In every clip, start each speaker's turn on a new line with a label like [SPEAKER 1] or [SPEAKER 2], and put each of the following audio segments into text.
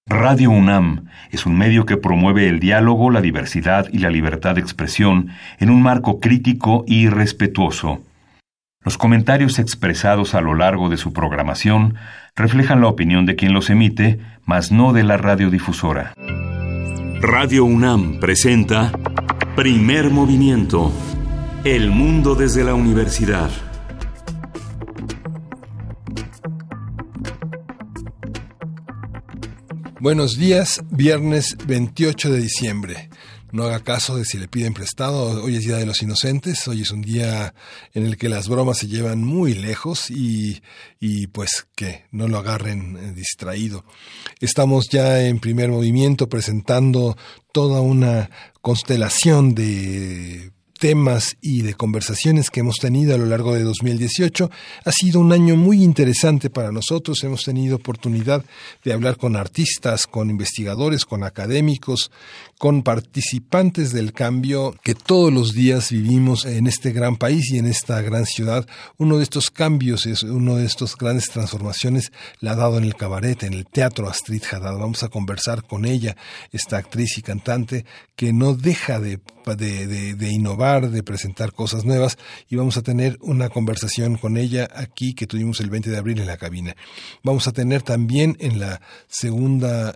[SPEAKER 1] Radio UNAM es un medio que promueve el diálogo, la diversidad y la libertad de expresión en un marco crítico y respetuoso. Los comentarios expresados a lo largo de su programación reflejan la opinión de quien los emite, mas no de la radiodifusora. Radio UNAM presenta Primer Movimiento. El mundo desde la universidad.
[SPEAKER 2] Buenos días, viernes 28 de diciembre. No haga caso de si le piden prestado. Hoy es Día de los Inocentes. Hoy es un día en el que las bromas se llevan muy lejos y pues que no lo agarren distraído. Estamos ya en Primer Movimiento presentando toda una constelación de temas y de conversaciones que hemos tenido a lo largo de 2018. Ha sido un año muy interesante para nosotros. Hemos tenido oportunidad de hablar con artistas, con investigadores, con académicos, con participantes del cambio que todos los días vivimos en este gran país y en esta gran ciudad. Uno de estos cambios, uno de estos grandes transformaciones la ha dado en el cabaret, en el teatro, Astrid Haddad. Vamos a conversar con ella, esta actriz y cantante que no deja de innovar, de presentar cosas nuevas, y vamos a tener una conversación con ella aquí que tuvimos el 20 de abril en la cabina. Vamos a tener también en la segunda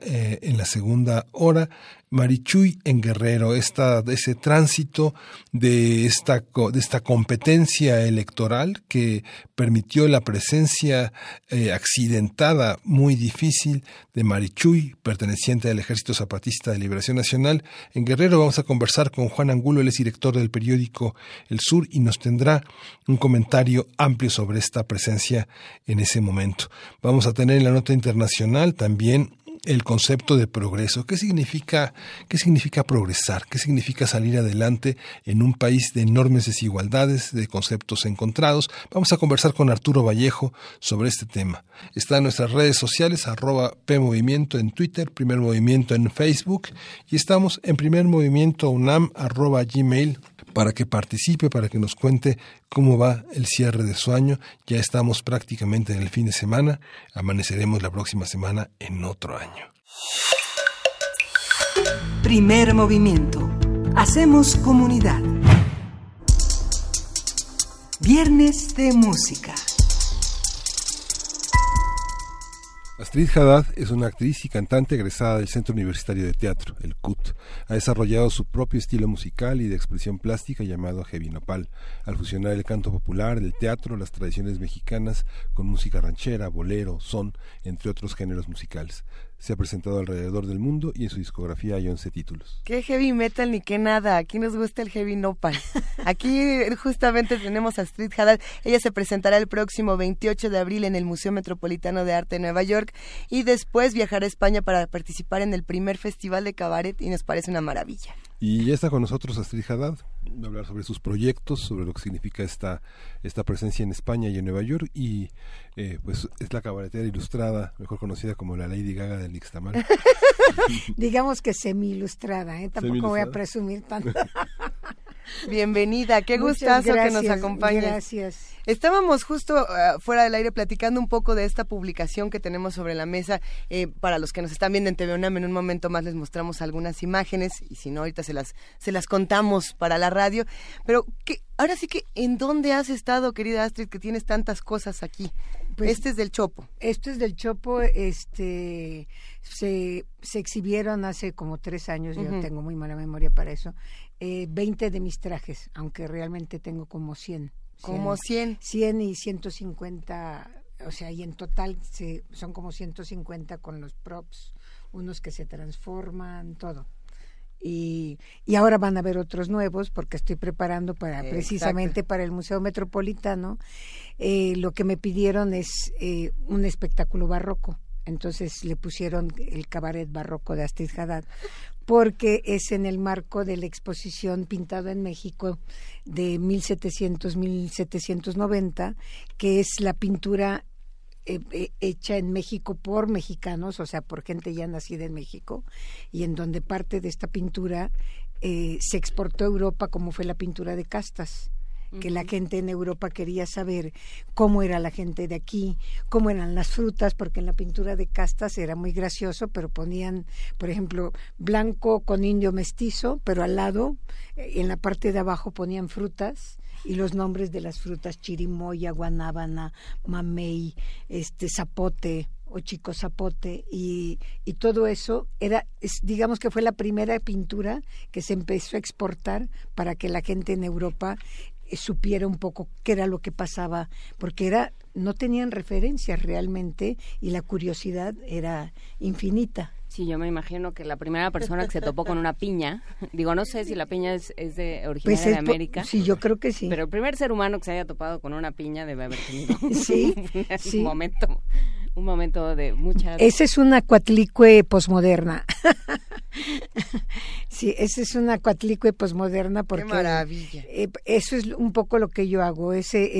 [SPEAKER 2] hora Marichuy en Guerrero, ese tránsito de esta competencia electoral que permitió la presencia accidentada, muy difícil, de Marichuy, perteneciente al Ejército Zapatista de Liberación Nacional. En Guerrero vamos a conversar con Juan Angulo, él es director del periódico El Sur y nos tendrá un comentario amplio sobre esta presencia en ese momento. Vamos a tener en la nota internacional también el concepto de progreso. ¿Qué significa progresar? ¿Qué significa salir adelante en un país de enormes desigualdades, de conceptos encontrados? Vamos a conversar con Arturo Vallejo sobre este tema. Está en nuestras redes sociales, @PMovimiento en Twitter, Primer Movimiento en Facebook, y estamos en primermovimientounam @gmail para que participe, para que nos cuente cómo va el cierre de su año. Ya estamos prácticamente en el fin de semana, amaneceremos la próxima semana en otro año.
[SPEAKER 3] Primer Movimiento. Hacemos comunidad. Viernes de música.
[SPEAKER 2] Astrid Haddad es una actriz y cantante egresada del Centro Universitario de Teatro, el CUT. Ha desarrollado su propio estilo musical y de expresión plástica llamado heavy nopal, al fusionar el canto popular, el teatro, las tradiciones mexicanas con música ranchera, bolero, son, entre otros géneros musicales. Se ha presentado alrededor del mundo y en su discografía hay 11 títulos.
[SPEAKER 4] ¿Qué heavy metal ni qué nada? Aquí nos gusta el heavy nopal. Aquí justamente tenemos a Astrid Haddad. Ella se presentará el próximo 28 de abril en el Museo Metropolitano de Arte de Nueva York y después viajará a España para participar en el primer festival de cabaret y nos parece una maravilla.
[SPEAKER 2] Y ya está con nosotros Astrid Haddad, a hablar sobre sus proyectos, sobre lo que significa esta presencia en España y en Nueva York, y pues es la cabaretera ilustrada, mejor conocida como la Lady Gaga del Nixtamal.
[SPEAKER 5] Digamos que semi-ilustrada, tampoco voy a presumir tanto.
[SPEAKER 4] Bienvenida, qué gustazo que nos acompañes.
[SPEAKER 5] Gracias.
[SPEAKER 4] Estábamos justo fuera del aire platicando un poco de esta publicación que tenemos sobre la mesa. Para los que nos están viendo en TV UNAM, en un momento más les mostramos algunas imágenes y si no, ahorita se las contamos para la radio. Pero ahora sí que, ¿en dónde has estado, querida Astrid, que tienes tantas cosas aquí? Pues, este es del Chopo.
[SPEAKER 5] Esto es del Chopo, se exhibieron hace como 3 años, yo tengo muy mala memoria para eso, 20 de mis trajes, aunque realmente tengo como 100.
[SPEAKER 4] Como 100.
[SPEAKER 5] 100 y 150, o sea, y en total son como 150 con los props, unos que se transforman, todo. Y ahora van a haber otros nuevos porque estoy preparando precisamente para el Museo Metropolitano. Lo que me pidieron es un espectáculo barroco. Entonces le pusieron el cabaret barroco de Astrid Haddad porque es en el marco de la exposición Pintado en México de 1700-1790, que es la pintura hecha en México por mexicanos, o sea, por gente ya nacida en México, y en donde parte de esta pintura se exportó a Europa, como fue la pintura de castas. que la gente en Europa quería saber cómo era la gente de aquí, cómo eran las frutas, porque en la pintura de castas era muy gracioso, pero ponían, por ejemplo, blanco con indio mestizo, pero al lado, en la parte de abajo ponían frutas y los nombres de las frutas: chirimoya, guanábana, mamey, zapote o chico zapote, y todo eso digamos que fue la primera pintura que se empezó a exportar para que la gente en Europa supiera un poco qué era lo que pasaba, porque no tenían referencias realmente y la curiosidad era infinita.
[SPEAKER 6] Sí, yo me imagino que la primera persona que se topó con una piña, digo, no sé si la piña es de originaria de América.
[SPEAKER 5] Sí, yo creo que sí.
[SPEAKER 6] Pero el primer ser humano que se haya topado con una piña debe haber tenido
[SPEAKER 5] sí.
[SPEAKER 6] un momento de mucha...
[SPEAKER 5] Esa es una Coatlicue posmoderna. Sí, esa es una Coatlicue posmoderna porque...
[SPEAKER 4] ¡Qué maravilla!
[SPEAKER 5] Eso es un poco lo que yo hago,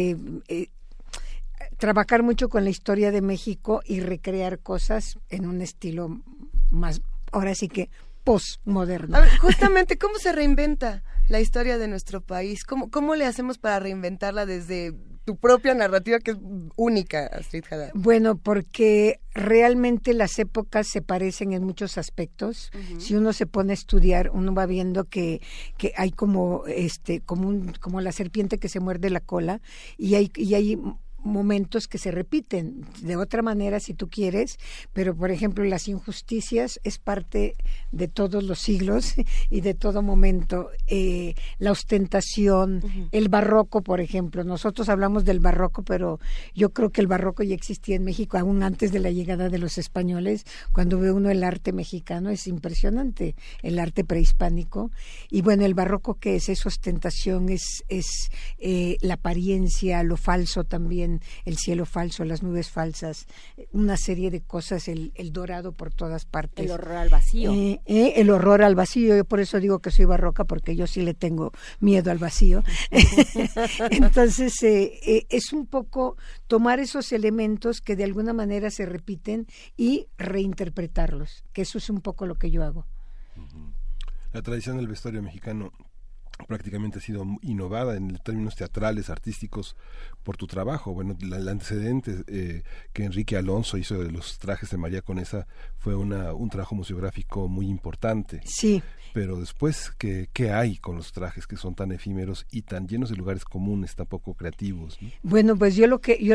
[SPEAKER 5] trabajar mucho con la historia de México y recrear cosas en un estilo más, ahora sí que postmoderno.
[SPEAKER 4] A ver, justamente, ¿cómo se reinventa la historia de nuestro país? ¿Cómo le hacemos para reinventarla desde tu propia narrativa, que es única, Astrid Haddad?
[SPEAKER 5] Bueno, porque realmente las épocas se parecen en muchos aspectos. Uh-huh. Si uno se pone a estudiar, uno va viendo que hay como la serpiente que se muerde la cola, y hay momentos que se repiten de otra manera si tú quieres, pero por ejemplo las injusticias es parte de todos los siglos y de todo momento. La ostentación, uh-huh. El barroco, por ejemplo, nosotros hablamos del barroco, pero yo creo que el barroco ya existía en México aún antes de la llegada de los españoles. Cuando ve uno el arte mexicano es impresionante, el arte prehispánico. Y bueno, el barroco, ¿qué es? Es ostentación, es la apariencia, lo falso también, el cielo falso, las nubes falsas, una serie de cosas, el dorado por todas partes.
[SPEAKER 6] El horror al vacío.
[SPEAKER 5] El horror al vacío, yo por eso digo que soy barroca, porque yo sí le tengo miedo al vacío. Entonces, es un poco tomar esos elementos que de alguna manera se repiten y reinterpretarlos, que eso es un poco lo que yo hago.
[SPEAKER 2] La tradición del vestuario mexicano prácticamente ha sido innovada en términos teatrales, artísticos, por tu trabajo. Bueno, el antecedente que Enrique Alonso hizo de los trajes de María Conesa fue un trabajo museográfico muy importante.
[SPEAKER 5] Sí. Pero
[SPEAKER 2] después, ¿qué hay con los trajes que son tan efímeros y tan llenos de lugares comunes, tan poco creativos, ¿no?
[SPEAKER 5] Bueno, pues yo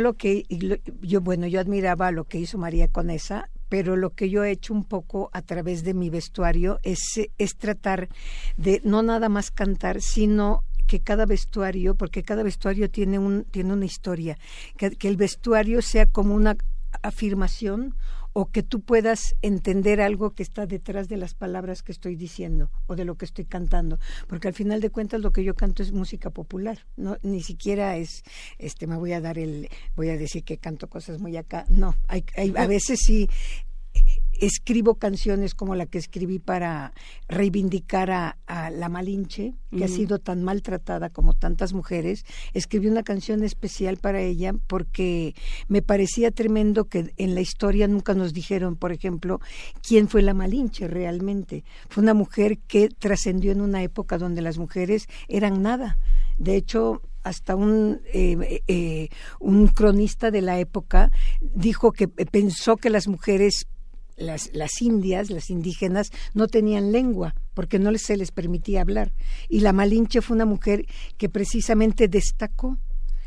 [SPEAKER 5] admiraba lo que hizo María Conesa, pero lo que yo he hecho un poco a través de mi vestuario es tratar de no nada más cantar, sino que cada vestuario, porque cada vestuario tiene una historia, que el vestuario sea como una afirmación, o que tú puedas entender algo que está detrás de las palabras que estoy diciendo o de lo que estoy cantando, porque al final de cuentas lo que yo canto es música popular, no, ni siquiera es voy a decir que canto cosas muy acá, no, hay a veces sí escribo canciones como la que escribí para reivindicar a la Malinche, que ha sido tan maltratada como tantas mujeres. Escribí una canción especial para ella porque me parecía tremendo que en la historia nunca nos dijeron, por ejemplo, quién fue la Malinche realmente. Fue una mujer que trascendió en una época donde las mujeres eran nada. De hecho, hasta un cronista de la época dijo que pensó que las mujeres, las indias, las indígenas, no tenían lengua porque no se les permitía hablar, y la Malinche fue una mujer que precisamente destacó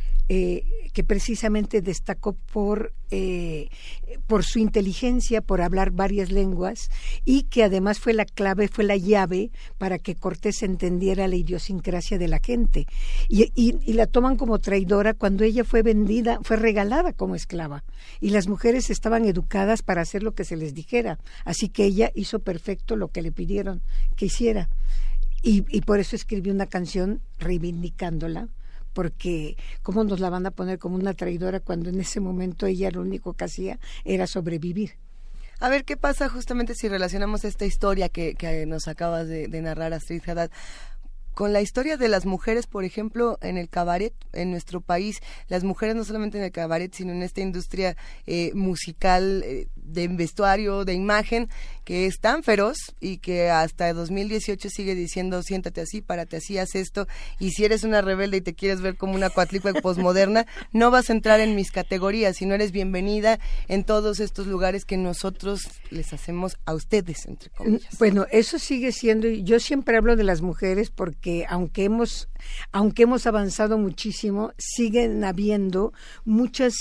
[SPEAKER 5] por su inteligencia, por hablar varias lenguas, y que además fue la clave, fue la llave para que Cortés entendiera la idiosincrasia de la gente, y la toman como traidora cuando ella fue regalada como esclava, y las mujeres estaban educadas para hacer lo que se les dijera, así que ella hizo perfecto lo que le pidieron que hiciera, y por eso escribí una canción reivindicándola, porque ¿cómo nos la van a poner como una traidora cuando en ese momento ella lo único que hacía era sobrevivir?
[SPEAKER 4] A ver, ¿qué pasa justamente si relacionamos esta historia que nos acabas de narrar, Astrid Haddad, con la historia de las mujeres, por ejemplo, en el cabaret en nuestro país, las mujeres no solamente en el cabaret, sino en esta industria musical, de vestuario, de imagen, que es tan feroz y que hasta 2018 sigue diciendo siéntate así, párate así, haz esto, y si eres una rebelde y te quieres ver como una Coatlicue posmoderna, no vas a entrar en mis categorías, si no eres bienvenida en todos estos lugares que nosotros les hacemos a ustedes, entre comillas.
[SPEAKER 5] Bueno, eso sigue siendo, yo siempre hablo de las mujeres porque aunque hemos avanzado muchísimo, siguen habiendo muchas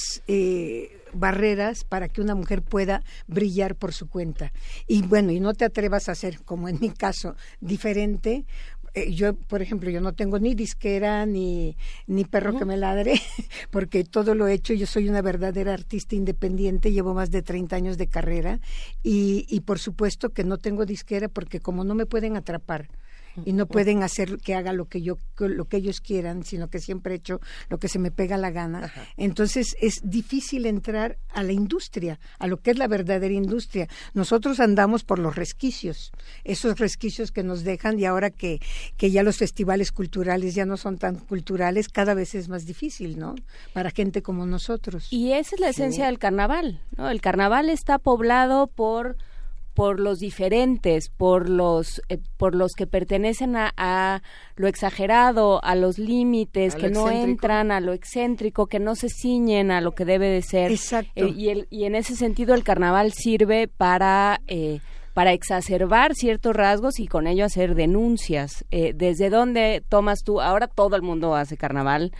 [SPEAKER 5] barreras para que una mujer pueda brillar por su cuenta. Y bueno, y no te atrevas a ser, como en mi caso, diferente. Yo, por ejemplo, yo no tengo ni disquera ni perro que me ladre, porque todo lo he hecho. Yo soy una verdadera artista independiente, llevo más de 30 años de carrera y por supuesto que no tengo disquera porque como no me pueden atrapar y no pueden hacer que haga lo que ellos quieran, sino que siempre he hecho lo que se me pega la gana. Ajá. Entonces es difícil entrar a la industria, a lo que es la verdadera industria. Nosotros andamos por los resquicios, esos resquicios que nos dejan, y ahora que ya los festivales culturales ya no son tan culturales, cada vez es más difícil, ¿no? Para gente como nosotros.
[SPEAKER 6] Y esa es la esencia del carnaval, ¿no? El carnaval está poblado por los diferentes, por los que pertenecen a lo exagerado, a los límites, que no entran a lo excéntrico, que no se ciñen a lo que debe de ser.
[SPEAKER 5] Exacto.
[SPEAKER 6] Y en ese sentido el carnaval sirve para exacerbar ciertos rasgos y con ello hacer denuncias. ¿Desde dónde tomas tú? Ahora todo el mundo hace carnaval.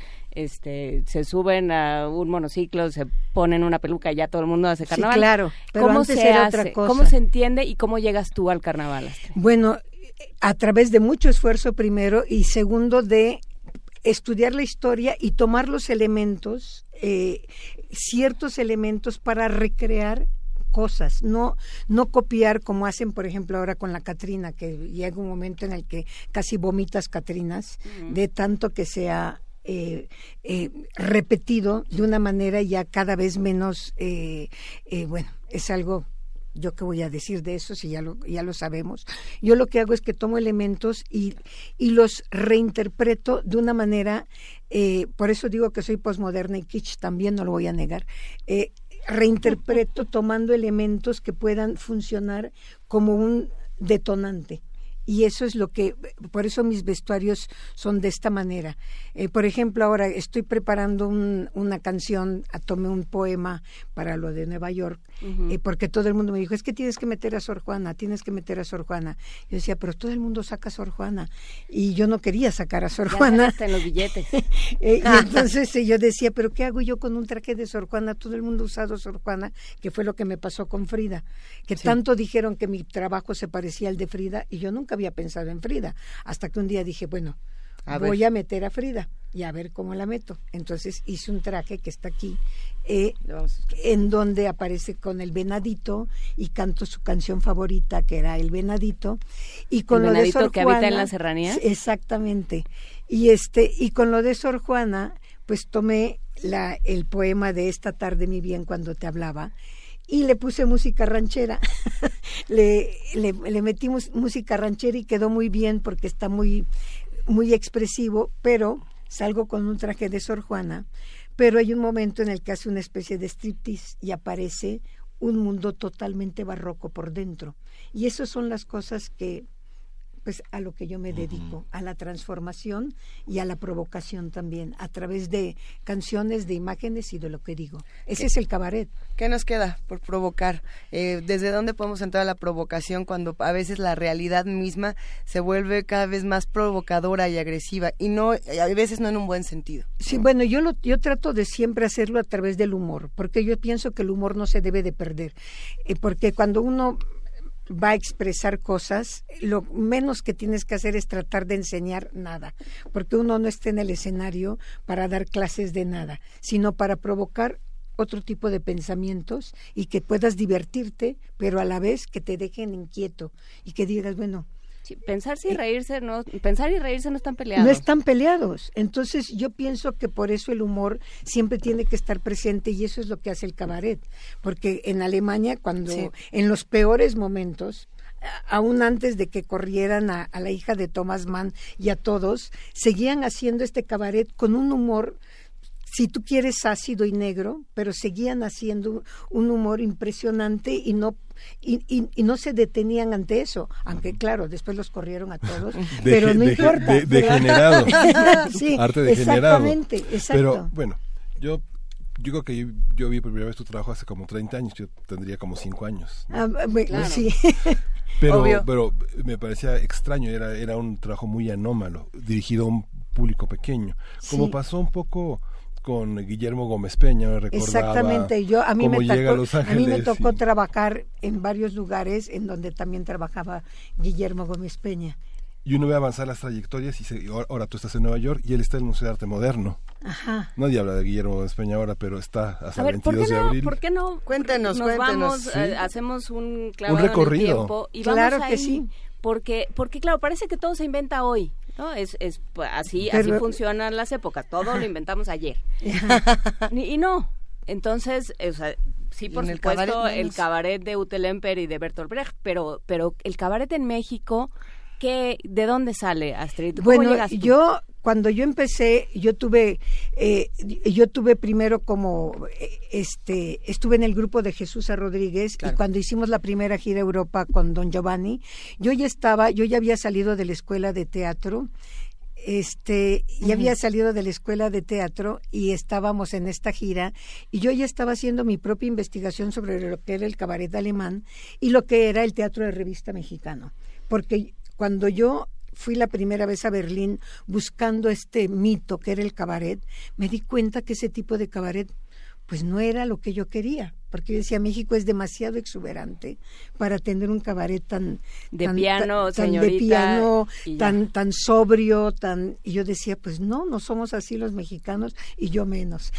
[SPEAKER 6] Se suben a un monociclo, se ponen una peluca y ya todo el mundo hace carnaval.
[SPEAKER 5] Sí, claro, pero
[SPEAKER 6] ¿Cómo
[SPEAKER 5] antes
[SPEAKER 6] se
[SPEAKER 5] era
[SPEAKER 6] hace?
[SPEAKER 5] otra cosa.
[SPEAKER 6] ¿Cómo se entiende y cómo llegas tú al carnaval, Astrid?
[SPEAKER 5] Bueno, a través de mucho esfuerzo primero y segundo de estudiar la historia y tomar los elementos, ciertos elementos para recrear cosas, no copiar como hacen, por ejemplo, ahora con la Catrina, que llega un momento en el que casi vomitas Catrinas, de tanto que sea repetido de una manera ya cada vez menos, bueno, es algo, yo qué voy a decir de eso si ya lo sabemos. Yo lo que hago es que tomo elementos y los reinterpreto de una manera, por eso digo que soy posmoderna y kitsch, también no lo voy a negar, reinterpreto tomando elementos que puedan funcionar como un detonante. Y eso es por eso mis vestuarios son de esta manera. Por ejemplo, ahora estoy preparando una canción, tomé un poema para lo de Nueva York, porque todo el mundo me dijo, es que tienes que meter a Sor Juana, tienes que meter a Sor Juana. Yo decía, pero todo el mundo saca a Sor Juana. Y yo no quería sacar a Sor Juana.
[SPEAKER 6] Hasta en los billetes.
[SPEAKER 5] Y entonces yo decía, pero ¿qué hago yo con un traje de Sor Juana? Todo el mundo ha usado Sor Juana, que fue lo que me pasó con Frida. Que tanto dijeron que mi trabajo se parecía al de Frida, y yo nunca había pensado en Frida, hasta que un día dije, bueno, voy a meter a Frida y a ver cómo la meto. Entonces hice un traje que está aquí, en donde aparece con el venadito y canto su canción favorita, que era El Venadito, y con
[SPEAKER 6] ¿El
[SPEAKER 5] lo de Sor
[SPEAKER 6] que
[SPEAKER 5] Juana,
[SPEAKER 6] habita en la serranía?
[SPEAKER 5] Exactamente. Y con lo de Sor Juana, pues tomé el poema de Esta tarde, mi bien, cuando te hablaba, y le puse música ranchera. le metí música ranchera y quedó muy bien porque está muy, muy expresivo, pero salgo con un traje de Sor Juana, pero hay un momento en el que hace una especie de striptease y aparece un mundo totalmente barroco por dentro. Y esas son las cosas que, pues, a lo que yo me dedico, a la transformación y a la provocación también, a través de canciones, de imágenes y de lo que digo. Ese es el cabaret.
[SPEAKER 4] ¿Qué nos queda por provocar? ¿Desde dónde podemos entrar a la provocación cuando a veces la realidad misma se vuelve cada vez más provocadora y agresiva? Y no, a veces no en un buen sentido.
[SPEAKER 5] Sí, bueno, yo trato de siempre hacerlo a través del humor, porque yo pienso que el humor no se debe de perder, porque cuando uno va a expresar cosas, lo menos que tienes que hacer es tratar de enseñar nada, porque uno no está en el escenario para dar clases de nada, sino para provocar otro tipo de pensamientos y que puedas divertirte, pero a la vez que te dejen inquieto y que digas, bueno,
[SPEAKER 6] sí, pensar y reírse no están peleados.
[SPEAKER 5] No están peleados. Entonces yo pienso que por eso el humor siempre tiene que estar presente, y eso es lo que hace el cabaret, porque en Alemania, cuando en los peores momentos aún antes de que corrieran a la hija de Thomas Mann y a todos, seguían haciendo este cabaret con un humor, si tú quieres, ácido y negro, pero seguían haciendo un humor impresionante y no se detenían ante eso, aunque claro, después los corrieron a todos, pero no importa.
[SPEAKER 2] Degenerado.
[SPEAKER 5] Sí,
[SPEAKER 2] arte degenerado.
[SPEAKER 5] Exactamente, exacto.
[SPEAKER 2] Pero bueno, yo creo que yo vi por primera vez tu trabajo hace como 30 años, yo tendría como 5 años, ¿no?
[SPEAKER 5] Claro. Sí.
[SPEAKER 2] Pero me parecía extraño, era un trabajo muy anómalo, dirigido a un público pequeño, como
[SPEAKER 5] sí.
[SPEAKER 2] pasó un poco con Guillermo Gómez Peña, recordaba.
[SPEAKER 5] Exactamente, a mí me tocó
[SPEAKER 2] sí.
[SPEAKER 5] trabajar en varios lugares en donde también trabajaba Guillermo Gómez Peña.
[SPEAKER 2] Y uno ve avanzar las trayectorias y ahora tú estás en Nueva York y él está en el Museo de Arte Moderno.
[SPEAKER 5] Ajá.
[SPEAKER 2] Nadie habla de Guillermo Gómez Peña ahora, pero está hasta el 22
[SPEAKER 6] de
[SPEAKER 2] abril.
[SPEAKER 6] ¿Por qué no?
[SPEAKER 4] Cuéntenos.
[SPEAKER 6] Vamos,
[SPEAKER 4] ¿sí?
[SPEAKER 6] Hacemos un clavado
[SPEAKER 2] recorrido.
[SPEAKER 6] en el tiempo y
[SPEAKER 5] Claro
[SPEAKER 6] vamos
[SPEAKER 5] que
[SPEAKER 6] ahí,
[SPEAKER 5] sí.
[SPEAKER 6] Porque claro, parece que todo se inventa hoy, ¿no? Así funcionan las épocas, todo lo inventamos ayer. y no. Entonces, sí, por supuesto, el cabaret de Ute Lemper y de Bertolt Brecht, pero el cabaret en México, ¿de dónde sale, Astrid? ¿Cómo
[SPEAKER 5] bueno,
[SPEAKER 6] llegas tú?
[SPEAKER 5] Cuando yo empecé, yo tuve primero estuve en el grupo de Jesús A. Rodríguez, claro. Y cuando hicimos la primera gira a Europa con Don Giovanni, yo ya había salido de la escuela de teatro, ya había salido de la escuela de teatro y estábamos en esta gira y yo ya estaba haciendo mi propia investigación sobre lo que era el cabaret alemán y lo que era el teatro de revista mexicano, porque cuando yo fui la primera vez a Berlín buscando este mito que era el cabaret, me di cuenta que ese tipo de cabaret pues no era lo que yo quería, porque yo decía, México es demasiado exuberante para tener un cabaret tan sobrio, y yo decía, pues no somos así los mexicanos y yo menos.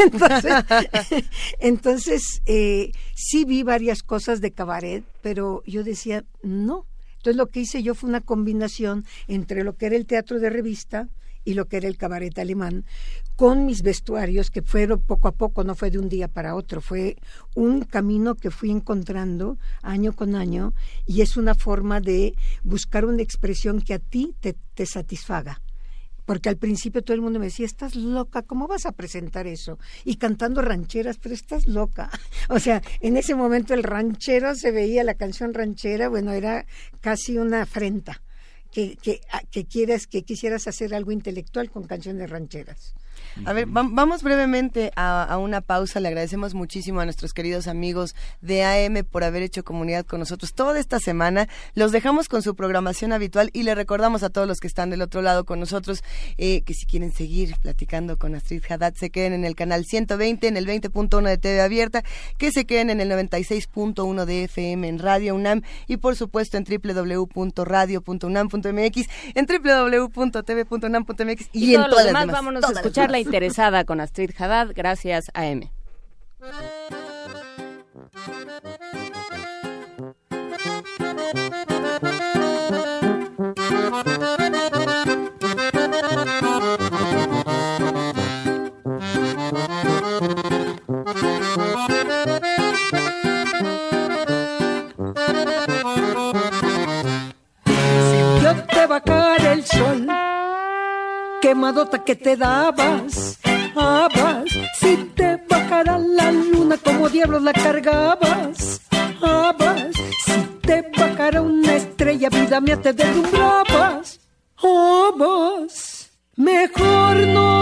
[SPEAKER 5] Entonces sí vi varias cosas de cabaret, pero yo decía, no. Entonces lo que hice yo fue una combinación entre lo que era el teatro de revista y lo que era el cabaret alemán, con mis vestuarios que fueron poco a poco, no fue de un día para otro, fue un camino que fui encontrando año con año y es una forma de buscar una expresión que a ti te satisfaga. Porque al principio todo el mundo me decía, estás loca, ¿cómo vas a presentar eso? Y cantando rancheras, pero estás loca. O sea, en ese momento el ranchero se veía, la canción ranchera, bueno, era casi una afrenta que quisieras hacer algo intelectual con canciones rancheras.
[SPEAKER 4] A ver, vamos brevemente a una pausa. Le agradecemos muchísimo a nuestros queridos amigos de AM por haber hecho comunidad con nosotros toda esta semana. Los dejamos con su programación habitual y le recordamos a todos los que están del otro lado con nosotros que si quieren seguir platicando con Astrid Haddad, se queden en el canal 120, en el 20.1 de TV Abierta, que se queden en el 96.1 de FM en Radio UNAM y por supuesto en www.radio.unam.mx, en www.tv.unam.mx y en todas las demás.
[SPEAKER 6] Vámonos a escuchar La Interesada con Astrid Haddad, gracias a AM.
[SPEAKER 7] Yo te bajar el sol, quemadota que te dabas, si te bajara la luna como diablos la cargabas, si te bajara una estrella vida mía te deslumbrabas, mejor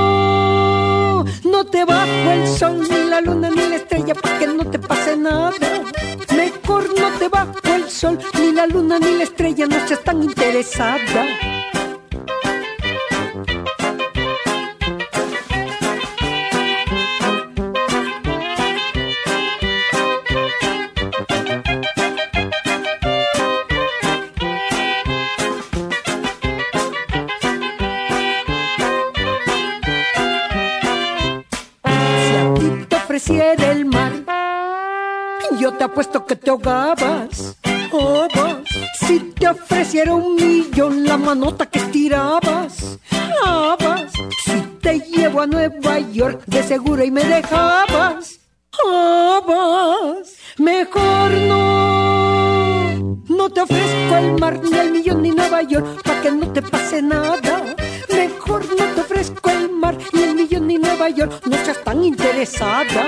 [SPEAKER 7] no te bajo el sol ni la luna ni la estrella para que no te pase nada, mejor no te bajo el sol ni la luna ni la estrella, no seas tan interesada. Ofreciera el mar, yo te apuesto que te ahogabas, si te ofreciera 1,000,000 la manota que estirabas, si te llevo a Nueva York de seguro y me dejabas, mejor no no te ofrezco el mar, ni el millón, ni Nueva York, pa' que no te pase nada. Mejor no te ofrezco el mar, ni el millón, ni Nueva York, no seas tan interesada.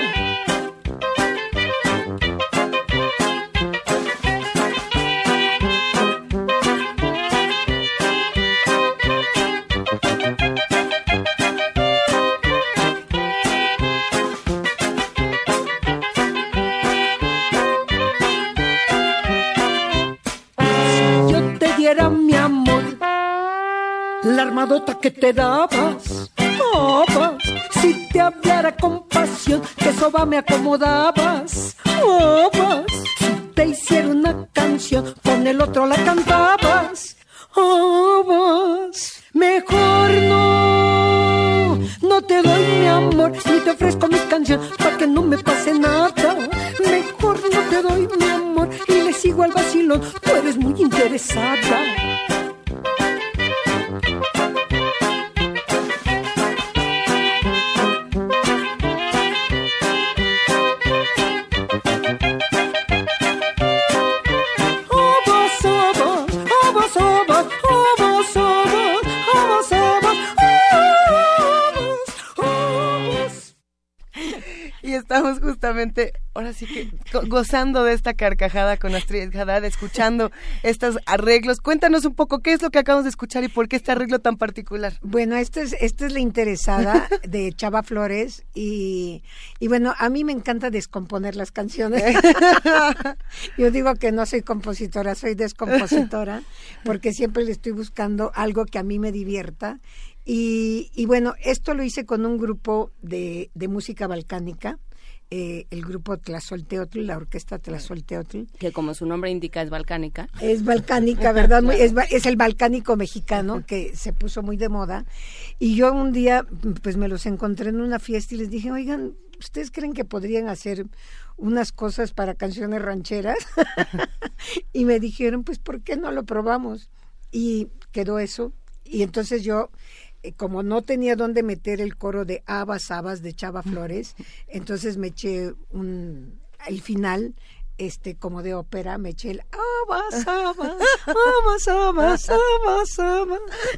[SPEAKER 7] Mi amor, la armadota que te dabas, si te hablara con pasión, que soba me acomodabas, si te hiciera una canción, con el otro la cantabas, mejor no te doy mi amor, ni te ofrezco mi canción, pa' que no me pase nada, mejor no te doy mi amor, y le sigo al vacilón, tú eres muy interesada.
[SPEAKER 4] Y estamos justamente, ahora sí que gozando de esta carcajada con Astrid Haddad, escuchando estos arreglos. Cuéntanos un poco qué es lo que acabamos de escuchar y por qué este arreglo tan particular.
[SPEAKER 5] Bueno, esta es La Interesada de Chava Flores y bueno, a mí me encanta descomponer las canciones. Yo digo que no soy compositora, soy descompositora, porque siempre le estoy buscando algo que a mí me divierta. Y bueno, esto lo hice con un grupo de música balcánica, el grupo Tlazolteotl, la orquesta Tlazolteotl.
[SPEAKER 6] Que como su nombre indica es balcánica.
[SPEAKER 5] Es balcánica, ¿verdad? Es el balcánico mexicano que se puso muy de moda. Y yo un día pues me los encontré en una fiesta y les dije, oigan, ¿ustedes creen que podrían hacer unas cosas para canciones rancheras? Y me dijeron, pues ¿por qué no lo probamos? Y quedó eso. Y entonces yo, como no tenía dónde meter el coro de Habas, Habas de Chava Flores, entonces me eché el final, como de ópera, me eché el Habas, Habas, Habas, Habas, Habas, Habas.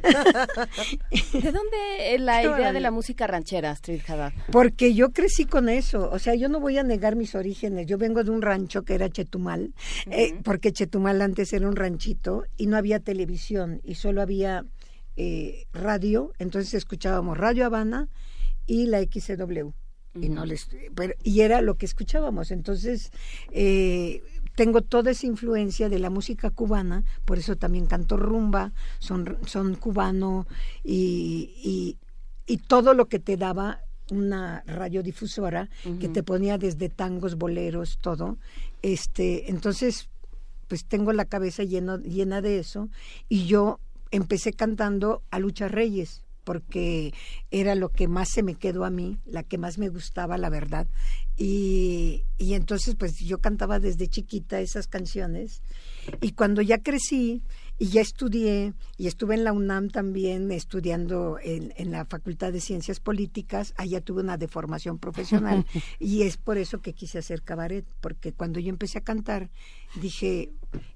[SPEAKER 6] ¿De dónde la idea de la música ranchera, Astrid Haddad?
[SPEAKER 5] Porque yo crecí con eso, o sea, yo no voy a negar mis orígenes, yo vengo de un rancho que era Chetumal, porque Chetumal antes era un ranchito y no había televisión y solo había radio, entonces escuchábamos Radio Habana y la XCW y era lo que escuchábamos. Entonces tengo toda esa influencia de la música cubana, por eso también canto rumba, son cubano y todo lo que te daba una radiodifusora que te ponía desde tangos, boleros, todo. Entonces pues tengo la cabeza llena de eso y yo empecé cantando a Lucha Reyes, porque era lo que más se me quedó a mí, la que más me gustaba, la verdad. Y entonces, pues yo cantaba desde chiquita esas canciones. Y cuando ya crecí y ya estudié, y estuve en la UNAM también estudiando en la Facultad de Ciencias Políticas, allá tuve una deformación profesional. Y es por eso que quise hacer cabaret, porque cuando yo empecé a cantar, dije,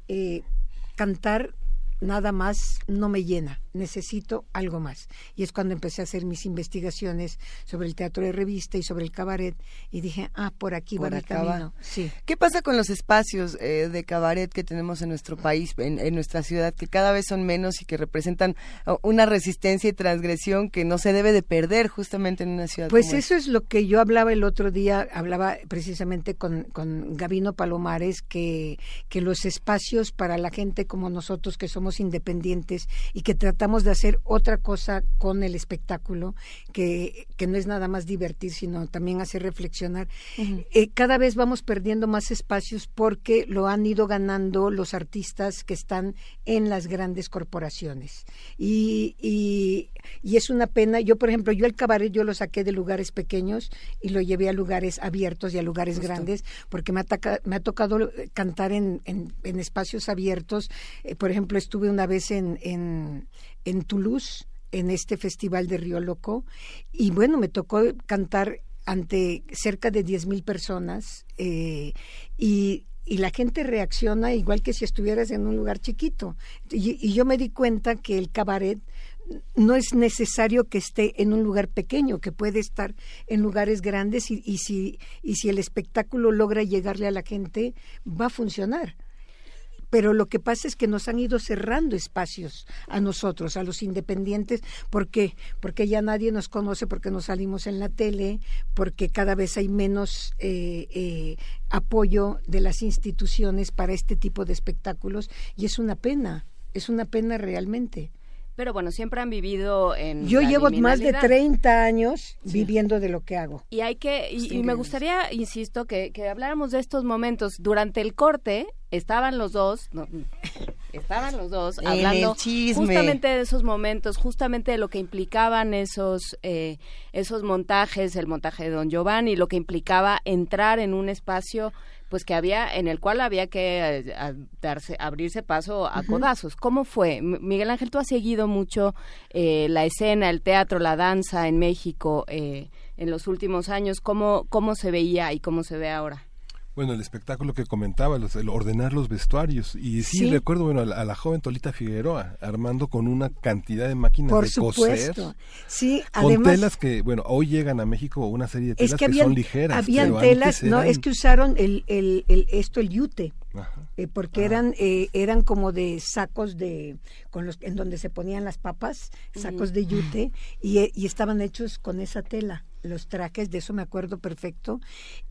[SPEAKER 5] cantar nada más no me llena, necesito algo más. Y es cuando empecé a hacer mis investigaciones sobre el teatro de revista y sobre el cabaret, y dije, por aquí va mi camino. Sí.
[SPEAKER 4] ¿Qué pasa con los espacios de cabaret que tenemos en nuestro país, en nuestra ciudad, que cada vez son menos y que representan una resistencia y transgresión que no se debe de perder justamente en una ciudad
[SPEAKER 5] pues
[SPEAKER 4] como
[SPEAKER 5] eso es lo que yo hablaba el otro día, hablaba precisamente con Gabino Palomares, que los espacios para la gente como nosotros que somos independientes y que tratamos de hacer otra cosa con el espectáculo, que no es nada más divertir, sino también hacer reflexionar. Cada vez vamos perdiendo más espacios porque lo han ido ganando los artistas que están en las grandes corporaciones. Y es una pena. Yo, por ejemplo, el cabaret yo lo saqué de lugares pequeños y lo llevé a lugares abiertos y a lugares grandes, porque me ha tocado cantar en espacios abiertos. Por ejemplo, estuve una vez en Toulouse, en este festival de Río Loco, y bueno, me tocó cantar ante cerca de 10,000 personas, y la gente reacciona igual que si estuvieras en un lugar chiquito. Y yo me di cuenta que el cabaret no es necesario que esté en un lugar pequeño, que puede estar en lugares grandes y si el espectáculo logra llegarle a la gente, va a funcionar. Pero lo que pasa es que nos han ido cerrando espacios a nosotros, a los independientes. ¿Por qué? Porque ya nadie nos conoce, porque no salimos en la tele, porque cada vez hay menos apoyo de las instituciones para este tipo de espectáculos, y es una pena realmente.
[SPEAKER 6] Pero bueno, siempre han vivido en
[SPEAKER 5] Yo
[SPEAKER 6] la
[SPEAKER 5] llevo más de
[SPEAKER 6] liminalidad.
[SPEAKER 5] 30 años viviendo de lo que hago.
[SPEAKER 6] Y hay que, y me gustaría, insisto, que habláramos de estos momentos. Durante el corte estaban los dos hablando justamente de esos momentos, justamente de lo que implicaban esos montajes, el montaje de Don Giovanni, lo que implicaba entrar en un espacio pues en el cual había que abrirse paso a codazos. ¿Cómo fue? Miguel Ángel, tú has seguido mucho la escena, el teatro, la danza en México en los últimos años. ¿Cómo se veía y cómo se ve ahora?
[SPEAKER 2] Bueno, el espectáculo que comentaba, el ordenar los vestuarios. Y sí, recuerdo, bueno, a la joven Tolita Figueroa, armando con una cantidad de máquinas de coser.
[SPEAKER 5] Sí,
[SPEAKER 2] con
[SPEAKER 5] además,
[SPEAKER 2] telas que, bueno, hoy llegan a México una serie de telas que son ligeras.
[SPEAKER 5] Habían telas, no, es que usaron el yute. Porque eran como de sacos en donde se ponían las papas, sacos de yute, y estaban hechos con esa tela, los trajes, de eso me acuerdo perfecto.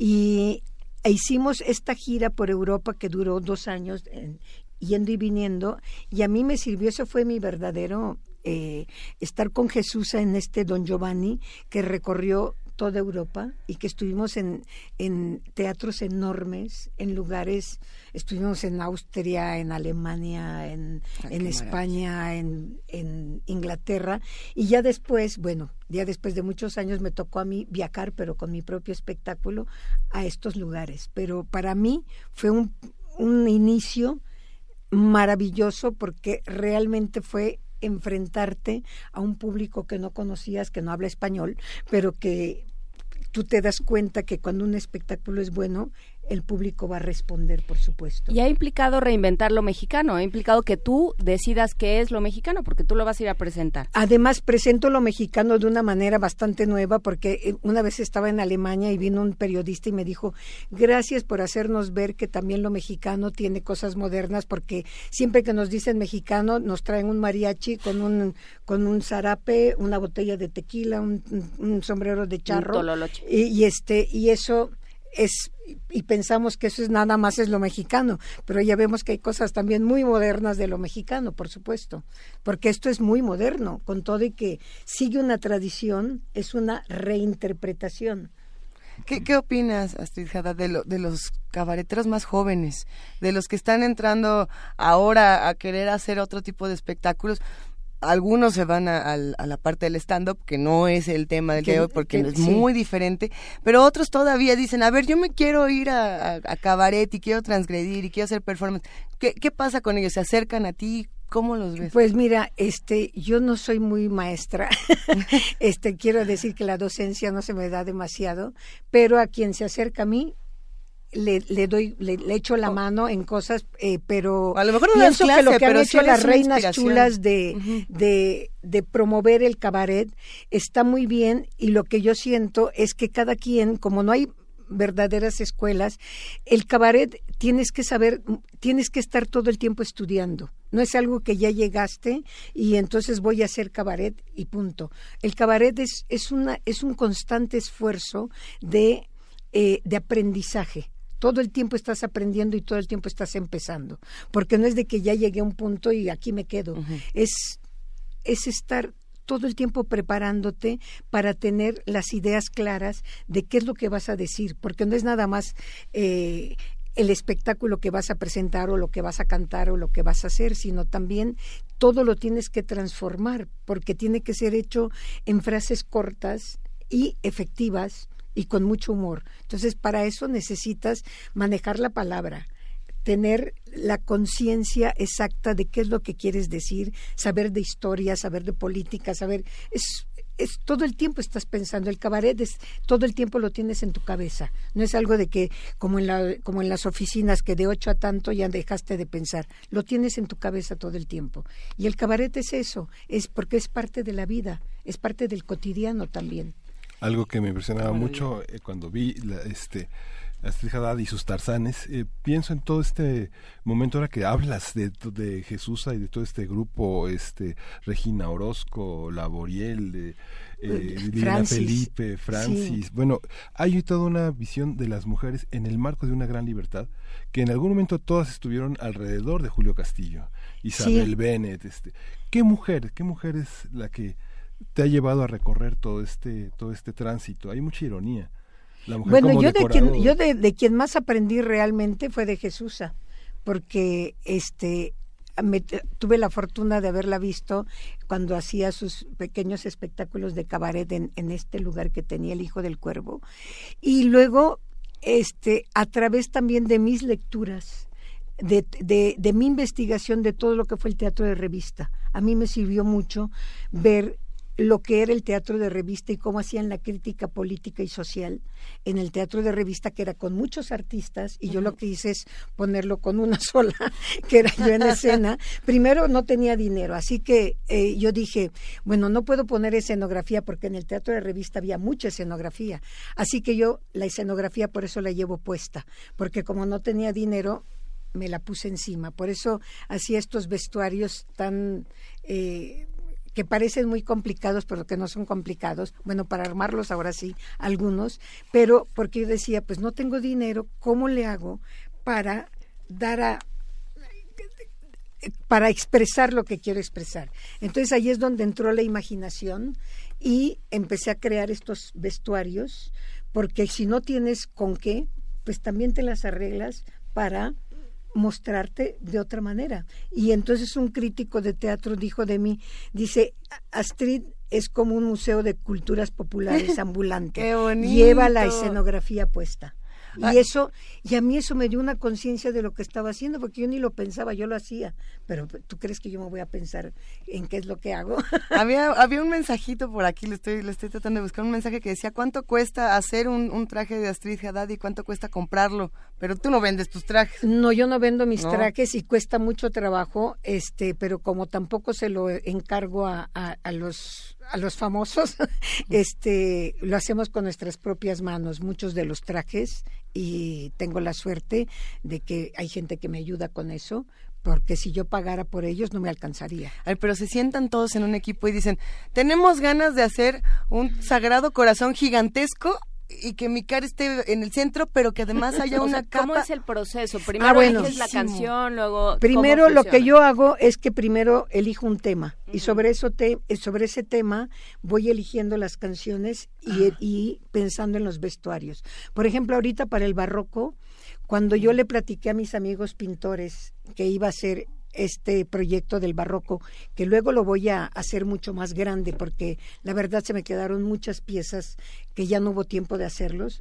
[SPEAKER 5] E hicimos esta gira por Europa que duró 2 años, yendo y viniendo, y a mí me sirvió, eso fue mi verdadero estar con Jesús en este Don Giovanni, que recorrió toda Europa y que estuvimos en teatros enormes, en lugares, estuvimos en Austria, en Alemania, en España, en Inglaterra, y ya después de muchos años me tocó a mí viajar, pero con mi propio espectáculo, a estos lugares. Pero para mí fue un inicio maravilloso, porque realmente fue enfrentarte a un público que no conocías, que no habla español, pero que tú te das cuenta que cuando un espectáculo es bueno, el público va a responder, por supuesto.
[SPEAKER 6] Y ha implicado reinventar lo mexicano, ha implicado que tú decidas qué es lo mexicano, porque tú lo vas a ir a presentar.
[SPEAKER 5] Además, presento lo mexicano de una manera bastante nueva, porque una vez estaba en Alemania y vino un periodista y me dijo, gracias por hacernos ver que también lo mexicano tiene cosas modernas, porque siempre que nos dicen mexicano, nos traen un mariachi con un zarape, una botella de tequila, un sombrero de charro.
[SPEAKER 6] Un tololoche.
[SPEAKER 5] Y eso es, y pensamos que eso es nada más es lo mexicano, pero ya vemos que hay cosas también muy modernas de lo mexicano, por supuesto, porque esto es muy moderno, con todo y que sigue una tradición, es una reinterpretación.
[SPEAKER 4] ¿Qué opinas, Astrid Haddad, de los cabareteros más jóvenes, de los que están entrando ahora a querer hacer otro tipo de espectáculos? Algunos se van a la parte del stand-up, que no es el tema del día de hoy, porque es muy diferente, pero otros todavía dicen, a ver, yo me quiero ir a cabaret y quiero transgredir y quiero hacer performance. ¿Qué pasa con ellos? ¿Se acercan a ti? ¿Cómo los ves?
[SPEAKER 5] Pues mira, yo no soy muy maestra, quiero decir que la docencia no se me da demasiado, pero a quien se acerca a mí, le echo la mano en cosas, pero
[SPEAKER 4] a lo mejor no
[SPEAKER 5] pienso
[SPEAKER 4] clase,
[SPEAKER 5] que lo que han
[SPEAKER 4] sí
[SPEAKER 5] hecho las reinas
[SPEAKER 4] inspiración.
[SPEAKER 5] chulas de promover el cabaret está muy bien, y lo que yo siento es que cada quien, como no hay verdaderas escuelas, el cabaret tienes que estar todo el tiempo estudiando. No es algo que ya llegaste y entonces voy a hacer cabaret y punto. El cabaret es un constante esfuerzo de aprendizaje. Todo el tiempo estás aprendiendo y todo el tiempo estás empezando, porque no es de que ya llegué a un punto y aquí me quedo. Es estar todo el tiempo preparándote para tener las ideas claras de qué es lo que vas a decir, porque no es nada más el espectáculo que vas a presentar o lo que vas a cantar o lo que vas a hacer, sino también todo lo tienes que transformar, porque tiene que ser hecho en frases cortas y efectivas y con mucho humor. Entonces, para eso necesitas manejar la palabra, tener la conciencia exacta de qué es lo que quieres decir, saber de historia, saber de política, es todo el tiempo estás pensando. El cabaret es todo el tiempo lo tienes en tu cabeza. No es algo de que como en las oficinas que de 8 a tanto ya dejaste de pensar. Lo tienes en tu cabeza todo el tiempo. Y el cabaret es eso, es porque es parte de la vida, es parte del cotidiano también.
[SPEAKER 2] Algo que me impresionaba mucho cuando vi Astrid Haddad y sus Tarzanes, pienso en todo este momento ahora que hablas de Jesús y de todo este grupo, Regina Orozco, Laboriel, Liliana Felipe, Francis. Sí. Bueno, hay toda una visión de las mujeres en el marco de una gran libertad, que en algún momento todas estuvieron alrededor de Julio Castillo, Isabel Bennett. ¿Qué mujer es la que te ha llevado a recorrer todo este tránsito? Hay mucha ironía.
[SPEAKER 5] Bueno, yo de quien más aprendí realmente fue de Jesusa, porque tuve la fortuna de haberla visto cuando hacía sus pequeños espectáculos de cabaret en este lugar que tenía el Hijo del Cuervo, y luego a través también de mis lecturas, de mi investigación de todo lo que fue el teatro de revista. A mí me sirvió mucho ver lo que era el teatro de revista y cómo hacían la crítica política y social en el teatro de revista, que era con muchos artistas, y yo lo que hice es ponerlo con una sola, que era yo en escena. Primero no tenía dinero, así que yo dije, bueno, no puedo poner escenografía porque en el teatro de revista había mucha escenografía, así que yo la escenografía por eso la llevo puesta, porque como no tenía dinero me la puse encima, por eso hacía estos vestuarios tan que parecen muy complicados, pero que no son complicados. Bueno, para armarlos ahora sí, algunos, pero porque yo decía, pues no tengo dinero, ¿cómo le hago para para expresar lo que quiero expresar? Entonces ahí es donde entró la imaginación y empecé a crear estos vestuarios, porque si no tienes con qué, pues también te las arreglas para mostrarte de otra manera. Y entonces un crítico de teatro dijo de mí, dice, Astrid es como un museo de culturas populares ambulante.
[SPEAKER 4] ¡Qué bonito!
[SPEAKER 5] Lleva la escenografía puesta. Y a mí eso me dio una conciencia de lo que estaba haciendo, porque yo ni lo pensaba, yo lo hacía. Pero ¿tú crees que yo me voy a pensar en qué es lo que hago?
[SPEAKER 4] Había un mensajito por aquí, lo estoy tratando de buscar, un mensaje que decía, ¿cuánto cuesta hacer un traje de Astrid Haddad y cuánto cuesta comprarlo? Pero tú no vendes tus trajes.
[SPEAKER 5] No, yo no vendo mis trajes y cuesta mucho trabajo, pero como tampoco se lo encargo a los famosos, lo hacemos con nuestras propias manos, muchos de los trajes, y tengo la suerte de que hay gente que me ayuda con eso, porque si yo pagara por ellos no me alcanzaría.
[SPEAKER 4] Ay, pero se sientan todos en un equipo y dicen, tenemos ganas de hacer un Sagrado Corazón gigantesco y que mi cara esté en el centro, pero que además haya una capa.
[SPEAKER 6] ¿Cómo es el proceso? Primero eliges la canción, luego...
[SPEAKER 5] Primero lo que yo hago es que primero elijo un tema, y sobre ese tema voy eligiendo las canciones y pensando en los vestuarios. Por ejemplo, ahorita para el barroco, cuando yo le platiqué a mis amigos pintores que iba a hacer este proyecto del barroco, que luego lo voy a hacer mucho más grande, porque la verdad se me quedaron muchas piezas que ya no hubo tiempo de hacerlos,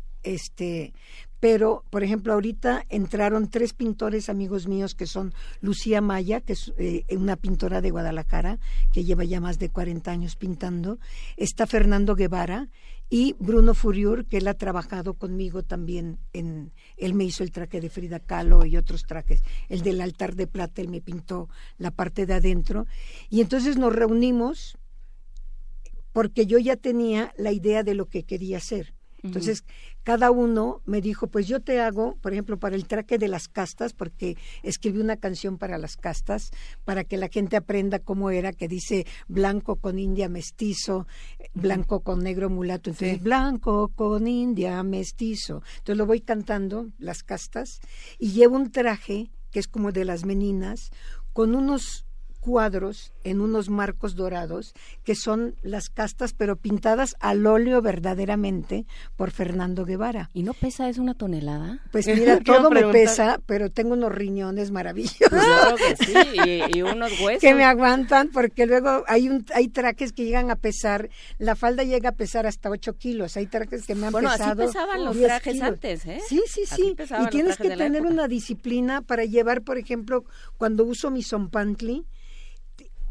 [SPEAKER 5] pero por ejemplo ahorita entraron 3 pintores amigos míos, que son Lucía Maya, que es una pintora de Guadalajara que lleva ya más de 40 años pintando, está Fernando Guevara y Bruno Furiur, que él ha trabajado conmigo también él me hizo el traje de Frida Kahlo y otros trajes, el del altar de plata, él me pintó la parte de adentro, y entonces nos reunimos porque yo ya tenía la idea de lo que quería hacer. Entonces, cada uno me dijo, pues yo te hago, por ejemplo, para el traje de las castas, porque escribí una canción para las castas, para que la gente aprenda cómo era, que dice blanco con india mestizo, blanco con negro mulato, entonces blanco con india mestizo. Entonces lo voy cantando, las castas, y llevo un traje que es como de las meninas, con unos cuadros en unos marcos dorados que son las castas, pero pintadas al óleo verdaderamente por Fernando Guevara.
[SPEAKER 6] ¿Y no pesa eso 1 tonelada?
[SPEAKER 5] Pues mira, todo me pesa, pero tengo unos riñones maravillosos.
[SPEAKER 6] Claro que sí, y unos huesos
[SPEAKER 5] que me aguantan, porque luego hay trajes que llegan a pesar, la falda llega a pesar hasta 8 kilos, hay trajes que me han pesado.
[SPEAKER 6] Así pesaban los trajes kilos. Antes, ¿eh?
[SPEAKER 5] Sí. Y tienes que tener una disciplina para llevar, por ejemplo, cuando uso mi zompantli,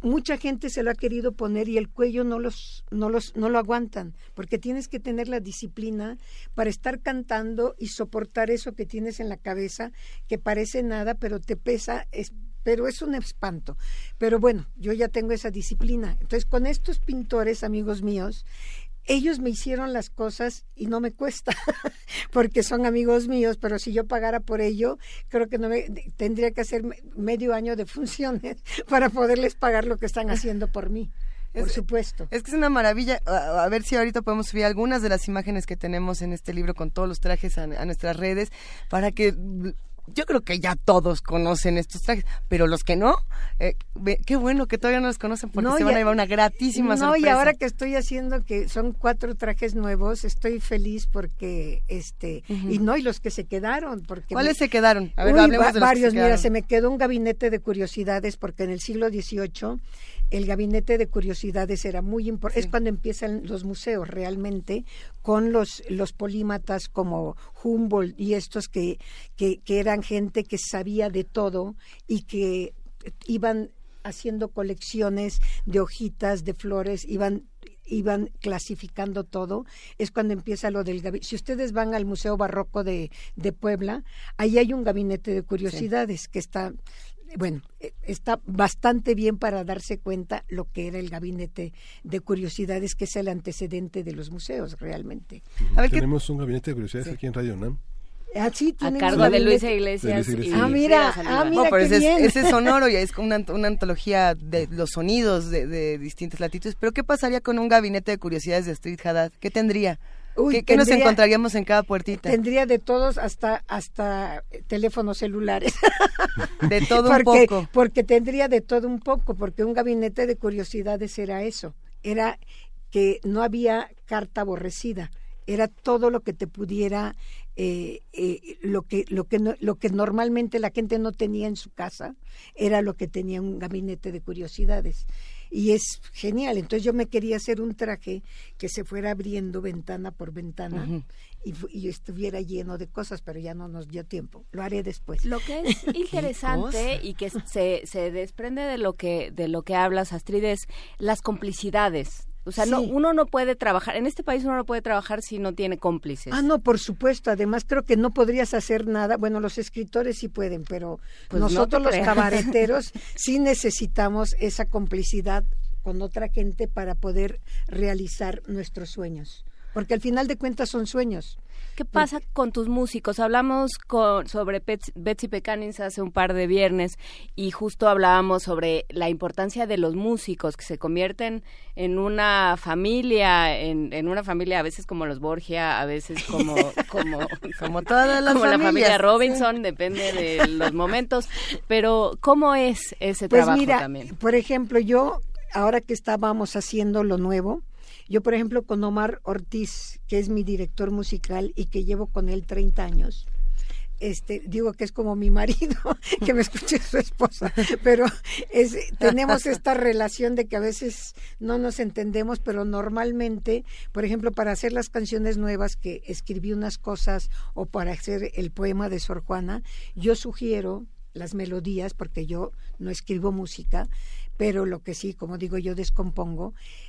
[SPEAKER 5] mucha gente se lo ha querido poner y el cuello no lo aguantan, porque tienes que tener la disciplina para estar cantando y soportar eso que tienes en la cabeza, que parece nada, pero te pesa, pero es un espanto. Pero bueno, yo ya tengo esa disciplina. Entonces, con estos pintores, amigos míos, ellos me hicieron las cosas y no me cuesta, porque son amigos míos, pero si yo pagara por ello, creo que tendría que hacer medio año de funciones para poderles pagar lo que están haciendo por mí. Por supuesto.
[SPEAKER 4] Es que es una maravilla. A ver si ahorita podemos subir algunas de las imágenes que tenemos en este libro con todos los trajes a nuestras redes, para que... Yo creo que ya todos conocen estos trajes, pero los que no, qué bueno que todavía no los conocen, porque se van a llevar una gratísima sorpresa.
[SPEAKER 5] Y ahora que estoy haciendo, que son 4 trajes nuevos, estoy feliz porque, y los que se quedaron. Porque
[SPEAKER 4] ¿cuáles se quedaron? A ver, hablemos de los
[SPEAKER 5] varios,
[SPEAKER 4] que se quedaron.
[SPEAKER 5] Mira, se me quedó un gabinete de curiosidades, porque en el siglo XVIII el gabinete de curiosidades era muy importante. Sí. Es cuando empiezan los museos realmente, con los polímatas como Humboldt y estos que eran gente que sabía de todo y que iban haciendo colecciones de hojitas, de flores, iban clasificando todo. Es cuando empieza lo del gabinete. Si ustedes van al Museo Barroco de Puebla, ahí hay un gabinete de curiosidades que está bastante bien para darse cuenta lo que era el gabinete de curiosidades, que es el antecedente de los museos realmente.
[SPEAKER 2] A ver, tenemos un gabinete de curiosidades aquí en Radio UNAM.
[SPEAKER 5] Sí,
[SPEAKER 6] a cargo de Luisa Iglesias.
[SPEAKER 5] Mira,
[SPEAKER 4] pero ese es sonoro y es una antología de los sonidos de distintas latitudes. Pero ¿qué pasaría con un gabinete de curiosidades de Astrid Haddad? ¿Qué tendría? ¿Qué nos encontraríamos en cada puertita?
[SPEAKER 5] Tendría de todos, hasta teléfonos celulares.
[SPEAKER 4] De todo un poco.
[SPEAKER 5] Porque tendría de todo un poco, porque un gabinete de curiosidades era eso. Era que no había carta aborrecida. Era todo lo que te pudiera, lo que normalmente la gente no tenía en su casa, era lo que tenía un gabinete de curiosidades. Y es genial. Entonces yo me quería hacer un traje que se fuera abriendo ventana por ventana, uh-huh, y estuviera lleno de cosas, pero ya no nos dio tiempo. Lo haré después.
[SPEAKER 6] Lo que es interesante y que se desprende de lo que hablas, Astrid, es las complicidades. O sea, sí, uno no puede trabajar, en este país uno no puede trabajar si no tiene cómplices.
[SPEAKER 5] No, por supuesto. Además, creo que no podrías hacer nada. Bueno, los escritores sí pueden, pero pues nosotros los cabareteros sí necesitamos esa complicidad con otra gente para poder realizar nuestros sueños. Porque al final de cuentas son sueños.
[SPEAKER 6] ¿Qué pasa con tus músicos? Hablamos sobre Betsy Pecanins hace un par de viernes y justo hablábamos sobre la importancia de los músicos que se convierten en una familia, en una familia a veces como los Borgia, a veces como
[SPEAKER 4] todas las
[SPEAKER 6] como
[SPEAKER 4] familias.
[SPEAKER 6] La familia Robinson, sí, depende de los momentos. Pero ¿cómo es ese trabajo también?
[SPEAKER 5] Por ejemplo, yo ahora que estábamos haciendo lo nuevo, yo, por ejemplo, con Omar Ortiz, que es mi director musical y que llevo con él 30 años, digo que es como mi marido, que me escuche su esposa, pero tenemos esta relación de que a veces no nos entendemos, pero normalmente, por ejemplo, para hacer las canciones nuevas, que escribí unas cosas, o para hacer el poema de Sor Juana, yo sugiero las melodías, porque yo no escribo música, pero lo que sí, como digo, yo descompongo.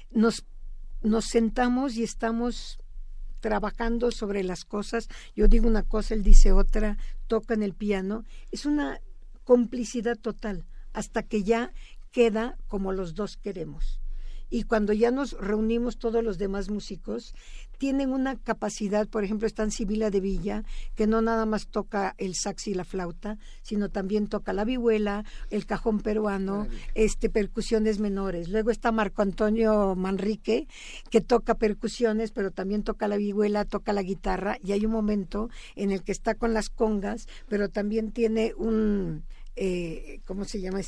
[SPEAKER 5] Nos sentamos y estamos trabajando sobre las cosas. Yo digo una cosa, él dice otra, toca en el piano. Es una complicidad total, hasta que ya queda como los dos queremos. Y cuando ya nos reunimos todos los demás músicos, tienen una capacidad, por ejemplo, está Sibila de Villa, que no nada más toca el sax y la flauta, sino también toca la vihuela, el cajón peruano, percusiones menores. Luego está Marco Antonio Manrique, que toca percusiones, pero también toca la vihuela, toca la guitarra, y hay un momento en el que está con las congas, pero también tiene un, ¿cómo se llama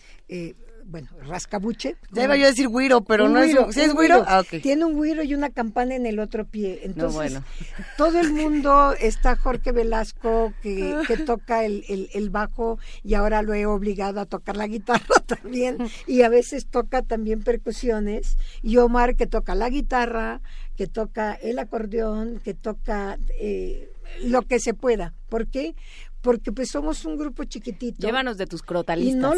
[SPEAKER 5] rascabuche?
[SPEAKER 4] Ya iba yo a decir güiro, pero no güiro, es... ¿Sí es güiro?
[SPEAKER 5] Okay. Tiene un güiro y una campana en el otro pie. Entonces, todo el mundo, está Jorge Velasco, que toca el bajo, y ahora lo he obligado a tocar la guitarra también, y a veces toca también percusiones, y Omar, que toca la guitarra, que toca el acordeón, que toca... lo que se pueda. ¿Por qué? porque pues somos un grupo chiquitito.
[SPEAKER 6] Llévanos de tus crotalistas.
[SPEAKER 5] Y no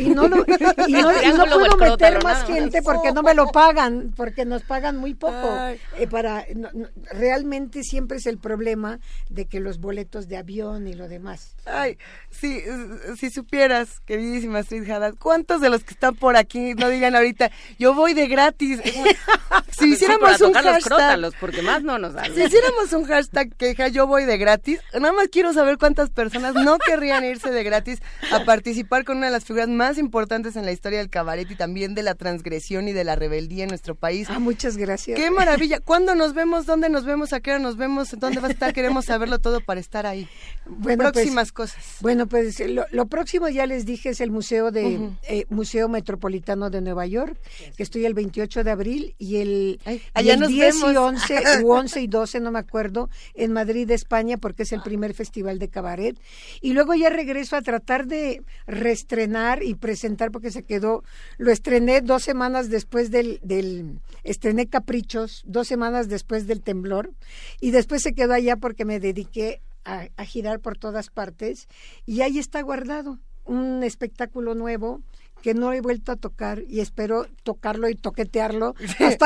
[SPEAKER 5] puedo meter más gente porque no me lo pagan, porque nos pagan muy poco. Realmente siempre es el problema de que los boletos de avión y lo demás.
[SPEAKER 4] Ay, sí, si supieras, queridísima Astrid Haddad, ¿cuántos de los que están por aquí no digan ahorita, yo voy de gratis? Si hiciéramos un hashtag,
[SPEAKER 6] porque más no nos dan.
[SPEAKER 4] Si hiciéramos un hashtag que diga yo voy de gratis, nada más quiero saber cuántas personas no querrían irse de gratis a participar con una de las figuras más importantes en la historia del cabaret y también de la transgresión y de la rebeldía en nuestro país.
[SPEAKER 5] Muchas gracias.
[SPEAKER 4] ¡Qué maravilla! ¿Cuándo nos vemos? ¿Dónde nos vemos? ¿A qué hora nos vemos? ¿Dónde va a estar? Queremos saberlo todo para estar ahí.
[SPEAKER 5] Bueno,
[SPEAKER 4] próximas cosas.
[SPEAKER 5] Bueno, pues lo próximo, ya les dije, es el Museo Metropolitano de Nueva York, que estoy el 28 de abril y el 10 y 11 y 12, no me acuerdo, en Madrid, España, porque es el primer festival de cabaret. Y luego ya regreso a tratar de reestrenar y presentar, porque lo estrené 2 semanas después estrené Caprichos, 2 semanas después del temblor, y después se quedó allá porque me dediqué a girar por todas partes, y ahí está guardado un espectáculo nuevo que no he vuelto a tocar y espero tocarlo y toquetearlo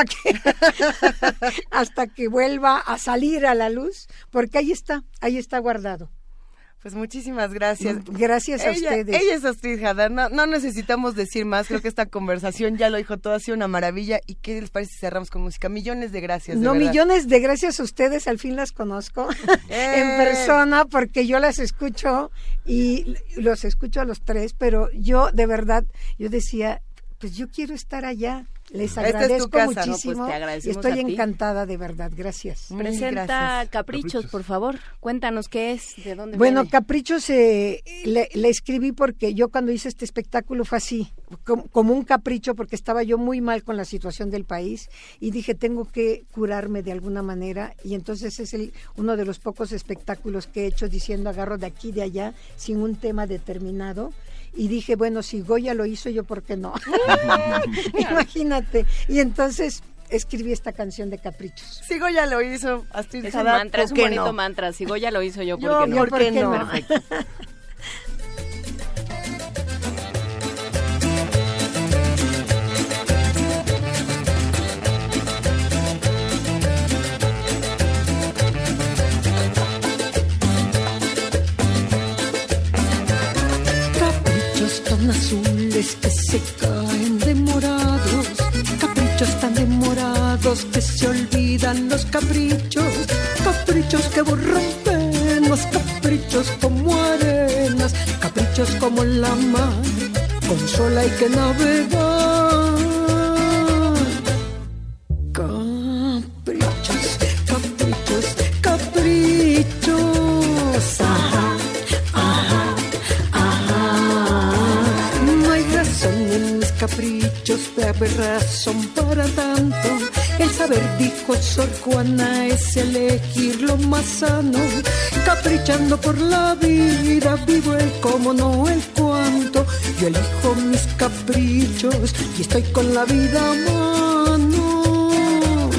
[SPEAKER 5] hasta que vuelva a salir a la luz, porque ahí está guardado.
[SPEAKER 4] Pues muchísimas gracias.
[SPEAKER 5] Gracias a ustedes.
[SPEAKER 4] Ella es Astrid Haddad, no necesitamos decir más, creo que esta conversación ya lo dijo todo, ha sido una maravilla. ¿Y qué les parece si cerramos con música? Millones de gracias.
[SPEAKER 5] Millones de gracias a ustedes, al fin las conozco en persona, porque yo las escucho y los escucho a los 3, pero yo de verdad, yo decía, pues yo quiero estar allá. Les agradezco muchísimo.
[SPEAKER 6] No, pues
[SPEAKER 5] y estoy encantada, de verdad, gracias.
[SPEAKER 6] Presenta Caprichos, por favor. Cuéntanos qué es, de dónde
[SPEAKER 5] Bueno,
[SPEAKER 6] viene.
[SPEAKER 5] Caprichos le escribí porque yo cuando hice este espectáculo fue así, como un capricho, porque estaba yo muy mal con la situación del país y dije, tengo que curarme de alguna manera, y entonces es uno de los pocos espectáculos que he hecho diciendo agarro de aquí, de allá, sin un tema determinado. Y dije, bueno, si Goya lo hizo, yo ¿por qué no? Imagínate. Y entonces escribí esta canción de Caprichos.
[SPEAKER 4] Si Goya lo hizo, Astrid
[SPEAKER 6] es
[SPEAKER 4] Haddad,
[SPEAKER 6] un mantra, es un bonito mantra. Si Goya lo hizo, yo ¿por qué no?
[SPEAKER 4] ¿Por qué no?
[SPEAKER 6] Perfecto.
[SPEAKER 7] Tan azules que se caen demorados, caprichos tan demorados que se olvidan los caprichos, caprichos que borran penas, caprichos como arenas, caprichos como la mar, con sol hay que navegar. Caprichos, caprichos, caprichos, ajá. Caprichos, debe haber razón para tanto. El saber, dijo Sor Juana, es elegir lo más sano. Caprichando por la vida, vivo el cómo, no el cuánto. Yo elijo mis caprichos y estoy con la vida a mano.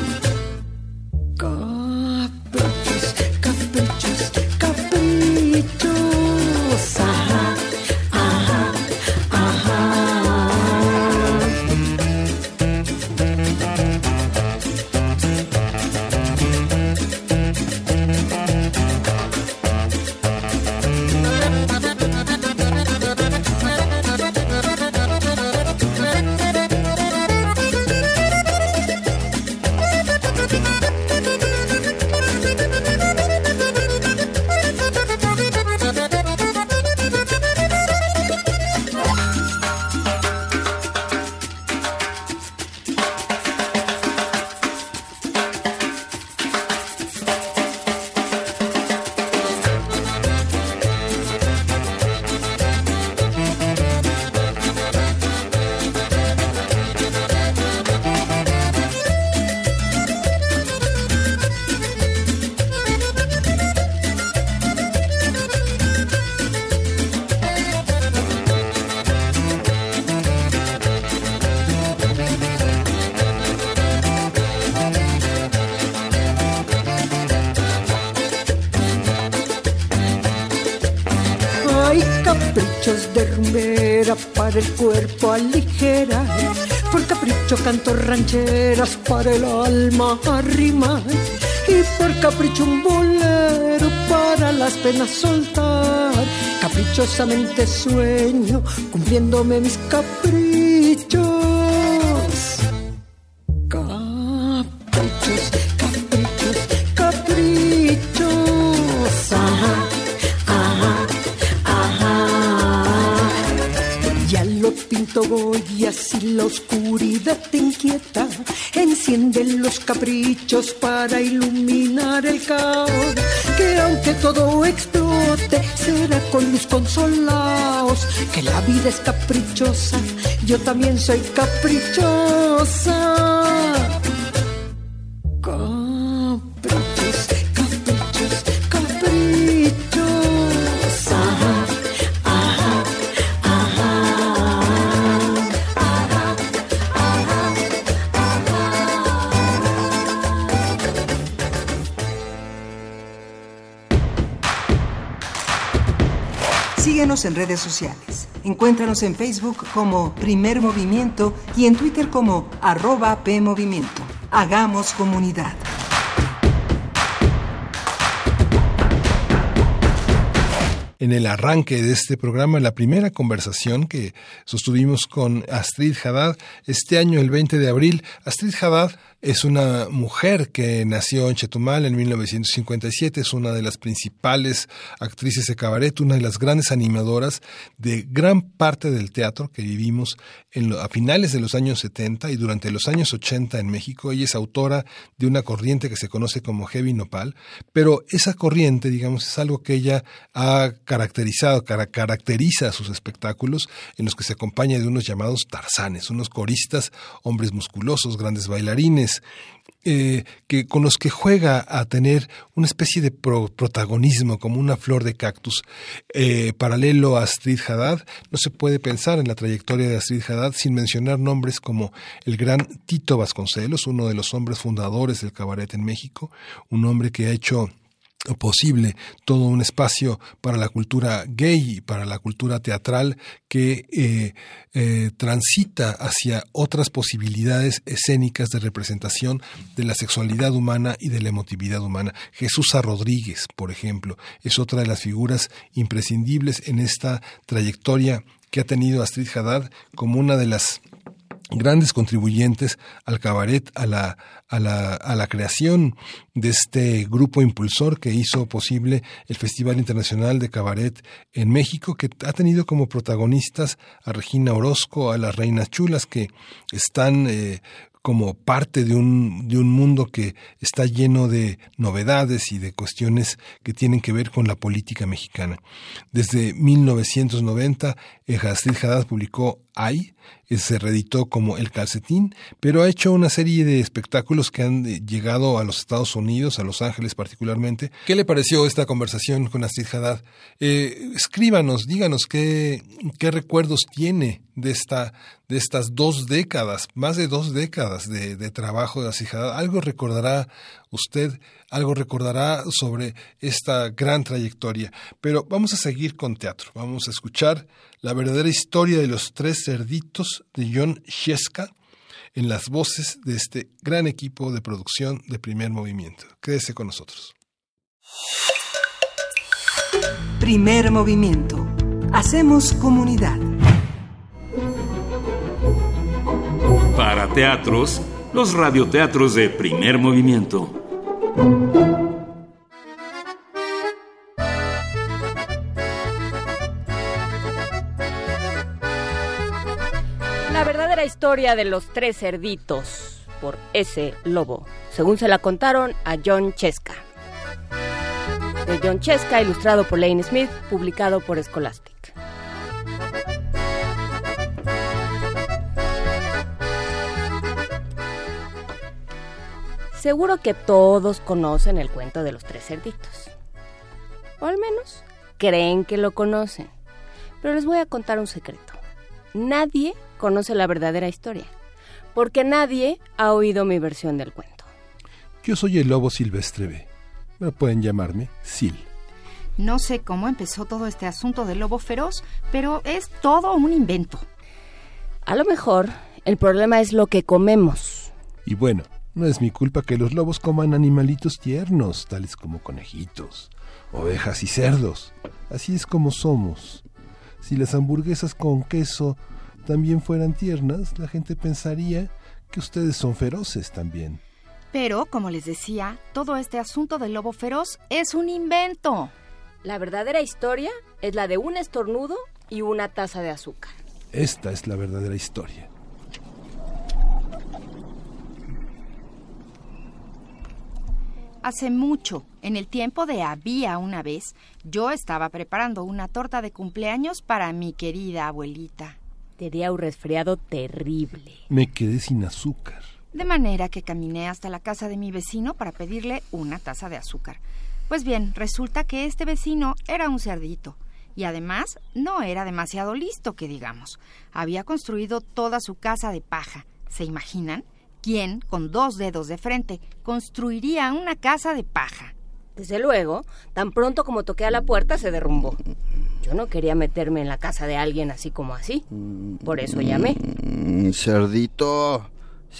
[SPEAKER 7] Caprichos, caprichos, caprichos, ajá. caprichos de rumbera para el cuerpo aligerar, por capricho canto rancheras para el alma arrimar, y por capricho un bolero para las penas soltar. Caprichosamente sueño cumpliéndome mis caprichos. Caprichos, caprichos, caprichos. Ajá, ajá, ajá. Ya lo pinto voy y así la oscuridad te inquieta. Enciende los caprichos para iluminar el caos, que aunque todo explote será con luz consolaos. Que la vida es caprichosa, yo también soy caprichosa. Caprichos, caprichos, caprichos. Ajá, ajá, ajá, ajá, ajá,
[SPEAKER 3] Síguenos en redes sociales. Encuéntranos en Facebook como Primer Movimiento y en Twitter como @PMovimiento. Hagamos comunidad.
[SPEAKER 2] En el arranque de este programa, en la primera conversación que sostuvimos con Astrid Haddad, este año, el 20 de abril, Astrid Haddad es una mujer que nació en Chetumal en 1957, es una de las principales actrices de cabaret, una de las grandes animadoras de gran parte del teatro que vivimos a finales de los años 70 y durante los años 80 en México. Ella es autora de una corriente que se conoce como Heavy Nopal, pero esa corriente, digamos, es algo que ella ha caracteriza sus espectáculos, en los que se acompaña de unos llamados tarzanes, unos coristas, hombres musculosos, grandes bailarines, con los que juega a tener una especie de protagonismo como una flor de cactus. Paralelo a Astrid Haddad, no se puede pensar en la trayectoria de Astrid Haddad sin mencionar nombres como el gran Tito Vasconcelos, uno de los hombres fundadores del cabaret en México, un hombre que ha hecho posible todo un espacio para la cultura gay y para la cultura teatral que transita hacia otras posibilidades escénicas de representación de la sexualidad humana y de la emotividad humana. Jesús Rodríguez, por ejemplo, es otra de las figuras imprescindibles en esta trayectoria que ha tenido Astrid Haddad como una de las grandes contribuyentes al cabaret, a la creación de este grupo impulsor que hizo posible el Festival Internacional de Cabaret en México, que ha tenido como protagonistas a Regina Orozco, a las Reinas Chulas, que están como parte de un mundo que está lleno de novedades y de cuestiones que tienen que ver con la política mexicana. Desde 1990, Astrid Haddad publicó Ay, se reeditó como El Calcetín, pero ha hecho una serie de espectáculos que han llegado a los Estados Unidos, a Los Ángeles particularmente. ¿Qué le pareció esta conversación con Astrid Haddad? Escríbanos, díganos qué recuerdos tiene de estas 2 décadas, más de 2 décadas de trabajo de Astrid Haddad. Algo recordará usted, algo recordará sobre esta gran trayectoria. Pero vamos a seguir con teatro. Vamos a escuchar la verdadera historia de los 3 cerditos de Jon Scieszka en las voces de este gran equipo de producción de Primer Movimiento. Quédese con nosotros.
[SPEAKER 3] Primer Movimiento. Hacemos comunidad.
[SPEAKER 8] Para teatros, los radioteatros de Primer Movimiento.
[SPEAKER 6] La verdadera historia de los 3 cerditos, por S. Lobo, según se la contaron a Jon Scieszka. De Jon Scieszka, ilustrado por Lane Smith, publicado por Scholastic. Seguro que todos conocen el cuento de los 3 cerditos. O al menos creen que lo conocen. Pero les voy a contar un secreto. Nadie conoce la verdadera historia, porque nadie ha oído mi versión del cuento.
[SPEAKER 2] Yo soy el lobo silvestre B. Pero pueden llamarme Sil.
[SPEAKER 9] No sé cómo empezó todo este asunto del lobo feroz, pero es todo un invento.
[SPEAKER 6] A lo mejor el problema es lo que comemos.
[SPEAKER 2] Y bueno, no es mi culpa que los lobos coman animalitos tiernos, tales como conejitos, ovejas y cerdos. Así es como somos. Si las hamburguesas con queso también fueran tiernas, la gente pensaría que ustedes son feroces también.
[SPEAKER 9] Pero, como les decía, todo este asunto del lobo feroz es un invento.
[SPEAKER 6] La verdadera historia es la de un estornudo y una taza de azúcar.
[SPEAKER 2] Esta es la verdadera historia.
[SPEAKER 9] Hace mucho, en el tiempo de había una vez, yo estaba preparando una torta de cumpleaños para mi querida abuelita.
[SPEAKER 6] Tenía un resfriado terrible.
[SPEAKER 2] Me quedé sin azúcar.
[SPEAKER 9] De manera que caminé hasta la casa de mi vecino para pedirle una taza de azúcar. Pues bien, resulta que este vecino era un cerdito. Y además, no era demasiado listo, que digamos. Había construido toda su casa de paja. ¿Se imaginan? ¿Quién, con 2 dedos de frente, construiría una casa de paja?
[SPEAKER 6] Desde luego, tan pronto como toqué a la puerta, se derrumbó. Yo no quería meterme en la casa de alguien así como así. Por eso llamé.
[SPEAKER 10] Cerdito,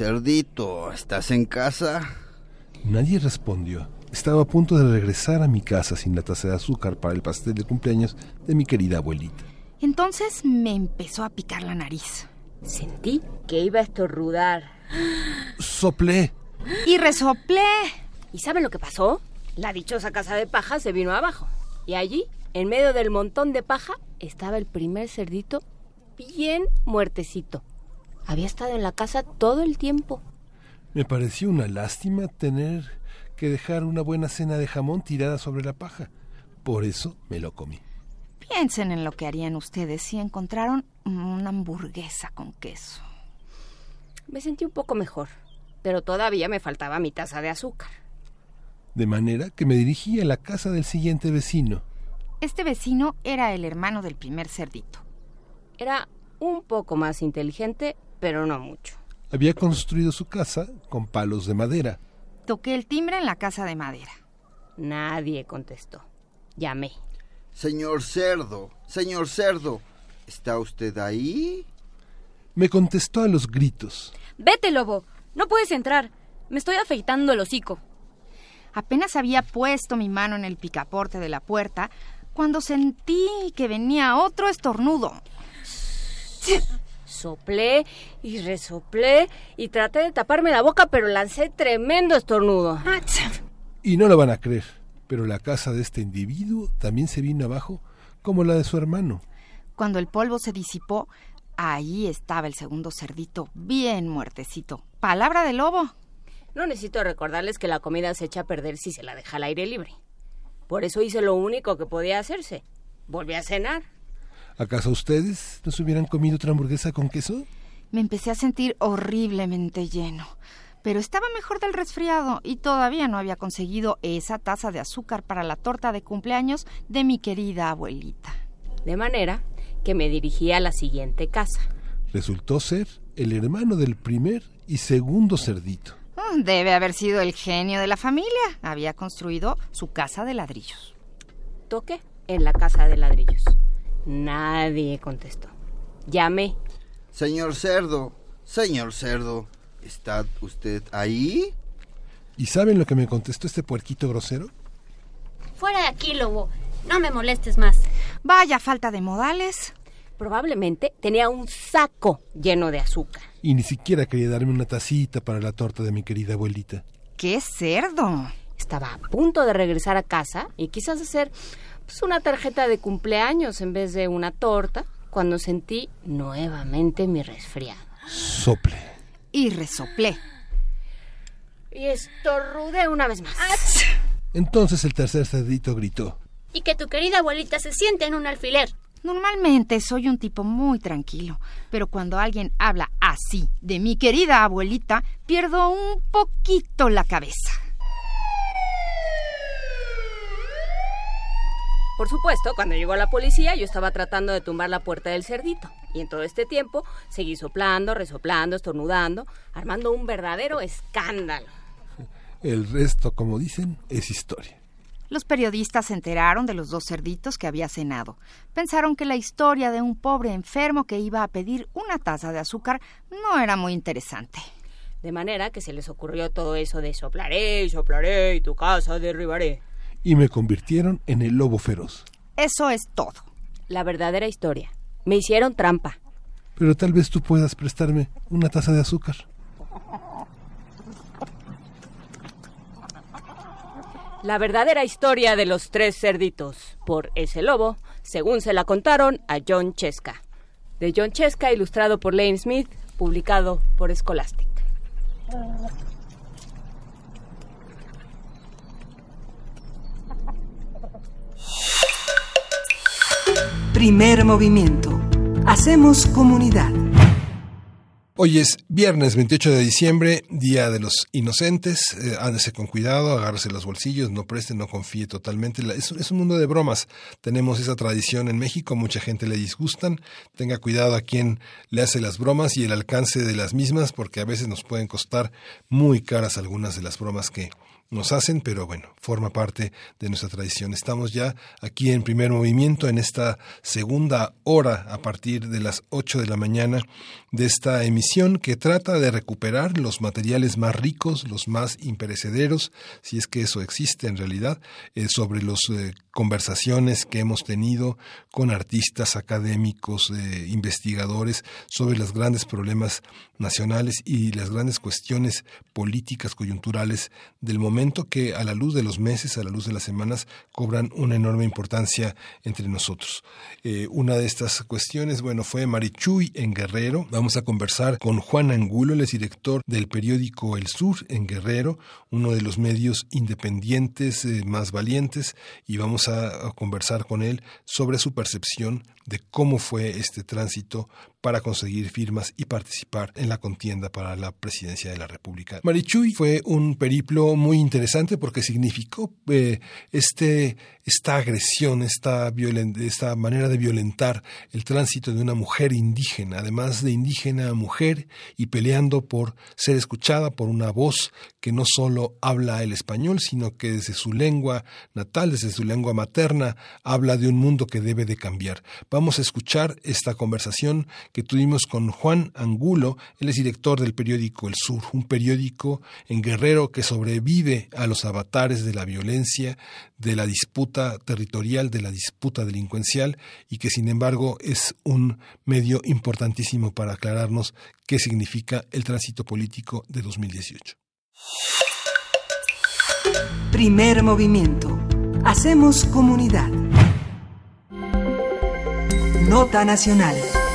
[SPEAKER 10] ¿estás en casa?
[SPEAKER 2] Nadie respondió. Estaba a punto de regresar a mi casa sin la taza de azúcar para el pastel de cumpleaños de mi querida abuelita.
[SPEAKER 9] Entonces me empezó a picar la nariz.
[SPEAKER 6] Sentí que iba a estornudar.
[SPEAKER 2] Soplé.
[SPEAKER 9] Y resoplé.
[SPEAKER 6] ¿Y saben lo que pasó? La dichosa casa de paja se vino abajo. Y allí, en medio del montón de paja, estaba el primer cerdito bien muertecito. Había estado en la casa todo el tiempo.
[SPEAKER 2] Me pareció una lástima tener que dejar una buena cena de jamón tirada sobre la paja. Por eso me lo comí.
[SPEAKER 9] Piensen en lo que harían ustedes si encontraron una hamburguesa con queso.
[SPEAKER 6] Me sentí un poco mejor, pero todavía me faltaba mi taza de azúcar.
[SPEAKER 2] De manera que me dirigí a la casa del siguiente vecino.
[SPEAKER 9] Este vecino era el hermano del primer cerdito.
[SPEAKER 6] Era un poco más inteligente, pero no mucho.
[SPEAKER 2] Había construido su casa con palos de madera.
[SPEAKER 9] Toqué el timbre en la casa de madera.
[SPEAKER 6] Nadie contestó. Llamé.
[SPEAKER 10] Señor cerdo, ¿está usted ahí?
[SPEAKER 2] Me contestó a los gritos.
[SPEAKER 11] Vete, lobo, no puedes entrar. Me estoy afeitando el hocico.
[SPEAKER 9] Apenas había puesto mi mano en el picaporte de la puerta cuando sentí que venía otro estornudo.
[SPEAKER 6] Soplé y resoplé y traté de taparme la boca, pero lancé tremendo estornudo.
[SPEAKER 2] Y no lo van a creer, pero la casa de este individuo también se vino abajo, como la de su hermano.
[SPEAKER 9] Cuando el polvo se disipó, ahí estaba el segundo cerdito, bien muertecito. Palabra de lobo.
[SPEAKER 6] No necesito recordarles que la comida se echa a perder si se la deja al aire libre. Por eso hice lo único que podía hacerse. Volví a cenar.
[SPEAKER 2] ¿Acaso ustedes no se hubieran comido otra hamburguesa con queso?
[SPEAKER 9] Me empecé a sentir horriblemente lleno, pero estaba mejor del resfriado y todavía no había conseguido esa taza de azúcar para la torta de cumpleaños de mi querida abuelita.
[SPEAKER 6] De manera que me dirigí a la siguiente casa.
[SPEAKER 2] Resultó ser el hermano del primer y segundo cerdito.
[SPEAKER 9] Debe haber sido el genio de la familia. Había construido su casa de ladrillos.
[SPEAKER 6] Toqué en la casa de ladrillos. Nadie contestó. Llamé.
[SPEAKER 10] Señor cerdo, ¿está usted ahí?
[SPEAKER 2] ¿Y saben lo que me contestó este puerquito grosero?
[SPEAKER 11] Fuera de aquí, lobo. No me molestes más.
[SPEAKER 9] Vaya falta de modales.
[SPEAKER 6] Probablemente tenía un saco lleno de azúcar.
[SPEAKER 2] Y ni siquiera quería darme una tacita para la torta de mi querida abuelita.
[SPEAKER 9] ¡Qué cerdo!
[SPEAKER 6] Estaba a punto de regresar a casa y quizás hacer una tarjeta de cumpleaños en vez de una torta, cuando sentí nuevamente mi resfriado.
[SPEAKER 2] Sople.
[SPEAKER 9] Y resoplé.
[SPEAKER 6] Y estornudé una vez más.
[SPEAKER 11] ¡Ach!
[SPEAKER 2] Entonces el tercer cerdito gritó.
[SPEAKER 11] Y que tu querida abuelita se siente en un alfiler.
[SPEAKER 9] Normalmente soy un tipo muy tranquilo, pero cuando alguien habla así de mi querida abuelita, pierdo un poquito la cabeza.
[SPEAKER 6] Por supuesto, cuando llegó la policía, yo estaba tratando de tumbar la puerta del cerdito. Y en todo este tiempo seguí soplando, resoplando, estornudando, armando un verdadero escándalo.
[SPEAKER 2] El resto, como dicen, es historia.
[SPEAKER 9] Los periodistas se enteraron de los 2 cerditos que había cenado. Pensaron que la historia de un pobre enfermo que iba a pedir una taza de azúcar no era muy interesante.
[SPEAKER 6] De manera que se les ocurrió todo eso de soplaré y tu casa derribaré.
[SPEAKER 2] Y me convirtieron en el lobo feroz.
[SPEAKER 9] Eso es todo.
[SPEAKER 6] La verdadera historia. Me hicieron trampa.
[SPEAKER 2] Pero tal vez tú puedas prestarme una taza de azúcar.
[SPEAKER 6] La verdadera historia de los 3 cerditos, por ese lobo, según se la contaron a John Cheska. De John Cheska, ilustrado por Lane Smith, publicado por Scholastic.
[SPEAKER 3] Primer movimiento. Hacemos comunidad.
[SPEAKER 2] Hoy es viernes 28 de diciembre, Día de los Inocentes. Ándese con cuidado, agárrese los bolsillos, no preste, no confíe totalmente. Es un mundo de bromas. Tenemos esa tradición en México, mucha gente le disgustan. Tenga cuidado a quien le hace las bromas y el alcance de las mismas, porque a veces nos pueden costar muy caras algunas de las bromas que nos hacen, pero bueno, forma parte de nuestra tradición. Estamos ya aquí en Primer Movimiento, en esta segunda hora a partir de las 8 de la mañana de esta emisión que trata de recuperar los materiales más ricos, los más imperecederos, si es que eso existe en realidad, sobre las conversaciones que hemos tenido con artistas, académicos, investigadores, sobre los grandes problemas nacionales y las grandes cuestiones políticas coyunturales del momento, que a la luz de los meses, a la luz de las semanas, cobran una enorme importancia entre nosotros. Una de estas cuestiones, fue Marichuy en Guerrero. Vamos a conversar con Juan Angulo, él es director del periódico El Sur en Guerrero, uno de los medios independientes más valientes, y vamos a conversar con él sobre su percepción de cómo fue este tránsito para conseguir firmas y participar en la contienda para la presidencia de la República. Marichuy fue un periplo muy interesante porque significó esta agresión, esta manera de violentar el tránsito de una mujer indígena, además de indígena a mujer, y peleando por ser escuchada por una voz que no solo habla el español, sino que desde su lengua natal, desde su lengua materna, habla de un mundo que debe de cambiar. Vamos a escuchar esta conversación que tuvimos con Juan Angulo. Él es director del periódico El Sur, un periódico en Guerrero que sobrevive a los avatares de la violencia, de la disputa territorial, de la disputa delincuencial, y que sin embargo es un medio importantísimo para aclararnos qué significa el tránsito político de 2018.
[SPEAKER 3] Primer movimiento. Hacemos comunidad. Nota nacional.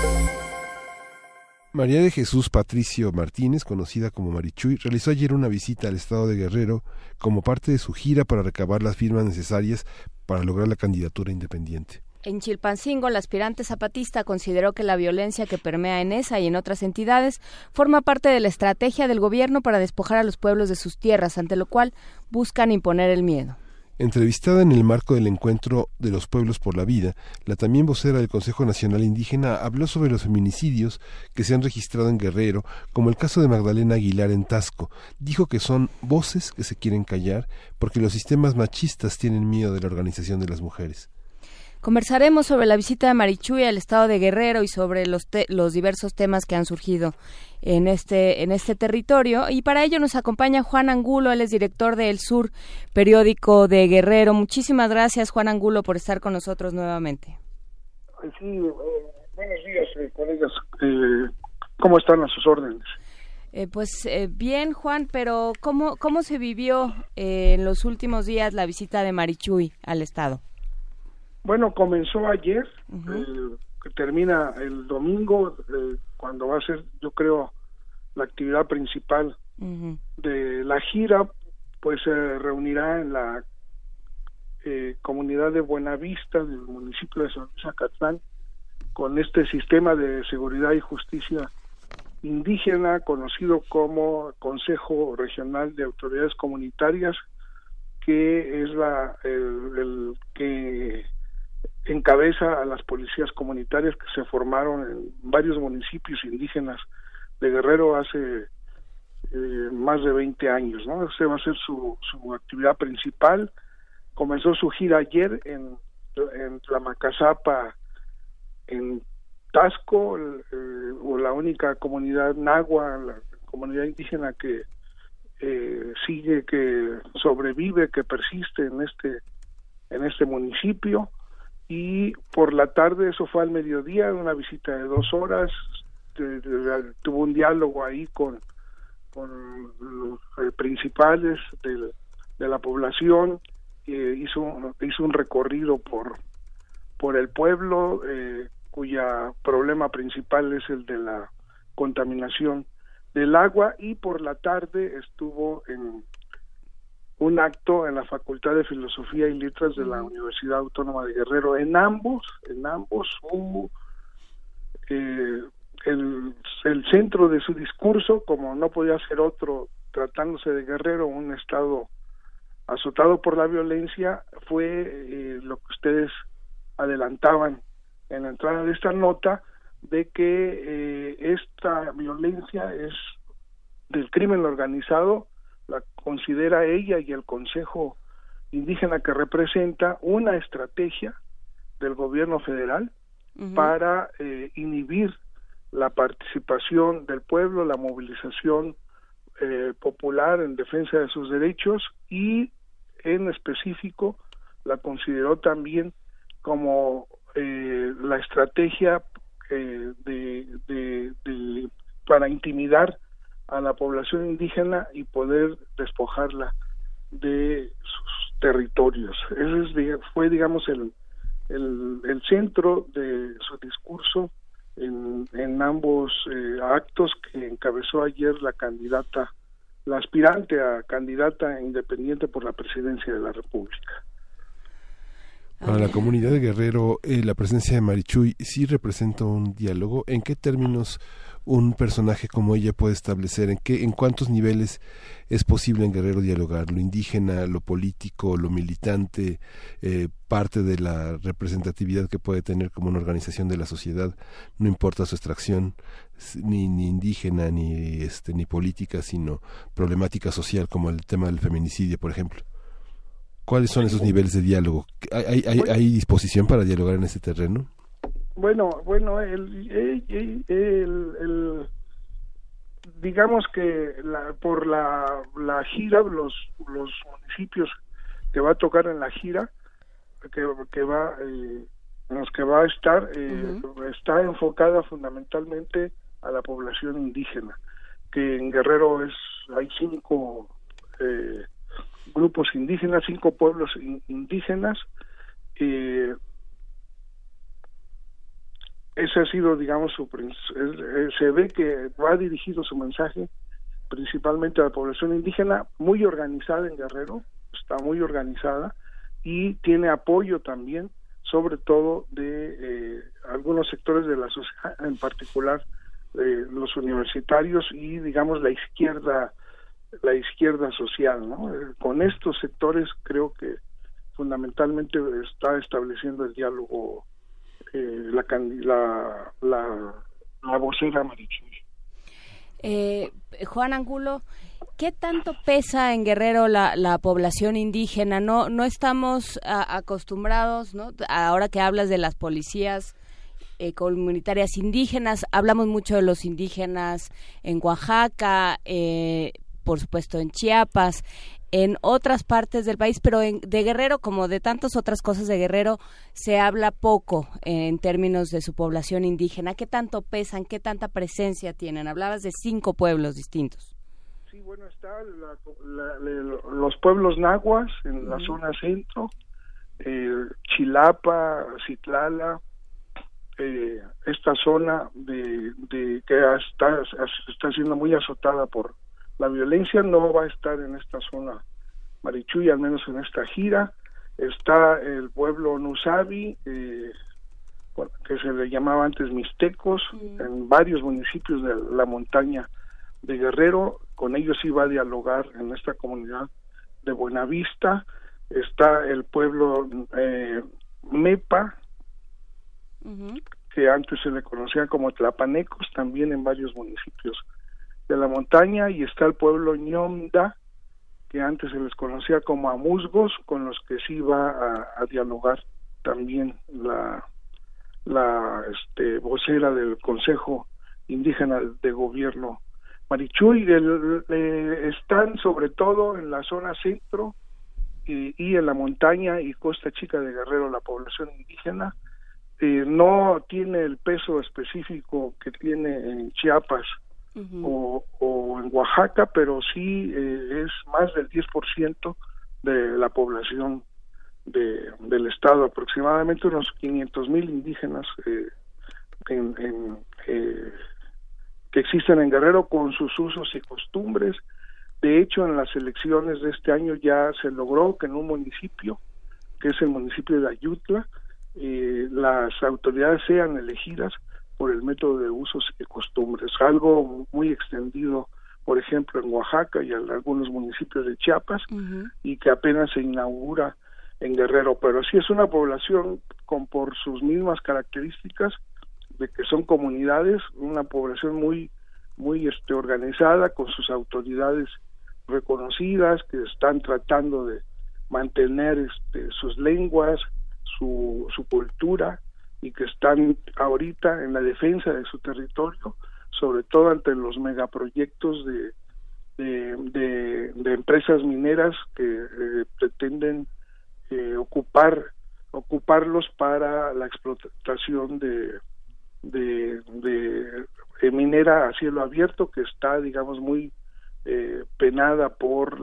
[SPEAKER 2] María de Jesús Patricio Martínez, conocida como Marichuy, realizó ayer una visita al estado de Guerrero como parte de su gira para recabar las firmas necesarias para lograr la candidatura independiente.
[SPEAKER 6] En Chilpancingo, la aspirante zapatista consideró que la violencia que permea en esa y en otras entidades forma parte de la estrategia del gobierno para despojar a los pueblos de sus tierras, ante lo cual buscan imponer el miedo.
[SPEAKER 2] Entrevistada en el marco del Encuentro de los Pueblos por la Vida, la también vocera del Consejo Nacional Indígena habló sobre los feminicidios que se han registrado en Guerrero, como el caso de Magdalena Aguilar en Tasco. Dijo que son voces que se quieren callar porque los sistemas machistas tienen miedo de la organización de las mujeres.
[SPEAKER 6] Conversaremos sobre la visita de Marichuy al estado de Guerrero y sobre los diversos temas que han surgido en este territorio, y para ello nos acompaña Juan Angulo. Él es director de El Sur, periódico de Guerrero. Muchísimas gracias, Juan Angulo, por estar con nosotros nuevamente.
[SPEAKER 12] Sí, buenos días, colegas. ¿Cómo están a sus órdenes?
[SPEAKER 6] Bien, Juan, pero ¿cómo se vivió en los últimos días la visita de Marichuy al estado?
[SPEAKER 12] Bueno, comenzó ayer, que termina el domingo, cuando va a ser, yo creo, la actividad principal de la gira. Pues se reunirá en la comunidad de Buenavista, del municipio de San Luis Acatlán, con este sistema de seguridad y justicia indígena, conocido como Consejo Regional de Autoridades Comunitarias, que es el que encabeza a las policías comunitarias que se formaron en varios municipios indígenas de Guerrero hace más de 20 años, ¿no? Esa va a ser su actividad principal. comenzó su gira ayer en Tlamacazapa, en Tasco, o la única comunidad nahua, la comunidad indígena que sigue, que sobrevive, que persiste en este municipio. Y por la tarde, eso fue al mediodía, una visita de 2 horas, tuvo un diálogo ahí con los principales de la población, hizo un recorrido por el pueblo, cuya problema principal es el de la contaminación del agua, y por la tarde estuvo en un acto en la Facultad de Filosofía y Letras de la Universidad Autónoma de Guerrero. En ambos hubo el centro de su discurso, como no podía ser otro, tratándose de Guerrero, un estado azotado por la violencia, fue lo que ustedes adelantaban en la entrada de esta nota, de que esta violencia es del crimen organizado, la considera ella y el Consejo Indígena que representa una estrategia del gobierno federal para inhibir la participación del pueblo, la movilización popular en defensa de sus derechos, y en específico la consideró también como la estrategia para intimidar a la población indígena y poder despojarla de sus territorios. Ese fue, digamos, el centro de su discurso en ambos actos que encabezó ayer la aspirante a candidata independiente por la presidencia de la República.
[SPEAKER 2] Para la comunidad de Guerrero, la presencia de Marichuy sí representa un diálogo. ¿En qué términos un personaje como ella puede establecer? ¿En cuántos niveles es posible en Guerrero dialogar? ¿Lo indígena, lo político, lo militante, parte de la representatividad que puede tener como una organización de la sociedad? No importa su extracción, ni indígena, ni política, sino problemática social, como el tema del feminicidio, por ejemplo. ¿Cuáles son esos niveles de diálogo? ¿Hay disposición para dialogar en ese terreno?
[SPEAKER 12] Bueno, digamos que por la gira, los municipios que va a tocar en la gira, en los que va a estar, está enfocada fundamentalmente a la población indígena, que en Guerrero hay 5 grupos indígenas, 5 pueblos indígenas. Ese ha sido, digamos, se ve que va dirigido su mensaje principalmente a la población indígena, muy organizada en Guerrero, está muy organizada, y tiene apoyo también, sobre todo de algunos sectores de la sociedad, en particular los universitarios y, digamos, la izquierda social, ¿no? Con estos sectores creo que fundamentalmente está estableciendo el diálogo la vocera Marichuy.
[SPEAKER 6] Juan Angulo, ¿qué tanto pesa en Guerrero la población indígena? No estamos acostumbrados, ¿no? Ahora que hablas de las policías comunitarias indígenas, hablamos mucho de los indígenas en Oaxaca, por supuesto en Chiapas, en otras partes del país, pero de Guerrero, como de tantas otras cosas de Guerrero, se habla poco en términos de su población indígena. ¿Qué tanto pesan? ¿Qué tanta presencia tienen? Hablabas de 5 pueblos distintos.
[SPEAKER 12] Sí, bueno, está los pueblos nahuas en la zona centro, Chilapa, Citlala, esta zona que está siendo muy azotada por la violencia. No va a estar en esta zona Marichuy, al menos en esta gira. Está el pueblo Nusabi, que se le llamaba antes Mixtecos, en varios municipios de la montaña de Guerrero. Con ellos iba a dialogar en esta comunidad de Buenavista. Está el pueblo Mepa, que antes se le conocía como Tlapanecos, también en varios municipios de la montaña, y está el pueblo Ñomda, que antes se les conocía como amusgos, con los que sí va a dialogar también la vocera del Consejo Indígena de Gobierno, Marichuy. Están sobre todo en la zona centro y en la montaña y Costa Chica de Guerrero la población indígena. No tiene el peso específico que tiene en Chiapas o en Oaxaca, pero sí es más del 10% de la población del estado, aproximadamente unos 500,000 indígenas que existen en Guerrero con sus usos y costumbres. De hecho, en las elecciones de este año ya se logró que en un municipio, que es el municipio de Ayutla, las autoridades sean elegidas por el método de usos y costumbres, algo muy extendido, por ejemplo, en Oaxaca y en algunos municipios de Chiapas, y que apenas se inaugura en Guerrero, pero sí es una población por sus mismas características de que son comunidades, una población muy organizada, con sus autoridades reconocidas, que están tratando de mantener sus lenguas, su cultura, y que están ahorita en la defensa de su territorio, sobre todo ante los megaproyectos de empresas mineras que pretenden ocuparlos para la explotación de minera a cielo abierto, que está, digamos, muy penada por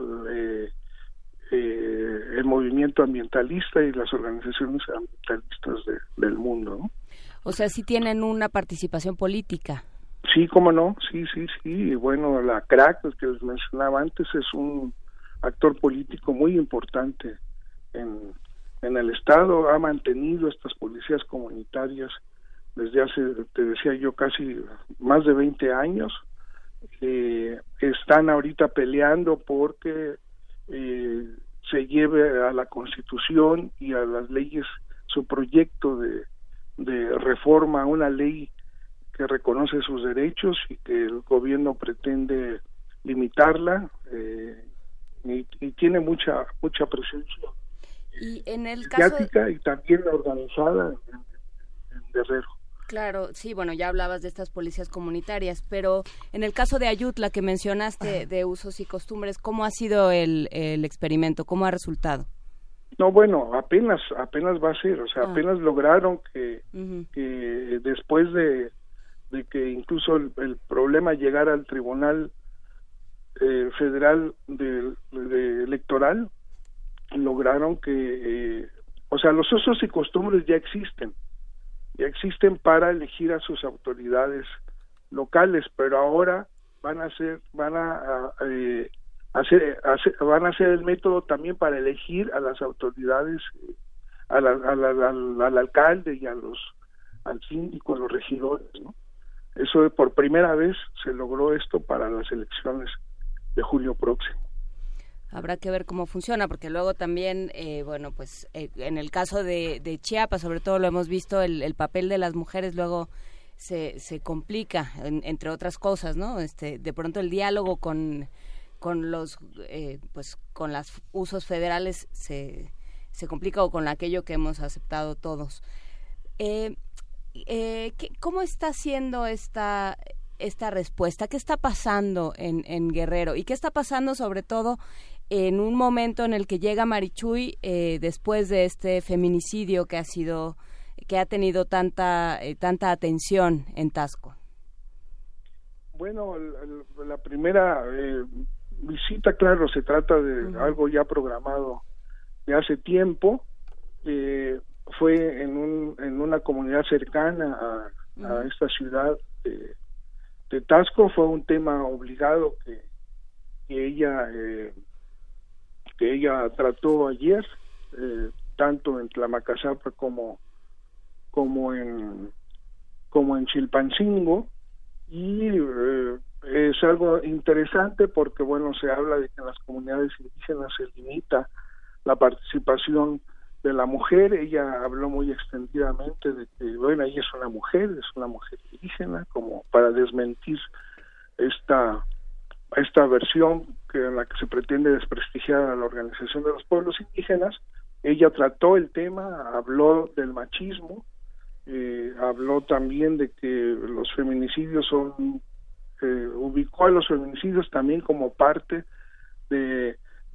[SPEAKER 12] el movimiento ambientalista y las organizaciones ambientalistas del mundo, ¿no?
[SPEAKER 6] O sea, sí tienen una participación política.
[SPEAKER 12] Sí, cómo no, sí. Y bueno, la CRAC, que les mencionaba antes, es un actor político muy importante en el estado. Ha mantenido estas policías comunitarias desde hace, te decía yo, casi más de 20 años. Están ahorita peleando porque se lleve a la Constitución y a las leyes su proyecto de reforma, una ley que reconoce sus derechos y que el gobierno pretende limitarla, y tiene mucha presencia
[SPEAKER 6] y en el caso
[SPEAKER 12] y también organizada en Guerrero.
[SPEAKER 6] Claro, sí, bueno, ya hablabas de estas policías comunitarias, pero en el caso de Ayutla, que mencionaste, de usos y costumbres, ¿cómo ha sido el experimento? ¿Cómo ha resultado?
[SPEAKER 12] No, bueno, apenas va a ser, o sea, apenas lograron que después de que incluso el problema llegara al Tribunal Federal electoral, lograron que, o sea, los usos y costumbres ya existen para elegir a sus autoridades locales, pero ahora van a ser el método también para elegir a las autoridades, al alcalde y al síndico, a los regidores, ¿no? Eso por primera vez se logró esto para las elecciones de julio próximo.
[SPEAKER 6] Habrá que ver cómo funciona, porque luego también, en el caso de Chiapas, sobre todo lo hemos visto, el papel de las mujeres luego se complica, entre otras cosas, ¿no? De pronto el diálogo con los con los usos federales se complica, o con aquello que hemos aceptado todos. ¿Cómo está siendo esta respuesta? ¿Qué está pasando en Guerrero? ¿Y qué está pasando sobre todo en un momento en el que llega Marichuy después de este feminicidio que ha tenido tanta atención en Taxco?
[SPEAKER 12] Bueno, la primera visita, claro, se trata de algo ya programado de hace tiempo. Fue en una comunidad cercana a esta ciudad de Taxco. Fue un tema obligado que ella trató ayer, tanto en Tlamacazapa como en Chilpancingo, y es algo interesante porque, bueno, se habla de que en las comunidades indígenas se limita la participación de la mujer. Ella habló muy extendidamente de que, bueno, ella es una mujer indígena, como para desmentir esta esta versión en la que se pretende desprestigiar a la Organización de los Pueblos Indígenas. Ella trató el tema, habló del machismo, habló también de que los feminicidios ubicó a los feminicidios también como parte de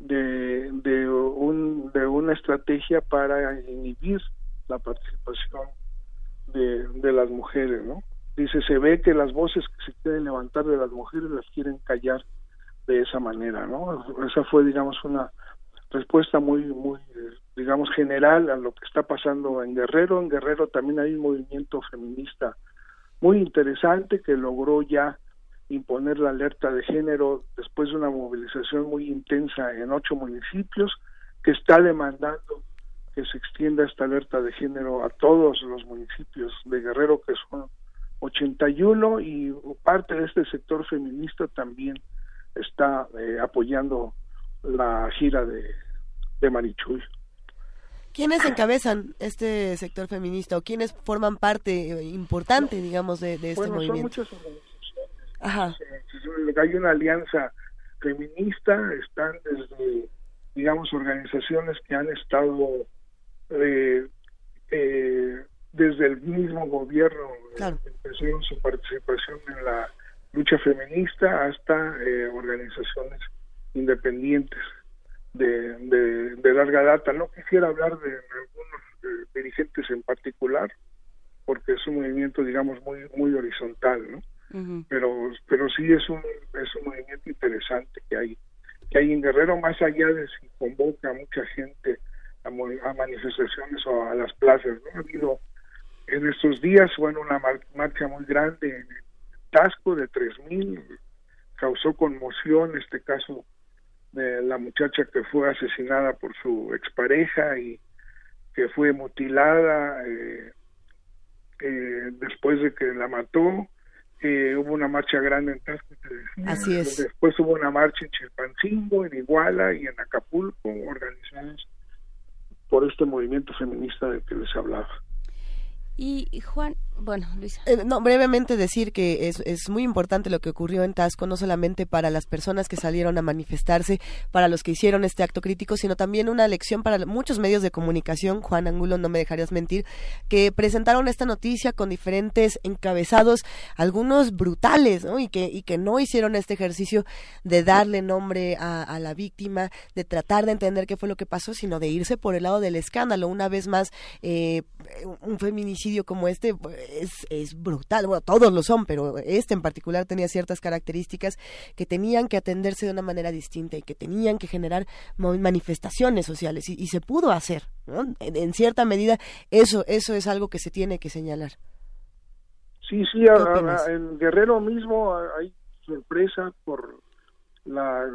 [SPEAKER 12] una estrategia para inhibir la participación de las mujeres, ¿no? Dice, se ve que las voces que se quieren levantar de las mujeres las quieren callar de esa manera, ¿no? Esa fue, digamos, una respuesta muy, digamos, general a lo que está pasando en Guerrero. En Guerrero también hay un movimiento feminista muy interesante que logró ya imponer la alerta de género después de una movilización muy intensa en 8 municipios, que está demandando que se extienda esta alerta de género a todos los municipios de Guerrero, que son 81, y parte de este sector feminista también está apoyando la gira de Marichuy.
[SPEAKER 4] ¿Quiénes encabezan este sector feminista o quiénes forman parte importante, digamos, de este movimiento?
[SPEAKER 12] Son muchas organizaciones.
[SPEAKER 4] Ajá.
[SPEAKER 12] Hay una alianza feminista, están desde, digamos, organizaciones que han estado desde el mismo gobierno,
[SPEAKER 4] claro,
[SPEAKER 12] empezaron su participación en la lucha feminista, hasta organizaciones independientes de larga data. No quisiera hablar de algunos dirigentes en particular, porque es un movimiento, digamos, muy horizontal, ¿no? Uh-huh. Pero sí es un movimiento interesante que hay en Guerrero, más allá de si convoca a mucha gente a manifestaciones o a las plazas, ¿no? Ha habido en estos días, bueno, una marcha muy grande en Tasco de 3,000, causó conmoción este caso de la muchacha que fue asesinada por su expareja y que fue mutilada después de que la mató. Hubo una marcha grande en Tasco, te decía.
[SPEAKER 4] Así es.
[SPEAKER 12] Después hubo una marcha en Chilpancingo, en Iguala y en Acapulco, organizadas por este movimiento feminista del que les hablaba.
[SPEAKER 6] Y Juan, bueno, Luisa.
[SPEAKER 4] No, brevemente decir que es muy importante lo que ocurrió en Tasco, no solamente para las personas que salieron a manifestarse, para los que hicieron este acto crítico, sino también una lección para muchos medios de comunicación, Juan Angulo, no me dejarías mentir, que presentaron esta noticia con diferentes encabezados, algunos brutales, ¿no? Y que no hicieron este ejercicio de darle nombre a la víctima, de tratar de entender qué fue lo que pasó, sino de irse por el lado del escándalo. Una vez más, un feminicidio como este es brutal, bueno, todos lo son, pero este en particular tenía ciertas características que tenían que atenderse de una manera distinta y que tenían que generar manifestaciones sociales, y se pudo hacer, ¿no? En cierta medida eso es algo que se tiene que señalar.
[SPEAKER 12] Sí, en Guerrero mismo hay sorpresa por la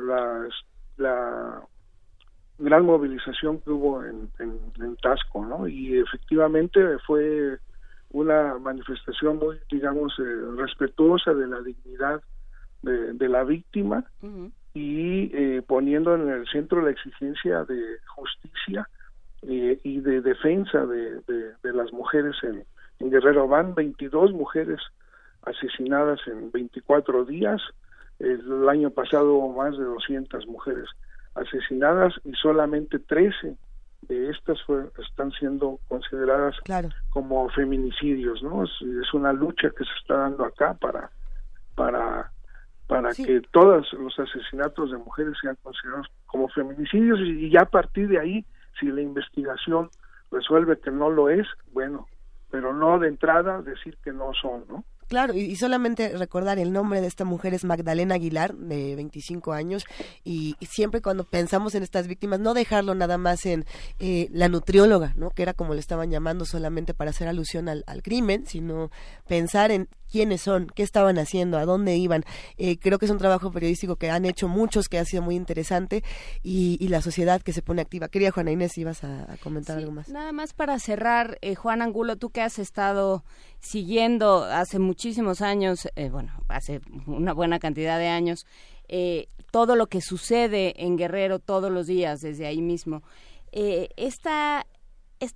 [SPEAKER 12] gran movilización que hubo en Tasco, ¿no? Y efectivamente fue una manifestación muy, digamos, respetuosa de la dignidad de la víctima, uh-huh, y poniendo en el centro la exigencia de justicia y de defensa de las mujeres en Guerrero. Van 22 mujeres asesinadas en 24 días, el año pasado más de 200 mujeres asesinadas y solamente 13 de estas están siendo consideradas, claro, como feminicidios, ¿no? Es una lucha que se está dando acá para sí, que todos los asesinatos de mujeres sean considerados como feminicidios, y ya a partir de ahí, si la investigación resuelve que no lo es, bueno, pero no de entrada decir que no son, ¿no?
[SPEAKER 4] Claro, y solamente recordar el nombre de esta mujer es Magdalena Aguilar, de 25 años, y siempre cuando pensamos en estas víctimas, no dejarlo nada más en la nutrióloga, ¿no? Que era como le estaban llamando solamente para hacer alusión al crimen, sino pensar en quiénes son, qué estaban haciendo, a dónde iban. Creo que es un trabajo periodístico que han hecho muchos, que ha sido muy interesante, y la sociedad que se pone activa. Quería, Juana Inés, ibas a comentar algo más.
[SPEAKER 6] Nada más para cerrar, Juan Angulo, tú que has estado siguiendo hace muchísimos años, hace una buena cantidad de años, todo lo que sucede en Guerrero todos los días desde ahí mismo. Esta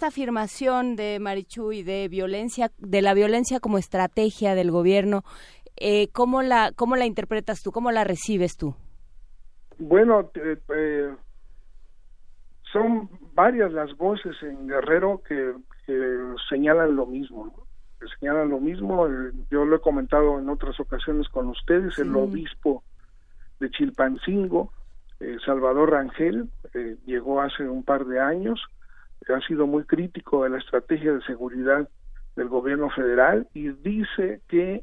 [SPEAKER 6] afirmación de Marichuy de la violencia como estrategia del gobierno, ¿cómo la interpretas tú? ¿Cómo la recibes tú?
[SPEAKER 12] Bueno, son varias las voces en Guerrero que señalan lo mismo, ¿no? Que señalan lo mismo. Yo lo he comentado en otras ocasiones con ustedes. Sí. El obispo de Chilpancingo, Salvador Rangel, llegó hace un par de años, ha sido muy crítico de la estrategia de seguridad del gobierno federal y dice que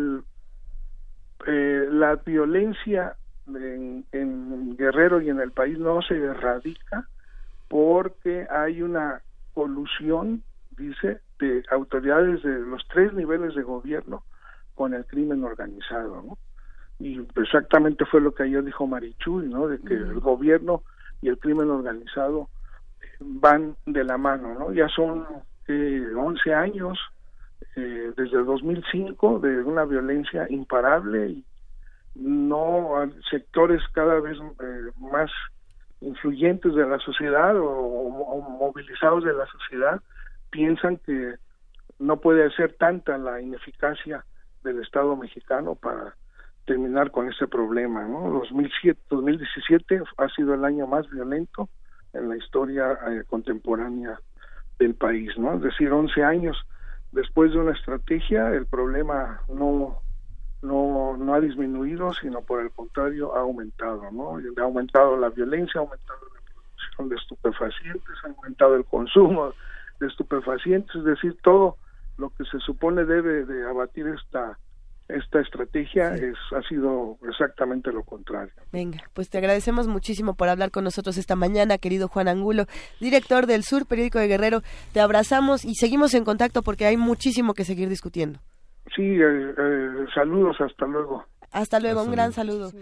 [SPEAKER 12] la violencia en Guerrero y en el país no se erradica porque hay una colusión, dice, de autoridades de los 3 niveles de gobierno con el crimen organizado, ¿no? Y exactamente fue lo que ayer dijo Marichuy, ¿no? De que el gobierno y el crimen organizado van de la mano, ¿no? Ya son 11 años desde 2005 de una violencia imparable y no sectores cada vez más influyentes de la sociedad o movilizados de la sociedad piensan que no puede ser tanta la ineficacia del Estado mexicano para terminar con ese problema, ¿no? 2017 ha sido el año más violento en la historia contemporánea del país, ¿no? Es decir, 11 años después de una estrategia, el problema no ha disminuido, sino por el contrario ha aumentado, ¿no? Ha aumentado la violencia, ha aumentado la producción de estupefacientes, ha aumentado el consumo de estupefacientes, es decir, todo lo que se supone debe de abatir esta estrategia ha sido exactamente lo contrario.
[SPEAKER 4] Venga, pues te agradecemos muchísimo por hablar con nosotros esta mañana, querido Juan Angulo, director del Sur, periódico de Guerrero. Te abrazamos y seguimos en contacto porque hay muchísimo que seguir discutiendo.
[SPEAKER 12] Sí, saludos, hasta luego.
[SPEAKER 4] Hasta luego, un gran saludo.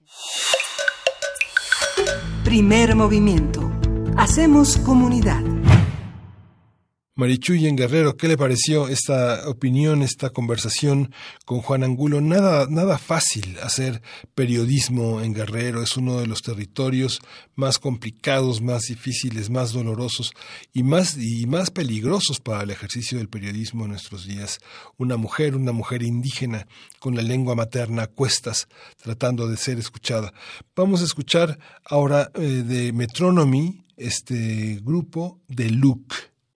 [SPEAKER 3] Primer movimiento. Hacemos comunidad.
[SPEAKER 2] Marichuy en Guerrero, ¿qué le pareció esta opinión, esta conversación con Juan Angulo? Nada fácil hacer periodismo en Guerrero, es uno de los territorios más complicados, más difíciles, más dolorosos y más peligrosos para el ejercicio del periodismo en nuestros días. Una mujer indígena con la lengua materna a cuestas, tratando de ser escuchada. Vamos a escuchar ahora de Metronomy, este grupo de Luke.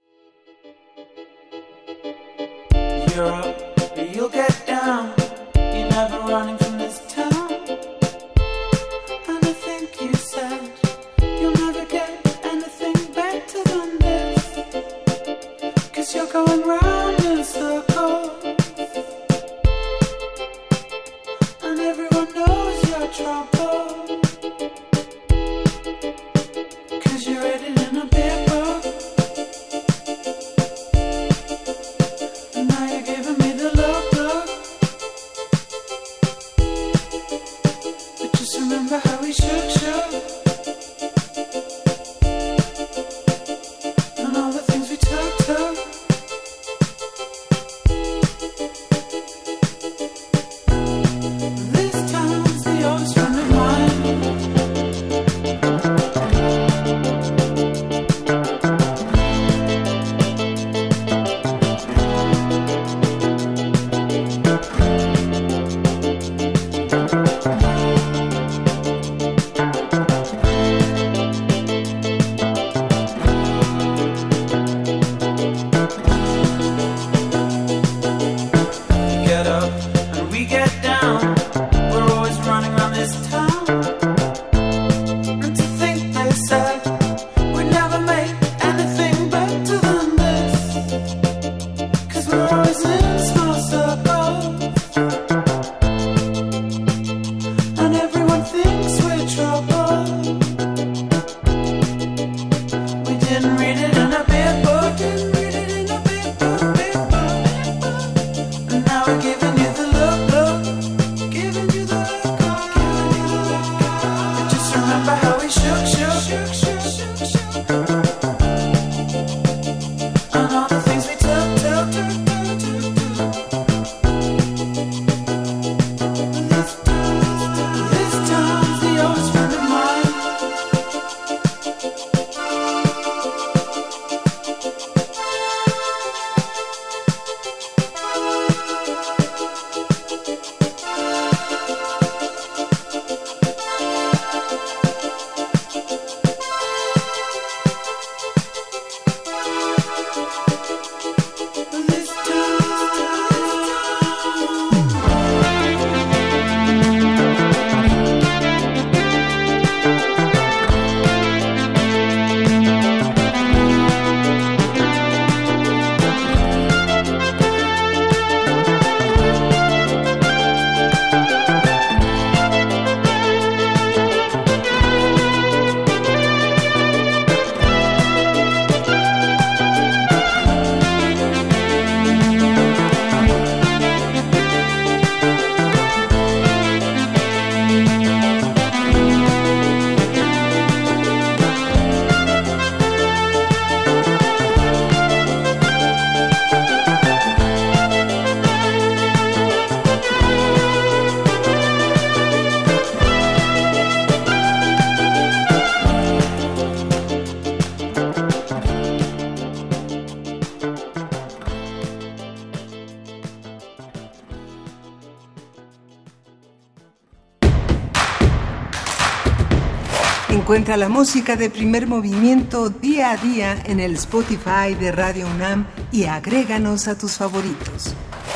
[SPEAKER 13] Europe, you'll get down. You're never running from this town. And I think you said you'll never get anything better than this. 'Cause you're going round in circles. And everyone knows your trouble. 'Cause you're written in a big book. Remember how we shook and all the things we took. This time's the oldest friend of Now we're giving you the look, giving you the look.
[SPEAKER 3] Encuentra la música de Primer Movimiento día a día en el Spotify de Radio UNAM y agréganos a tus favoritos.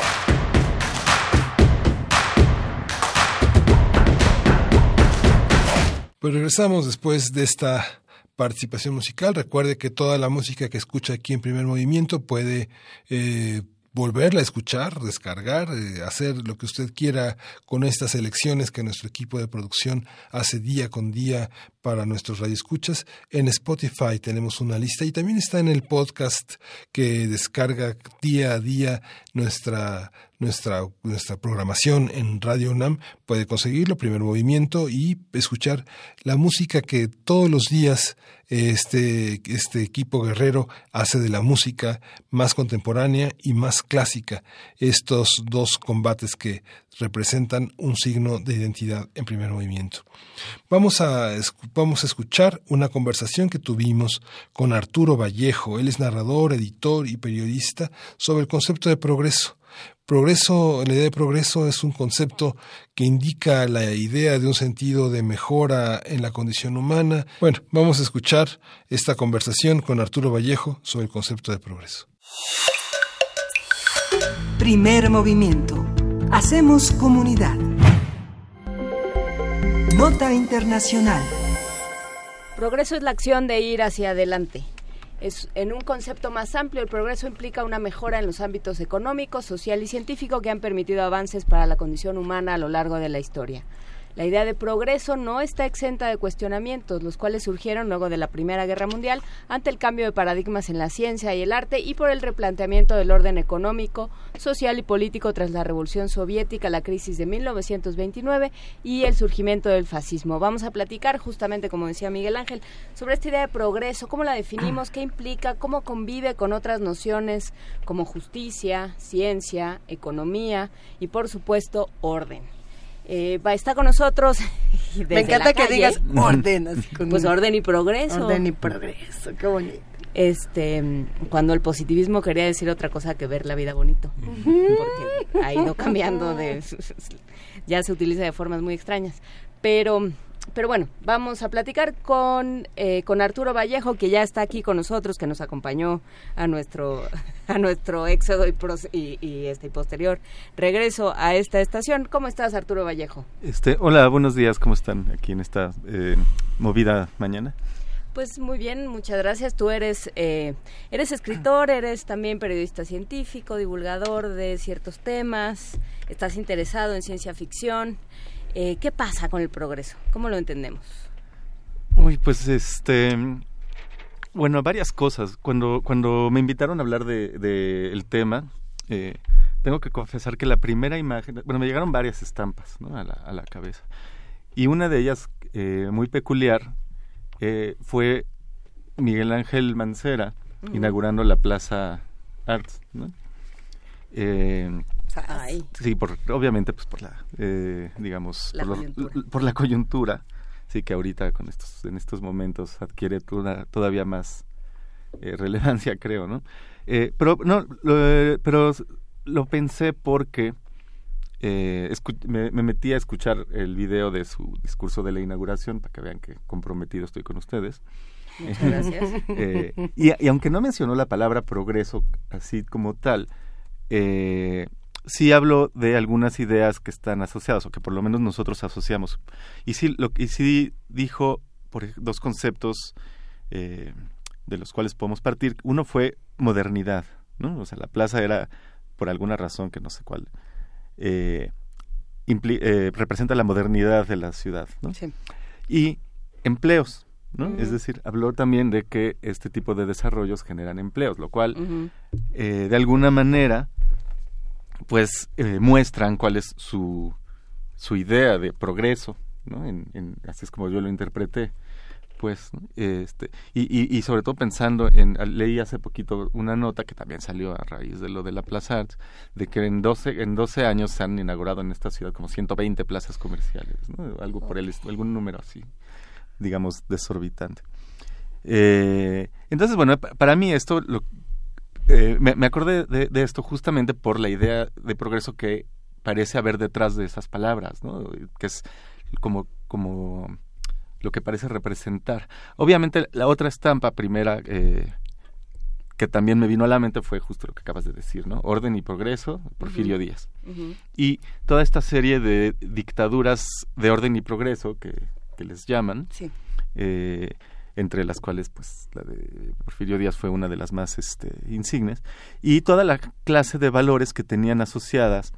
[SPEAKER 2] Pues regresamos después de esta participación musical. Recuerde que toda la música que escucha aquí en Primer Movimiento puede volverla a escuchar, descargar, hacer lo que usted quiera con estas selecciones que nuestro equipo de producción hace día con día para nuestros radioescuchas. En Spotify tenemos una lista y también está en el podcast que descarga día a día nuestra programación en Radio UNAM. Puede conseguirlo, Primer Movimiento, y escuchar la música que todos los días este equipo guerrero hace de la música más contemporánea y más clásica. Estos dos combates que representan un signo de identidad en Primer Movimiento. Vamos a escuchar una conversación que tuvimos con Arturo Vallejo. Él es narrador, editor y periodista sobre el concepto de progreso. La idea de progreso es un concepto que indica la idea de un sentido de mejora en la condición humana. Bueno, vamos a escuchar esta conversación con Arturo Vallejo sobre el concepto de progreso.
[SPEAKER 3] Primer Movimiento. Hacemos comunidad. Nota internacional.
[SPEAKER 6] Progreso es la acción de ir hacia adelante. En un concepto más amplio, el progreso implica una mejora en los ámbitos económico, social y científico que han permitido avances para la condición humana a lo largo de la historia. La idea de progreso no está exenta de cuestionamientos, los cuales surgieron luego de la Primera Guerra Mundial ante el cambio de paradigmas en la ciencia y el arte y por el replanteamiento del orden económico, social y político tras la Revolución Soviética, la crisis de 1929 y el surgimiento del fascismo. Vamos a platicar justamente, como decía Miguel Ángel, sobre esta idea de progreso, cómo la definimos, qué implica, cómo convive con otras nociones como justicia, ciencia, economía y, por supuesto, orden. Está con nosotros.
[SPEAKER 4] Me encanta que digas orden. Así
[SPEAKER 6] pues orden y progreso.
[SPEAKER 4] Orden y progreso, qué bonito.
[SPEAKER 6] Cuando el positivismo quería decir otra cosa que ver la vida bonito, porque ha ido cambiando, ya se utiliza de formas muy extrañas. Pero bueno, vamos a platicar con Arturo Vallejo, que ya está aquí con nosotros, que nos acompañó a nuestro éxodo y posterior regreso a esta estación. ¿Cómo estás, Arturo Vallejo?
[SPEAKER 14] Hola, buenos días, ¿cómo están aquí en esta movida mañana?
[SPEAKER 6] Pues muy bien, muchas gracias. Tú eres escritor, eres también periodista científico, divulgador de ciertos temas, estás interesado en ciencia ficción. ¿Qué pasa con el progreso? ¿Cómo lo entendemos?
[SPEAKER 14] Uy, pues bueno, varias cosas. Cuando me invitaron a hablar de el tema, tengo que confesar que la primera imagen, me llegaron varias estampas, ¿no?, a la cabeza. Y una de ellas, muy peculiar, fue Miguel Ángel Mancera inaugurando la Plaza Arts, ¿no? Sí, obviamente pues por la por la coyuntura, sí, que ahorita en estos momentos adquiere todavía más relevancia, creo, ¿no? Pero lo pensé porque me metí a escuchar el video de su discurso de la inauguración para que vean que comprometido estoy con ustedes.
[SPEAKER 6] Muchas gracias.
[SPEAKER 14] Y aunque no mencionó la palabra progreso así como tal, sí hablo de algunas ideas que están asociadas, o que por lo menos nosotros asociamos. Y sí dijo dos conceptos de los cuales podemos partir. Uno fue modernidad, ¿no? O sea, la plaza era, por alguna razón que no sé cuál, representa la modernidad de la ciudad, ¿no? Sí. Y empleos, ¿no? Es decir, habló también de que este tipo de desarrollos generan empleos, lo cual de alguna manera pues muestran cuál es su idea de progreso, ¿no? Así es como yo lo interpreté, pues, ¿no? Y sobre todo pensando leí hace poquito una nota que también salió a raíz de lo de la Plaza Arts, de que en 12 años se han inaugurado en esta ciudad como 120 plazas comerciales, ¿no? Algo por algún número así, digamos, desorbitante. Entonces, bueno, para mí esto me acordé de esto justamente por la idea de progreso que parece haber detrás de esas palabras, ¿no? Que es como parece representar. Obviamente la otra estampa primera que también me vino a la mente fue justo lo que acabas de decir, ¿no? Orden y Progreso, Porfirio Díaz. Y toda esta serie de dictaduras de orden y progreso que les llaman, entre las cuales pues la de Porfirio Díaz fue una de las más insignes, y toda la clase de valores que tenían asociadas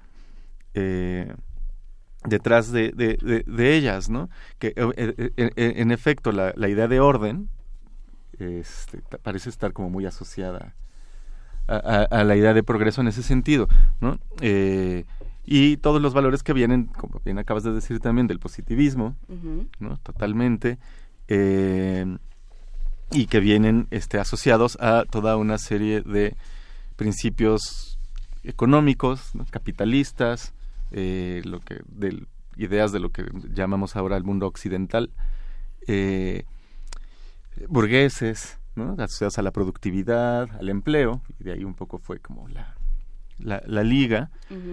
[SPEAKER 14] detrás de ellas, ¿no? Que en efecto la idea de orden parece estar como muy asociada a la idea de progreso en ese sentido, ¿no? Y todos los valores que vienen, como bien acabas de decir también, del positivismo, ¿no? Totalmente, y que vienen asociados a toda una serie de principios económicos, ¿no? Capitalistas, ideas de lo que llamamos ahora el mundo occidental, burgueses, ¿no? Asociados a la productividad, al empleo, y de ahí un poco fue como la liga,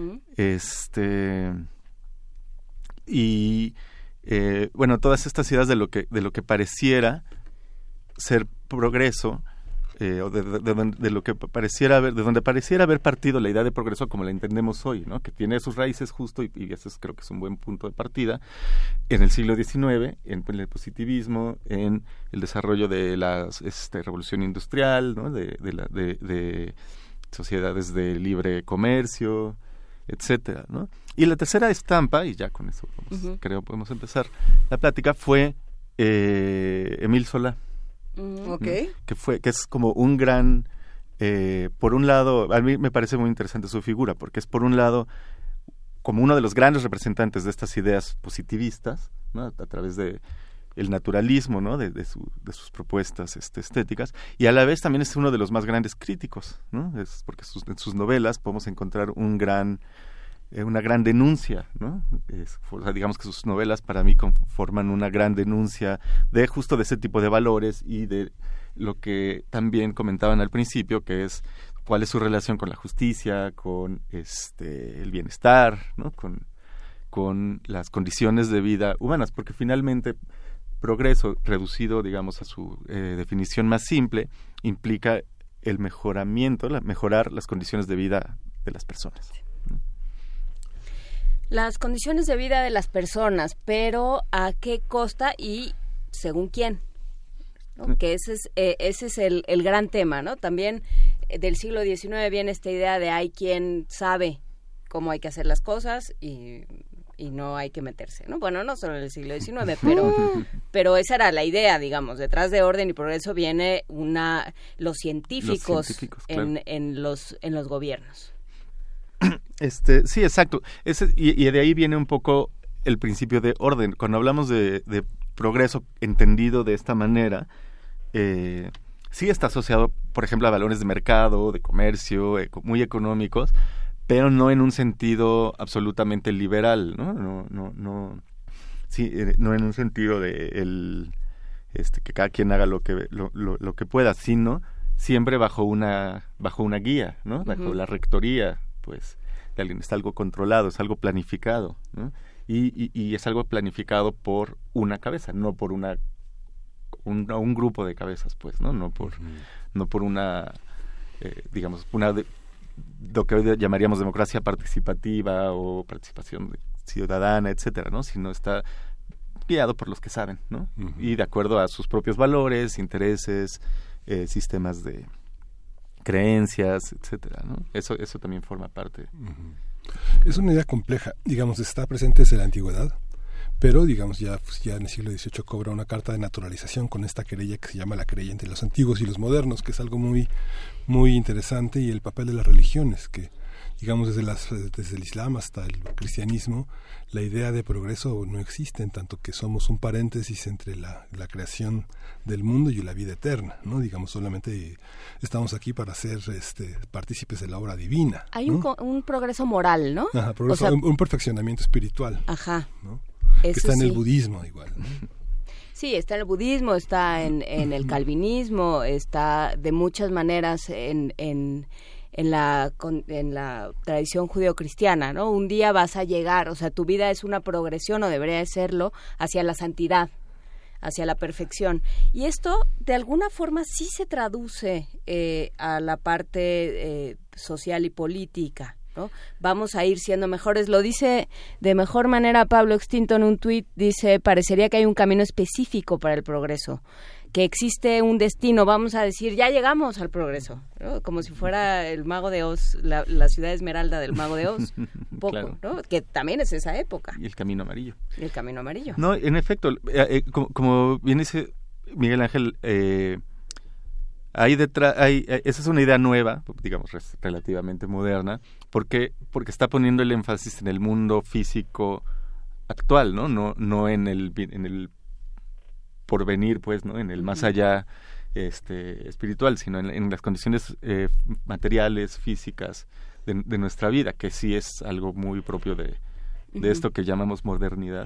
[SPEAKER 14] y bueno, todas estas ideas de lo que pareciera ser progreso, o de lo que pareciera haber, de donde pareciera haber partido la idea de progreso como la entendemos hoy, ¿no? Que tiene sus raíces justo, y eso creo que es un buen punto de partida, en el siglo XIX, en el positivismo, en el desarrollo de la revolución industrial, ¿no? de sociedades de libre comercio, etcétera, ¿no? Y la tercera estampa, y ya con eso creo podemos empezar la plática, fue Émile Zola.
[SPEAKER 4] Okay.
[SPEAKER 14] Que es como un gran, por un lado, a mí me parece muy interesante su figura, porque es por un lado como uno de los grandes representantes de estas ideas positivistas, ¿no? A través de el naturalismo, ¿no? de sus propuestas estéticas, y a la vez también es uno de los más grandes críticos, ¿no? Es porque en sus novelas podemos encontrar una gran denuncia, ¿no? O sea, digamos que sus novelas para mí forman una gran denuncia de justo de ese tipo de valores y de lo que también comentaban al principio, que es cuál es su relación con la justicia, con el bienestar, ¿no? Con las condiciones de vida humanas, porque finalmente progreso reducido, digamos, a su definición más simple, implica el mejoramiento, mejorar las condiciones de vida de las personas.
[SPEAKER 6] Las condiciones de vida de las personas, pero ¿a qué costa y según quién? ¿No? Que ese es el gran tema, ¿no? También del siglo XIX viene esta idea de hay quien sabe cómo hay que hacer las cosas y no hay que meterse, ¿no? Bueno, no solo en el siglo XIX, pero esa era la idea, digamos. Detrás de orden y progreso viene los científicos claro. en los gobiernos.
[SPEAKER 14] Sí, exacto. Y de ahí viene un poco el principio de orden. Cuando hablamos de progreso entendido de esta manera, sí está asociado, por ejemplo, a valores de mercado, de comercio, muy económicos, pero no en un sentido absolutamente liberal, ¿no? No en un sentido de que cada quien haga lo que pueda, sino siempre bajo una guía, ¿no? Bajo la rectoría, pues, de alguien. Está algo controlado, es algo planificado, ¿no? Y es algo planificado por una cabeza, no por un grupo de cabezas, pues, ¿no? No por una, digamos, lo que hoy llamaríamos democracia participativa o participación ciudadana, etcétera, ¿no? Sino está guiado por los que saben, ¿no? Y de acuerdo a sus propios valores, intereses, sistemas de creencias, etcétera, ¿no? Eso también forma parte.
[SPEAKER 2] Es una idea compleja, digamos, está presente desde la antigüedad, pero digamos ya en el siglo XVIII cobra una carta de naturalización con esta querella que se llama la querella entre los antiguos y los modernos, que es algo muy muy interesante, y el papel de las religiones, que digamos desde el Islam hasta el cristianismo la idea de progreso no existe, en tanto que somos un paréntesis entre la creación del mundo y la vida eterna, ¿no? Digamos, solamente estamos aquí para ser partícipes de la obra divina.
[SPEAKER 6] Hay
[SPEAKER 2] ¿no?
[SPEAKER 6] un progreso moral, ¿no?
[SPEAKER 2] Ajá, progreso, o sea, un perfeccionamiento espiritual.
[SPEAKER 6] Ajá.
[SPEAKER 2] ¿no? Que está en el budismo igual, ¿no?
[SPEAKER 6] Sí, está en el budismo, está en el calvinismo, está de muchas maneras en la tradición judeocristiana, ¿no? Un día vas a llegar, o sea, tu vida es una progresión, o debería de serlo, hacia la santidad, hacia la perfección. Y esto, de alguna forma, sí se traduce a la parte social y política, ¿no? Vamos a ir siendo mejores. Lo dice de mejor manera Pablo Extinto en un tuit, dice: parecería que hay un camino específico para el progreso, que existe un destino, vamos a decir, ya llegamos al progreso, ¿no? Como si fuera el Mago de Oz, la ciudad esmeralda del Mago de Oz, un poco, claro, ¿no? Que también es esa época.
[SPEAKER 14] Y el camino amarillo.
[SPEAKER 6] Y el camino amarillo.
[SPEAKER 14] No, en efecto, como bien dice Miguel Ángel, esa es una idea nueva, digamos, relativamente moderna, porque está poniendo el énfasis en el mundo físico actual, no en el porvenir, pues, ¿no? En el más allá espiritual, sino en las condiciones materiales, físicas de nuestra vida, que sí es algo muy propio de esto que llamamos modernidad.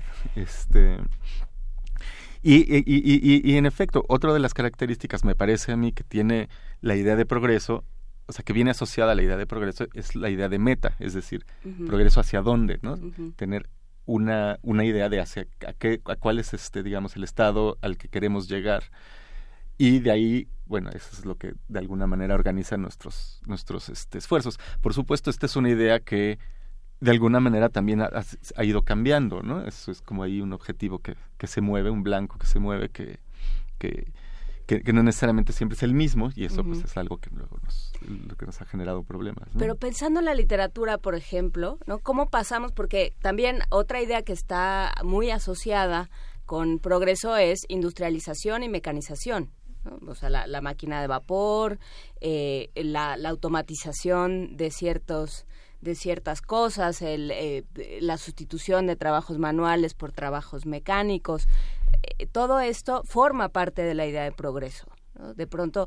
[SPEAKER 14] Y en efecto, otra de las características, me parece a mí, que tiene la idea de progreso, o sea, que viene asociada a la idea de progreso, es la idea de meta, es decir, progreso hacia dónde, ¿no? Tener una idea de a cuál es digamos, el estado al que queremos llegar, y de ahí, bueno, eso es lo que de alguna manera organiza nuestros esfuerzos. Por supuesto, esta es una idea que de alguna manera también ha ido cambiando, ¿no? Eso es como ahí un objetivo que se mueve, un blanco que se mueve, que no necesariamente siempre es el mismo, y eso pues es algo que luego lo que nos ha generado problemas, ¿no?
[SPEAKER 6] Pero pensando en la literatura, por ejemplo, ¿no? ¿Cómo pasamos? Porque también otra idea que está muy asociada con progreso es industrialización y mecanización, ¿no? O sea, la máquina de vapor, la automatización de ciertas cosas, la sustitución de trabajos manuales por trabajos mecánicos. Todo esto forma parte de la idea de progreso, ¿no? De pronto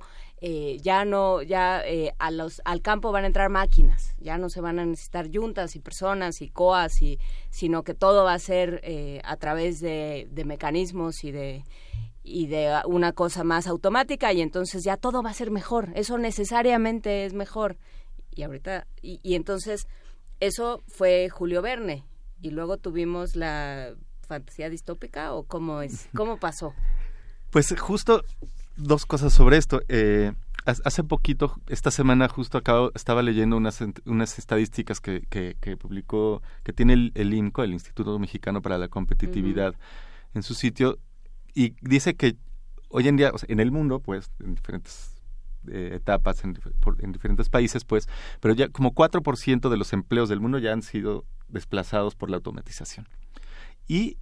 [SPEAKER 6] al campo van a entrar máquinas, ya no se van a necesitar yuntas y personas y coas, sino que todo va a ser a través de mecanismos y de una cosa más automática, y entonces ya todo va a ser mejor, eso necesariamente es mejor. Y ahorita y entonces eso fue Julio Verne, y luego tuvimos la fantasía distópica, ¿o cómo pasó?
[SPEAKER 14] Pues justo dos cosas sobre esto. Hace poquito, esta semana justo estaba leyendo unas estadísticas que publicó, que tiene el IMCO, el Instituto Mexicano para la Competitividad, en su sitio, y dice que hoy en día, o sea, en el mundo, pues, en diferentes etapas, en diferentes países, pues, pero ya como 4% de los empleos del mundo ya han sido desplazados por la automatización. Y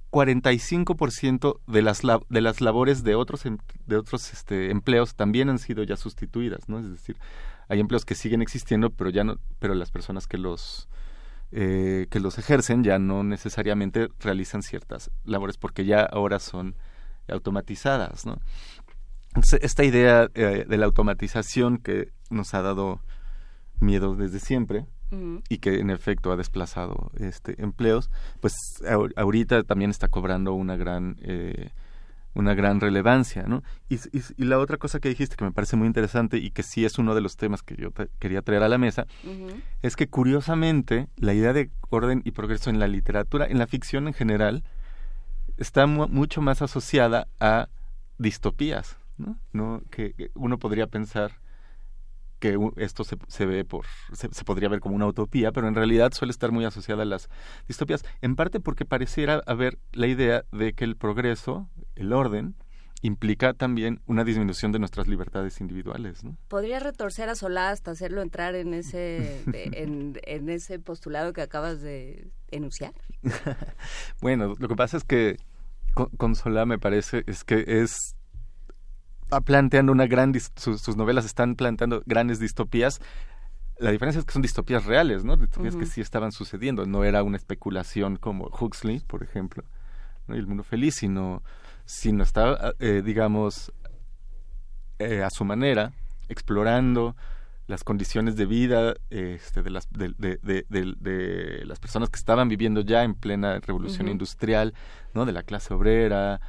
[SPEAKER 14] 45% de las labores de otros empleos también han sido ya sustituidas, ¿no? Es decir, hay empleos que siguen existiendo, pero las personas que los ejercen ya no necesariamente realizan ciertas labores porque ya ahora son automatizadas, ¿no? Entonces, esta idea de la automatización que nos ha dado miedo desde siempre, y que en efecto ha desplazado empleos, pues ahorita también está cobrando una gran relevancia, ¿no? Y la otra cosa que dijiste que me parece muy interesante y que sí es uno de los temas que yo quería traer a la mesa, es que curiosamente la idea de orden y progreso en la literatura, en la ficción en general, está mucho más asociada a distopías, ¿no? Que uno podría pensar que esto se podría ver como una utopía, pero en realidad suele estar muy asociada a las distopías, en parte porque pareciera haber la idea de que el progreso, el orden, implica también una disminución de nuestras libertades individuales, ¿no?
[SPEAKER 6] ¿Podría retorcer a Solá hasta hacerlo entrar en ese en ese postulado que acabas de enunciar?
[SPEAKER 14] Bueno, lo que pasa es que con Solá me parece planteando sus novelas están planteando grandes distopías. La diferencia es que son distopías reales, ¿no? Distopías que sí estaban sucediendo. No era una especulación como Huxley, por ejemplo, ¿no? Y El mundo feliz, sino estaba, digamos, a su manera, explorando las condiciones de vida de las personas que estaban viviendo ya en plena revolución industrial, ¿no? De la clase obrera,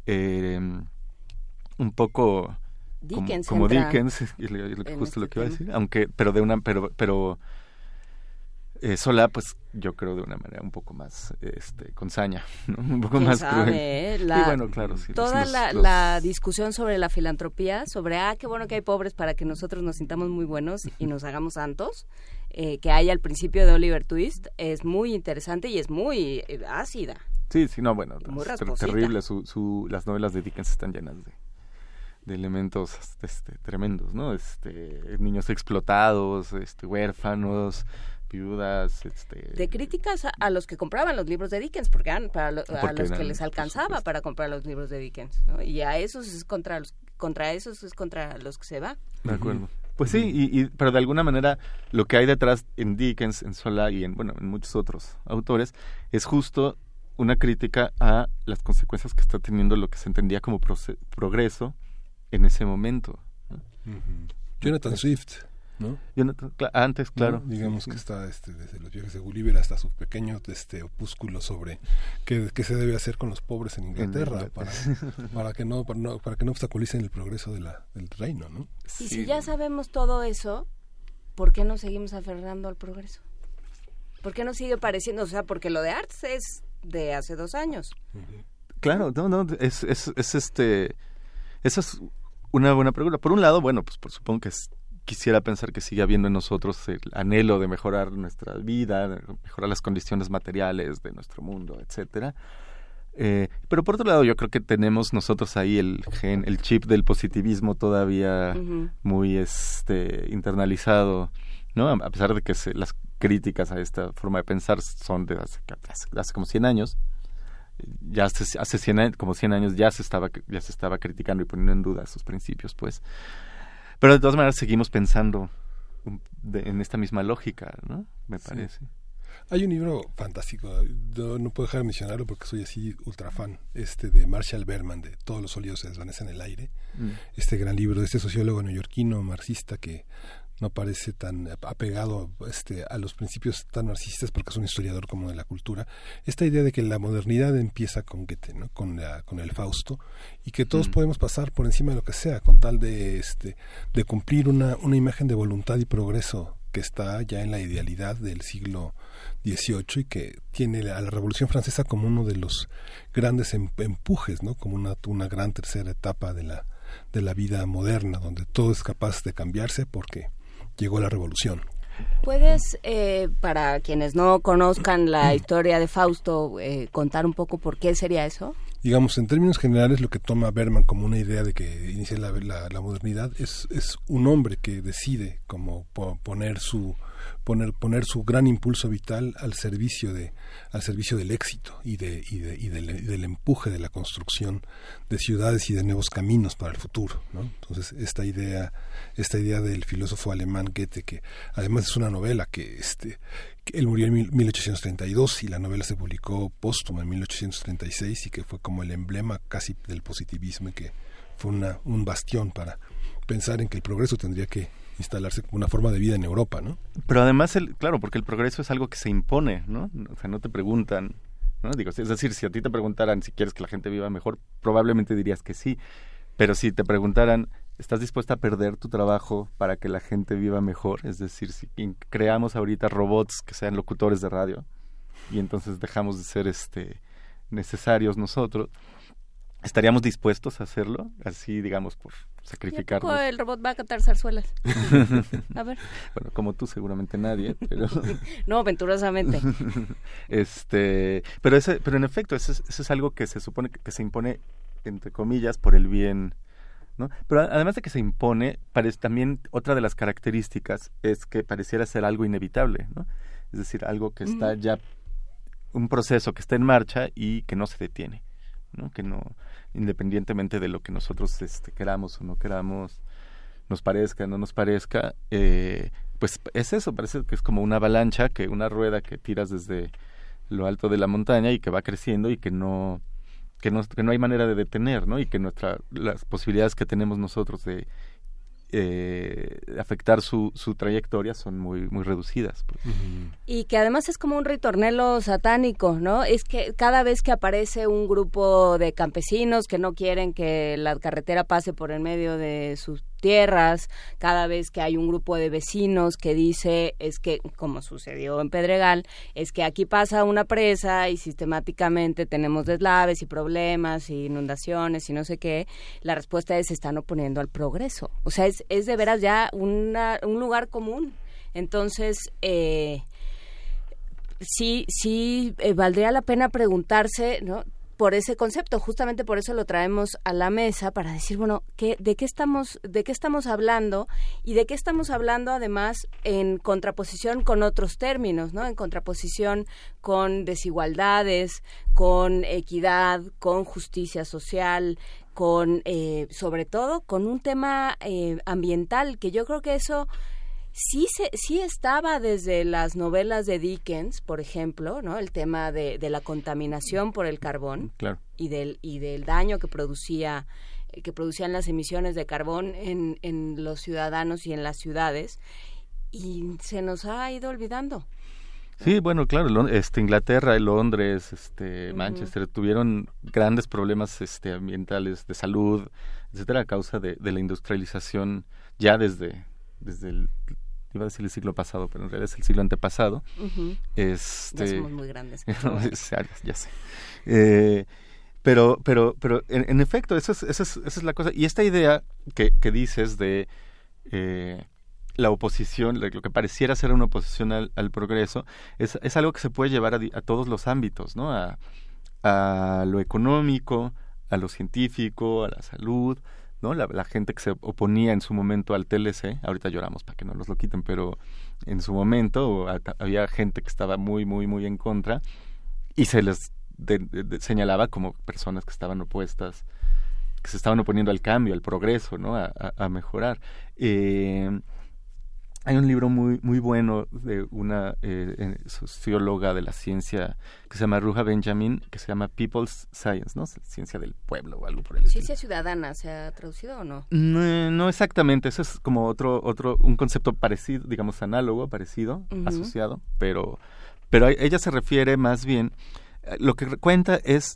[SPEAKER 14] un poco
[SPEAKER 6] Dickens
[SPEAKER 14] como Dickens, justo lo que iba a decir, aunque pero Solá, pues yo creo de una manera un poco más con saña, ¿no? Un poco más cruel.
[SPEAKER 6] Y
[SPEAKER 14] bueno, claro, sí,
[SPEAKER 6] toda la discusión sobre la filantropía, sobre qué bueno que hay pobres para que nosotros nos sintamos muy buenos y nos hagamos santos, que hay al principio de Oliver Twist, es muy interesante y es muy ácida.
[SPEAKER 14] Sí, no, bueno,
[SPEAKER 6] es
[SPEAKER 14] terrible. Las novelas de Dickens están llenas de elementos tremendos, ¿no? Niños explotados, huérfanos, viudas,
[SPEAKER 6] de críticas a los que compraban los libros de Dickens, porque eran a los que les alcanzaba para comprar los libros de Dickens, ¿no? Y a esos es contra los que se va.
[SPEAKER 14] De acuerdo. Pues sí, pero de alguna manera lo que hay detrás en Dickens, en Solá y en muchos otros autores es justo una crítica a las consecuencias que está teniendo lo que se entendía como progreso en ese momento, ¿no?
[SPEAKER 2] Jonathan Swift, ¿no?
[SPEAKER 14] Antes, claro.
[SPEAKER 2] ¿No? Digamos que está desde los viajes de Gulliver hasta su pequeño opúsculo sobre qué se debe hacer con los pobres en Inglaterra para que no obstaculicen el progreso del reino, ¿no?
[SPEAKER 6] Y si ya sabemos todo eso, ¿por qué no seguimos aferrando al progreso? ¿Por qué no sigue pareciendo? O sea, porque lo de Arts es de hace 2 años.
[SPEAKER 14] Claro, esa es una buena pregunta. Por un lado, pues supongo que quisiera pensar que sigue habiendo en nosotros el anhelo de mejorar nuestra vida, de mejorar las condiciones materiales de nuestro mundo, etcétera. Pero por otro lado, yo creo que tenemos nosotros ahí el chip del positivismo todavía muy internalizado, ¿no? A pesar de que las críticas a esta forma de pensar son de hace como 100 años. Ya hace 100 años, como 100 años ya se estaba criticando y poniendo en duda sus principios, pues. Pero de todas maneras seguimos pensando en esta misma lógica, ¿no? Me parece.
[SPEAKER 2] Hay un libro fantástico, no puedo dejar de mencionarlo porque soy así ultra fan, de Marshall Berman, de Todos los óleos se desvanecen en el aire. Este gran libro de este sociólogo neoyorquino marxista que no parece tan apegado a los principios tan marxistas porque es un historiador como de la cultura. Esta idea de que la modernidad empieza con Goethe, ¿no? Con el Fausto, y que todos podemos pasar por encima de lo que sea con tal de cumplir una imagen de voluntad y progreso que está ya en la idealidad del siglo XVIII y que tiene a la Revolución Francesa como uno de los grandes empujes, ¿no? Como una gran tercera etapa de la vida moderna, donde todo es capaz de cambiarse porque llegó la revolución.
[SPEAKER 6] ¿Puedes, para quienes no conozcan la historia de Fausto, contar un poco por qué sería eso?
[SPEAKER 2] Digamos, en términos generales, lo que toma Berman como una idea de que inicia la modernidad es un hombre que decide como poner su gran impulso vital al servicio del éxito y del empuje de la construcción de ciudades y de nuevos caminos para el futuro, ¿no? Entonces esta idea del filósofo alemán Goethe, que además es una novela que él murió en 1832 y la novela se publicó póstuma en 1836 y que fue como el emblema casi del positivismo y que fue un bastión para pensar en que el progreso tendría que instalarse como una forma de vida en Europa, ¿no?
[SPEAKER 14] Pero además, claro, porque el progreso es algo que se impone, ¿no? O sea, no te preguntan, ¿no? Digo, es decir, si a ti te preguntaran si quieres que la gente viva mejor, probablemente dirías que sí, pero si te preguntaran, ¿estás dispuesta a perder tu trabajo para que la gente viva mejor? Es decir, si creamos ahorita robots que sean locutores de radio y entonces dejamos de ser necesarios nosotros, ¿estaríamos dispuestos a hacerlo? Así, digamos, por sacrificarnos.
[SPEAKER 6] El robot va a cantar zarzuelas. A ver.
[SPEAKER 14] Bueno, como tú seguramente nadie, pero
[SPEAKER 6] no, venturosamente.
[SPEAKER 14] Pero en efecto, eso es algo que se supone que se impone entre comillas por el bien, ¿no? Pero además de que se impone, también otra de las características es que pareciera ser algo inevitable, ¿no? Es decir, algo que está ya un proceso que está en marcha y que no se detiene, ¿no? Que no, independientemente de lo que nosotros queramos o no queramos, nos parezca, no nos parezca, pues es eso, parece que es como una avalancha, una rueda que tiras desde lo alto de la montaña y que va creciendo y que no hay manera de detener, ¿no? Y que las posibilidades que tenemos nosotros de afectar su trayectoria son muy muy reducidas, pues.
[SPEAKER 6] Y que además es como un ritornelo satánico, ¿no? Es que cada vez que aparece un grupo de campesinos que no quieren que la carretera pase por en medio de sus tierras, cada vez que hay un grupo de vecinos que dice, es que, como sucedió en Pedregal, es que aquí pasa una presa y sistemáticamente tenemos deslaves y problemas y inundaciones y no sé qué, la respuesta es: se están oponiendo al progreso. O sea, es de veras ya un lugar común. Entonces, sí, valdría la pena preguntarse, ¿no?, por ese concepto. Justamente por eso lo traemos a la mesa, para decir, bueno, ¿de qué estamos hablando? Y de qué estamos hablando, además, en contraposición con otros términos, ¿no? En contraposición con desigualdades, con equidad, con justicia social, con, sobre todo, con un tema ambiental, que yo creo que eso sí estaba desde las novelas de Dickens, por ejemplo, ¿no? El tema de la contaminación por el carbón,
[SPEAKER 14] claro,
[SPEAKER 6] y del daño que producían las emisiones de carbón en los ciudadanos y en las ciudades, y se nos ha ido olvidando.
[SPEAKER 14] Sí, bueno, claro, Inglaterra, Londres, Manchester tuvieron grandes problemas ambientales, de salud, etcétera, a causa de la industrialización ya desde el, iba a decir el siglo pasado, pero en realidad es el siglo antepasado.
[SPEAKER 6] Ya somos muy grandes.
[SPEAKER 14] Ya sé. Pero en efecto, esa es la cosa. Y esta idea que dices de la oposición, lo que pareciera ser una oposición al progreso, es algo que se puede llevar a todos los ámbitos, ¿no? A lo económico, a lo científico, a la salud, ¿no? La gente que se oponía en su momento al TLC, ahorita lloramos para que no nos lo quiten, pero en su momento había gente que estaba muy, muy, muy en contra, y se les señalaba como personas que estaban opuestas, que se estaban oponiendo al cambio, al progreso, ¿no? A mejorar. Hay un libro muy muy bueno de una socióloga de la ciencia que se llama Ruha Benjamin, que se llama People's Science, ¿no? Ciencia del pueblo o algo por el estilo.
[SPEAKER 6] ¿Ciencia ciudadana se ha traducido o no?
[SPEAKER 14] No exactamente, eso es como un concepto parecido, digamos análogo, parecido, asociado, pero ella se refiere más bien, lo que cuenta es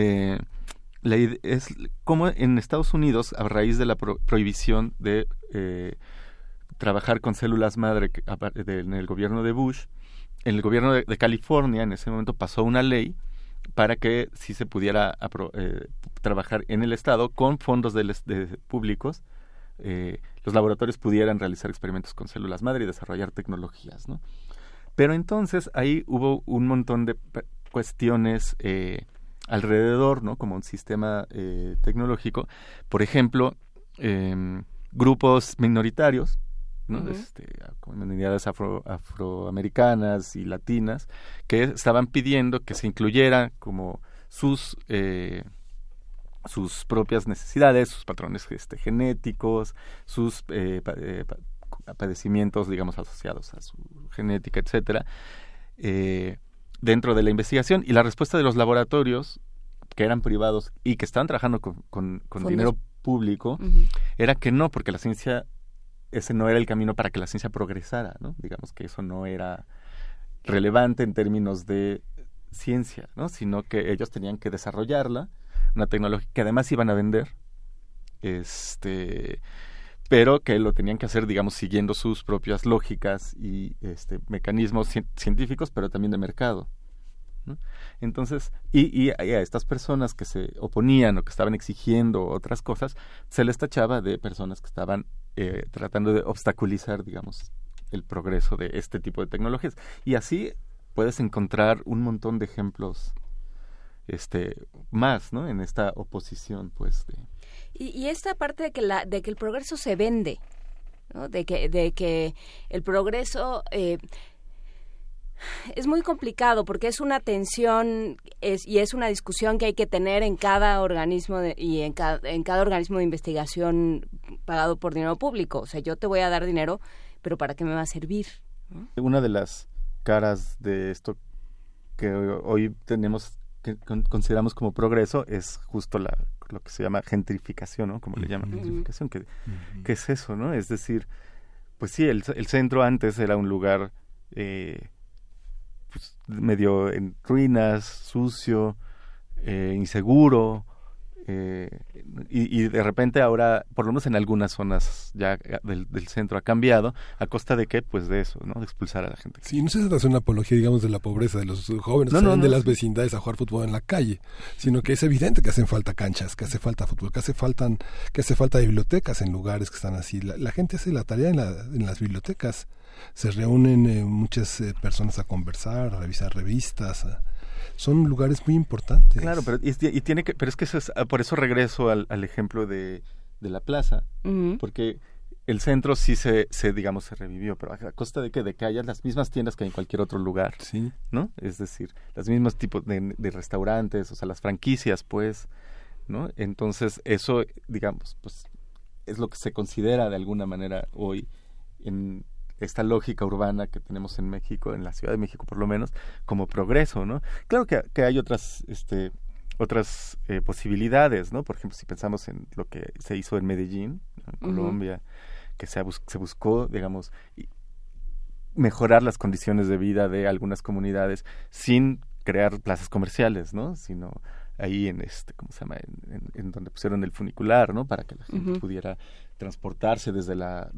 [SPEAKER 14] cómo en Estados Unidos, a raíz de la prohibición de trabajar con células madre en el gobierno de Bush, en el gobierno de California en ese momento pasó una ley para que sí se pudiera trabajar en el estado con fondos públicos, los laboratorios pudieran realizar experimentos con células madre y desarrollar tecnologías, ¿no? Pero entonces ahí hubo un montón de cuestiones alrededor, ¿no? Como un sistema tecnológico, por ejemplo, grupos minoritarios, ¿no? Comunidades afroamericanas y latinas que estaban pidiendo que se incluyeran como sus propias necesidades, sus patrones genéticos, sus padecimientos, digamos, asociados a su genética, etcétera, dentro de la investigación. Y la respuesta de los laboratorios, que eran privados y que estaban trabajando con dinero público, era que no, porque la ciencia, ese no era el camino para que la ciencia progresara, ¿no? Digamos que eso no era relevante en términos de ciencia, ¿no? Sino que ellos tenían que desarrollarla, una tecnología que además iban a vender, pero que lo tenían que hacer, digamos, siguiendo sus propias lógicas y mecanismos científicos, pero también de mercado, ¿no? Entonces, y a estas personas que se oponían o que estaban exigiendo otras cosas, se les tachaba de personas que estaban tratando de obstaculizar, digamos, el progreso de este tipo de tecnologías. Y así puedes encontrar un montón de ejemplos más, ¿no? En esta oposición, pues.
[SPEAKER 6] Y esta parte de que el progreso se vende, ¿no? De que el progreso es muy complicado, porque es una tensión y es una discusión que hay que tener en cada organismo en cada organismo de investigación pagado por dinero público. O sea, yo te voy a dar dinero, pero ¿para qué me va a servir? ¿No?
[SPEAKER 14] Una de las caras de esto que hoy tenemos, que consideramos como progreso, es justo lo que se llama gentrificación, ¿no? Como le llaman, gentrificación, que es eso, ¿no? Es decir, pues sí, el centro antes era un lugar pues, medio en ruinas, sucio, inseguro, y de repente ahora, por lo menos en algunas zonas ya del centro ha cambiado, ¿a costa de qué? Pues de eso, ¿no? De expulsar a la gente.
[SPEAKER 2] Sí, no se trata de una apología, digamos, de la pobreza de los jóvenes que salen de las vecindades a jugar fútbol en la calle, sino que es evidente que hacen falta canchas, que hace falta fútbol, que hace falta bibliotecas en lugares que están así. La gente hace la tarea en las bibliotecas. Se reúnen muchas personas a conversar, a revisar revistas. Son lugares muy importantes.
[SPEAKER 14] Claro, pero pero es que por eso regreso al ejemplo de la plaza, porque el centro sí se revivió, pero a costa de que haya las mismas tiendas que hay en cualquier otro lugar,
[SPEAKER 2] sí,
[SPEAKER 14] ¿no? Es decir, los mismos tipos de restaurantes, o sea, las franquicias, pues, ¿no? Entonces eso, digamos, pues es lo que se considera de alguna manera hoy en esta lógica urbana que tenemos en México, en la Ciudad de México por lo menos, como progreso, ¿no? Claro que hay otras posibilidades, ¿no? Por ejemplo, si pensamos en lo que se hizo en Medellín, ¿no? En Colombia, que se buscó, digamos, mejorar las condiciones de vida de algunas comunidades sin crear plazas comerciales, ¿no? Sino ahí en ¿cómo se llama? En donde pusieron el funicular, ¿no? Para que la gente pudiera transportarse desde las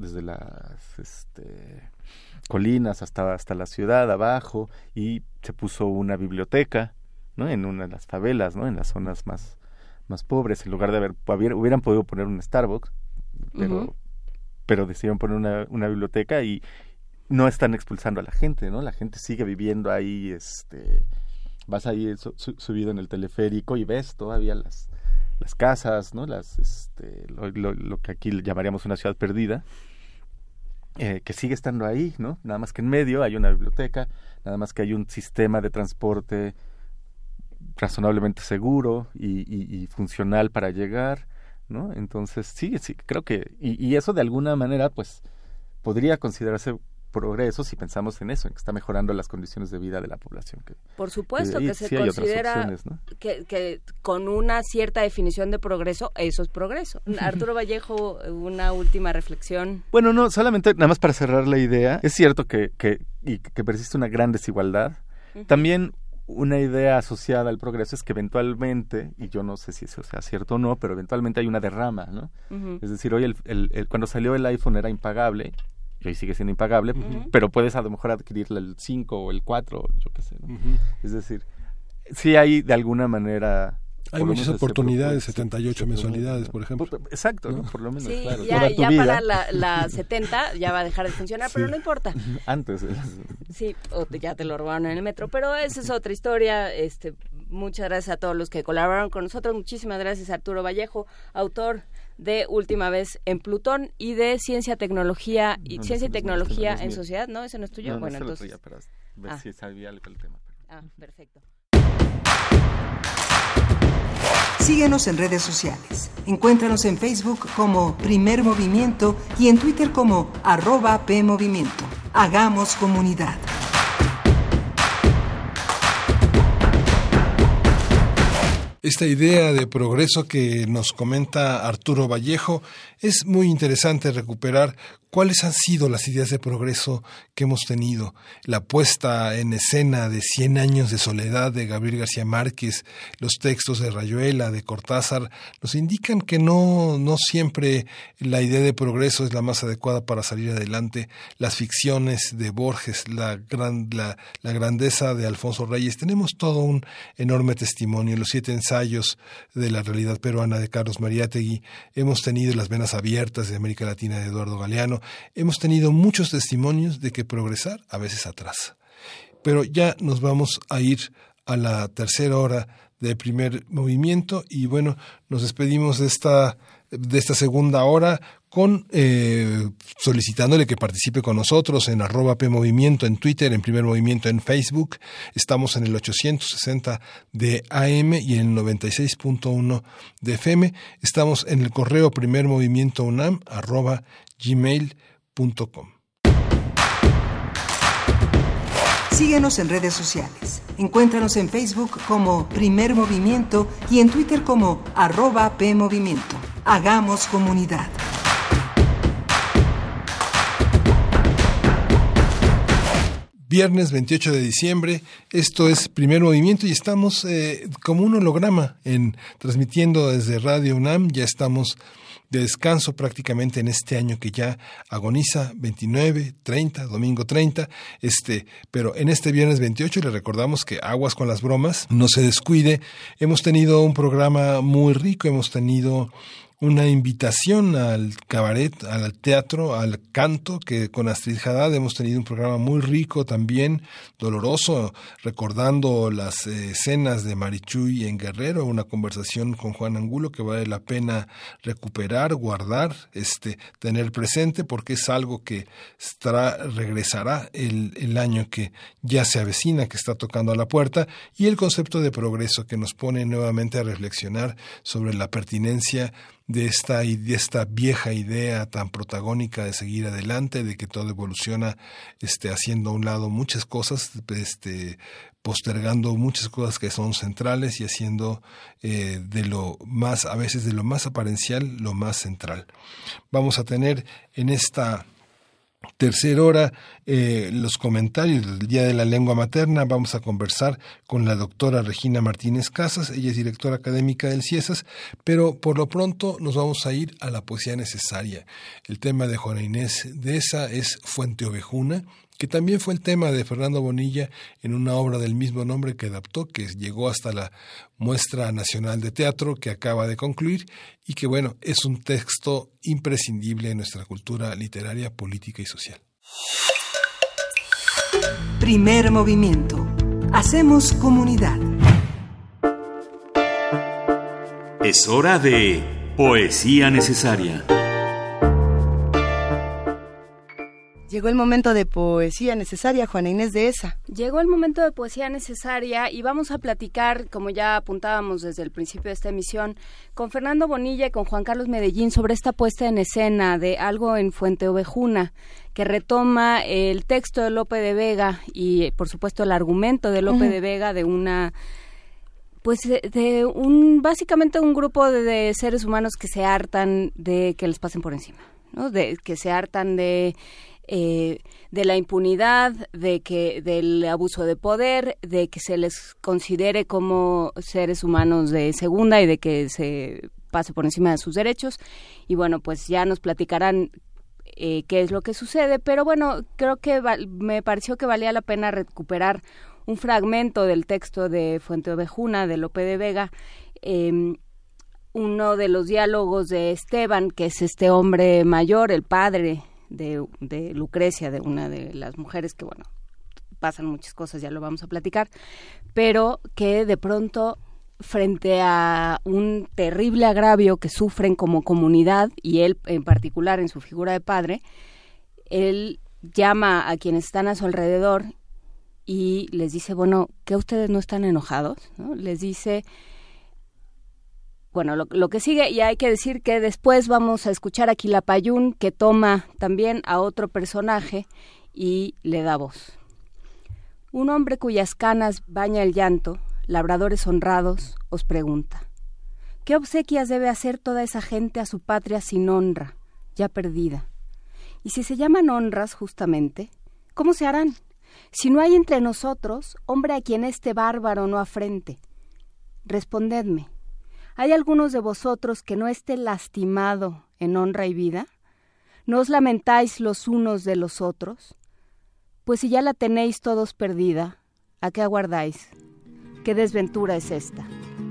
[SPEAKER 14] colinas hasta la ciudad abajo, y se puso una biblioteca, ¿no? En una de las favelas, ¿no? En las zonas más pobres, en lugar de hubieran podido poner un Starbucks, pero decidieron poner una biblioteca y no están expulsando a la gente, ¿no? La gente sigue viviendo ahí, vas ahí subido en el teleférico y ves todavía las casas, ¿no? Lo que aquí llamaríamos una ciudad perdida, que sigue estando ahí, ¿no? Nada más que en medio hay una biblioteca, nada más que hay un sistema de transporte razonablemente seguro y funcional para llegar, ¿no? Entonces sí, creo que y eso de alguna manera pues podría considerarse progreso si pensamos en eso, en que está mejorando las condiciones de vida de la población.
[SPEAKER 6] Por supuesto, que se
[SPEAKER 14] sí
[SPEAKER 6] considera
[SPEAKER 14] ¿no?
[SPEAKER 6] que con una cierta definición de progreso, eso es progreso. Arturo Vallejo, una última reflexión.
[SPEAKER 14] Bueno, no, solamente nada más para cerrar la idea, es cierto que persiste una gran desigualdad. También una idea asociada al progreso es que eventualmente, y yo no sé si eso sea cierto o no, pero eventualmente hay una derrama, ¿no? Es decir, hoy cuando salió el iPhone era impagable, y hoy sigue siendo impagable, pero puedes a lo mejor adquirirle el 5 o el 4, yo qué sé, ¿no? Es decir, sí hay de alguna manera...
[SPEAKER 2] Hay muchas oportunidades, 78 mensualidades, por ejemplo.
[SPEAKER 14] Exacto, ¿no? Por lo menos,
[SPEAKER 6] sí,
[SPEAKER 14] claro.
[SPEAKER 6] ya para la 70 ya va a dejar de funcionar, pero no importa.
[SPEAKER 14] Antes.
[SPEAKER 6] Sí, ya te lo robaron en el metro, pero esa es otra historia. Muchas gracias a todos los que colaboraron con nosotros. Muchísimas gracias a Arturo Vallejo, autor de Última Vez en Plutón y de Ciencia, Tecnología y Tecnología en Sociedad. ¿No? ¿Ese no es tuyo?
[SPEAKER 14] No,
[SPEAKER 6] bueno,
[SPEAKER 14] entonces... Para ver si sabía algo del tema.
[SPEAKER 6] Perfecto.
[SPEAKER 3] Síguenos en redes sociales. Encuéntranos en Facebook como Primer Movimiento y en Twitter como @PMovimiento. Hagamos comunidad.
[SPEAKER 2] Esta idea de progreso que nos comenta Arturo Vallejo, es muy interesante recuperar cuáles han sido las ideas de progreso que hemos tenido. La puesta en escena de 100 años de soledad de Gabriel García Márquez, los textos de Rayuela, de Cortázar, nos indican que no siempre la idea de progreso es la más adecuada para salir adelante. Las ficciones de Borges, la grandeza de Alfonso Reyes, tenemos todo un enorme testimonio. Los 7 ensayos de la realidad peruana de Carlos Mariátegui, hemos tenido Las venas abiertas de América Latina de Eduardo Galeano. Hemos tenido muchos testimonios de que progresar a veces atrasa. Pero ya nos vamos a ir a la tercera hora de Primer Movimiento y bueno, nos despedimos de esta segunda hora con solicitándole que participe con nosotros en @PMovimiento en Twitter, en Primer Movimiento en Facebook. Estamos en el 860 de AM y en el 96.1 de FM. Estamos en el correo primermovimientounam@gmail.com.
[SPEAKER 3] Síguenos en redes sociales. Encuéntranos en Facebook como Primer Movimiento y en Twitter como @PMovimiento. Hagamos comunidad.
[SPEAKER 2] Viernes 28 de diciembre, esto es Primer Movimiento y estamos como un holograma transmitiendo desde Radio UNAM. Ya estamos de descanso prácticamente en este año que ya agoniza, 29, 30, domingo 30, pero en este viernes 28 le recordamos que aguas con las bromas, no se descuide. Hemos tenido un programa muy rico, hemos tenido una invitación al cabaret, al teatro, al canto, que con Astrid Haddad hemos tenido un programa muy rico también, doloroso, recordando las escenas de Marichuy en Guerrero, una conversación con Juan Angulo que vale la pena recuperar, guardar, tener presente, porque es algo que regresará el año que ya se avecina, que está tocando a la puerta, y el concepto de progreso que nos pone nuevamente a reflexionar sobre la pertinencia de esta vieja idea tan protagónica de seguir adelante, de que todo evoluciona haciendo a un lado muchas cosas, postergando muchas cosas que son centrales y haciendo de lo más, a veces de lo más aparencial, lo más central. Vamos a tener en esta tercera hora los comentarios del Día de la Lengua Materna. Vamos a conversar con la doctora Regina Martínez Casas, ella es directora académica del CIESAS, pero por lo pronto nos vamos a ir a la poesía necesaria. El tema de Juana Inés de Esa es Fuente Ovejuna, que también fue el tema de Fernando Bonilla en una obra del mismo nombre que adaptó, que llegó hasta la Muestra Nacional de Teatro que acaba de concluir y que, bueno, es un texto imprescindible en nuestra cultura literaria, política y social.
[SPEAKER 3] Primer movimiento. Hacemos comunidad.
[SPEAKER 8] Es hora de Poesía Necesaria.
[SPEAKER 4] Llegó el momento de poesía necesaria, Juana Inés de Esa.
[SPEAKER 6] Llegó el momento de poesía necesaria y vamos a platicar, como ya apuntábamos desde el principio de esta emisión, con Fernando Bonilla y con Juan Carlos Medellín sobre esta puesta en escena de Algo en Fuente Ovejuna, que retoma el texto de Lope de Vega y, por supuesto, el argumento de Lope de Vega de una... Pues básicamente un grupo de seres humanos que se hartan de que les pasen por encima, ¿no? Que se hartan de la impunidad, del abuso de poder, de que se les considere como seres humanos de segunda y de que se pase por encima de sus derechos. Y bueno, pues ya nos platicarán qué es lo que sucede, pero bueno, creo que me pareció que valía la pena recuperar un fragmento del texto de Fuente Ovejuna, de Lope de Vega, uno de los diálogos de Esteban, que es este hombre mayor, el padre de Lucrecia, de una de las mujeres que, bueno, pasan muchas cosas, ya lo vamos a platicar, pero que de pronto, frente a un terrible agravio que sufren como comunidad, y él en particular en su figura de padre, él llama a quienes están a su alrededor y les dice, bueno, ¿que ustedes no están enojados? ¿No? Les dice... Bueno, lo que sigue, y hay que decir que después vamos a escuchar a Quilapayún, que toma también a otro personaje y le da voz. Un hombre cuyas canas baña el llanto, labradores honrados, os pregunta, ¿qué obsequias debe hacer toda esa gente a su patria sin honra, ya perdida? Y si se llaman honras, justamente, ¿cómo se harán? Si no hay entre nosotros hombre a quien este bárbaro no afrente. Respondedme. ¿Hay algunos de vosotros que no esté lastimado en honra y vida? ¿No os lamentáis los unos de los otros? Pues si ya la tenéis todos perdida, ¿a qué aguardáis? ¿Qué desventura es esta?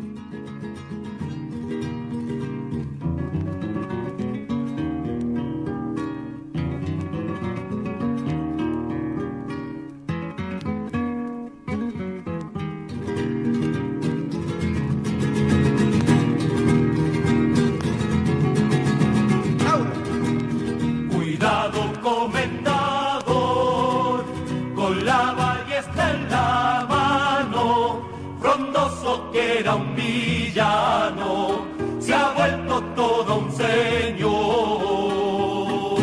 [SPEAKER 13] Comendador, con la ballesta en la mano, frondoso que era un villano, se ha vuelto todo un señor.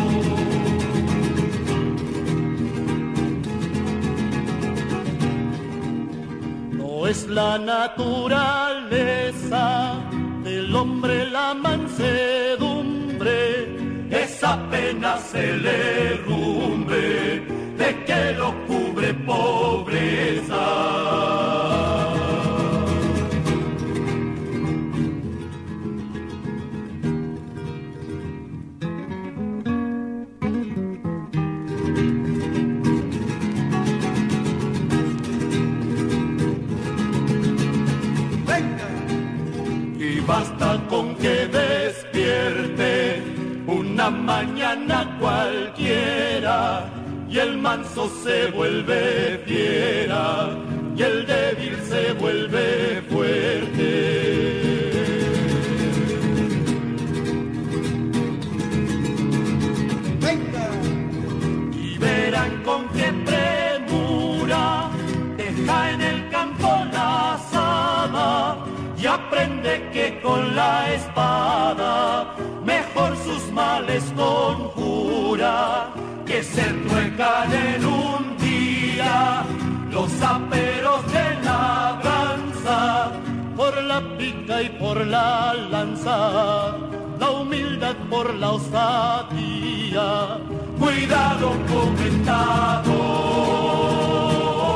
[SPEAKER 13] No es la naturaleza del hombre la mansedumbre, es apenas el herrumbre de que lo cubre por
[SPEAKER 15] basta con que despierte una mañana cualquiera y el manso se vuelve fiera y el débil se vuelve fuerte. ¡Venga! Y verán con qué premura deja en el campo la azada y aprende que con la espada mejor sus males conjura, que se truecan en un día los aperos de labranza, por la pica y por la lanza, la humildad por la osadía. Cuidado, comentado.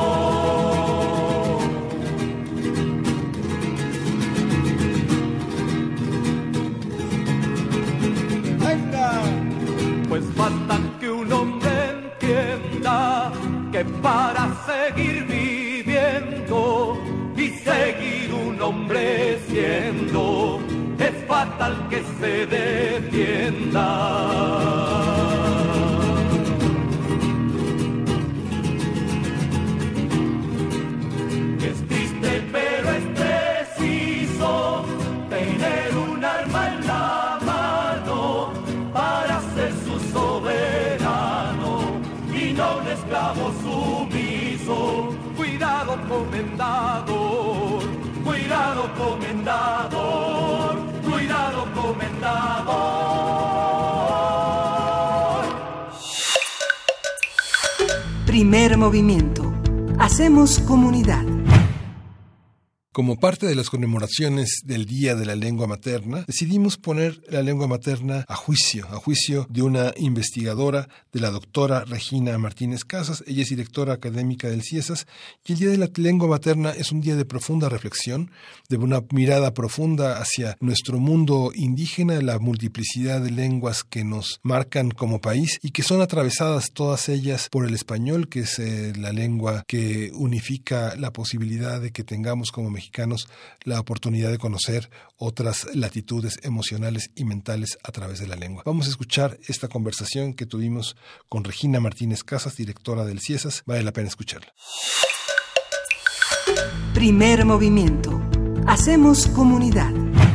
[SPEAKER 15] Pues basta que un hombre entienda que para seguir viviendo y seguir un hombre siendo, es fatal que se defienda. Es triste pero es preciso tener un arma en la mano para ser su soberano y no un esclavo sumiso. Cuidado, comendador, cuidado, comendador, cuidado, comendador.
[SPEAKER 3] Primer movimiento. Hacemos comunidad.
[SPEAKER 2] Como parte de las conmemoraciones del Día de la Lengua Materna, decidimos poner la lengua materna a juicio de una investigadora, de la doctora Regina Martínez Casas. Ella es directora académica del CIESAS, y el Día de la Lengua Materna es un día de profunda reflexión, de una mirada profunda hacia nuestro mundo indígena, la multiplicidad de lenguas que nos marcan como país y que son atravesadas todas ellas por el español, que es la lengua que unifica la posibilidad de que tengamos como mexicanos la oportunidad de conocer otras latitudes emocionales y mentales a través de la lengua. Vamos a escuchar esta conversación que tuvimos con Regina Martínez Casas, directora del CIESAS. Vale la pena escucharla.
[SPEAKER 3] Primer movimiento. Hacemos comunidad.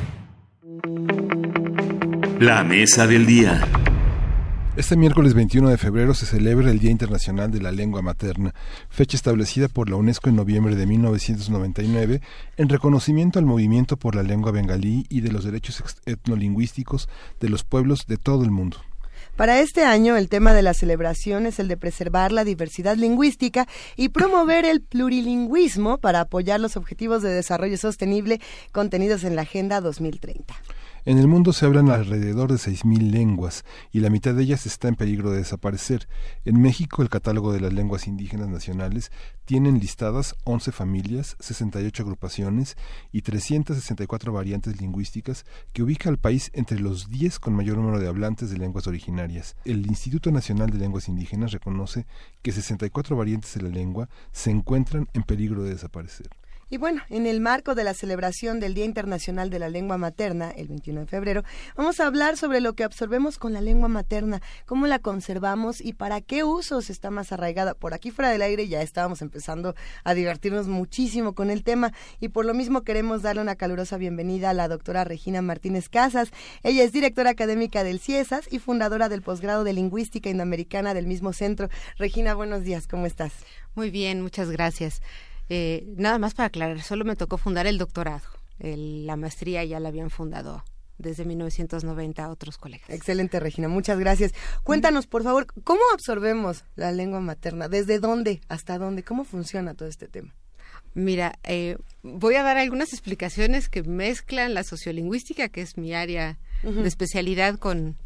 [SPEAKER 8] La mesa del día.
[SPEAKER 2] Este miércoles 21 de febrero se celebra el Día Internacional de la Lengua Materna, fecha establecida por la UNESCO en noviembre de 1999 en reconocimiento al movimiento por la lengua bengalí y de los derechos etnolingüísticos de los pueblos de todo el mundo.
[SPEAKER 4] Para este año, el tema de la celebración es el de preservar la diversidad lingüística y promover el plurilingüismo para apoyar los objetivos de desarrollo sostenible contenidos en la Agenda 2030.
[SPEAKER 2] En el mundo se hablan alrededor de 6.000 lenguas y la mitad de ellas está en peligro de desaparecer. En México, el catálogo de las lenguas indígenas nacionales tienen listadas 11 familias, 68 agrupaciones y 364 variantes lingüísticas que ubica al país entre los 10 con mayor número de hablantes de lenguas originarias. El Instituto Nacional de Lenguas Indígenas reconoce que 64 variantes de la lengua se encuentran en peligro de desaparecer.
[SPEAKER 4] Y bueno, en el marco de la celebración del Día Internacional de la Lengua Materna, el 21 de febrero, vamos a hablar sobre lo que absorbemos con la lengua materna, cómo la conservamos y para qué usos está más arraigada. Por aquí fuera del aire ya estábamos empezando a divertirnos muchísimo con el tema y por lo mismo queremos darle una calurosa bienvenida a la doctora Regina Martínez Casas. Ella es directora académica del CIESAS y fundadora del posgrado de Lingüística Indoamericana del mismo centro. Regina, buenos días, ¿cómo estás?
[SPEAKER 16] Muy bien, muchas gracias. Nada más para aclarar, solo me tocó fundar el doctorado. La maestría ya la habían fundado desde 1990 otros colegas.
[SPEAKER 4] Excelente, Regina, muchas gracias. Cuéntanos, por favor, ¿cómo absorbemos la lengua materna? ¿Desde dónde hasta dónde? ¿Cómo funciona todo este tema?
[SPEAKER 16] Mira, voy a dar algunas explicaciones que mezclan la sociolingüística, que es mi área de especialidad, con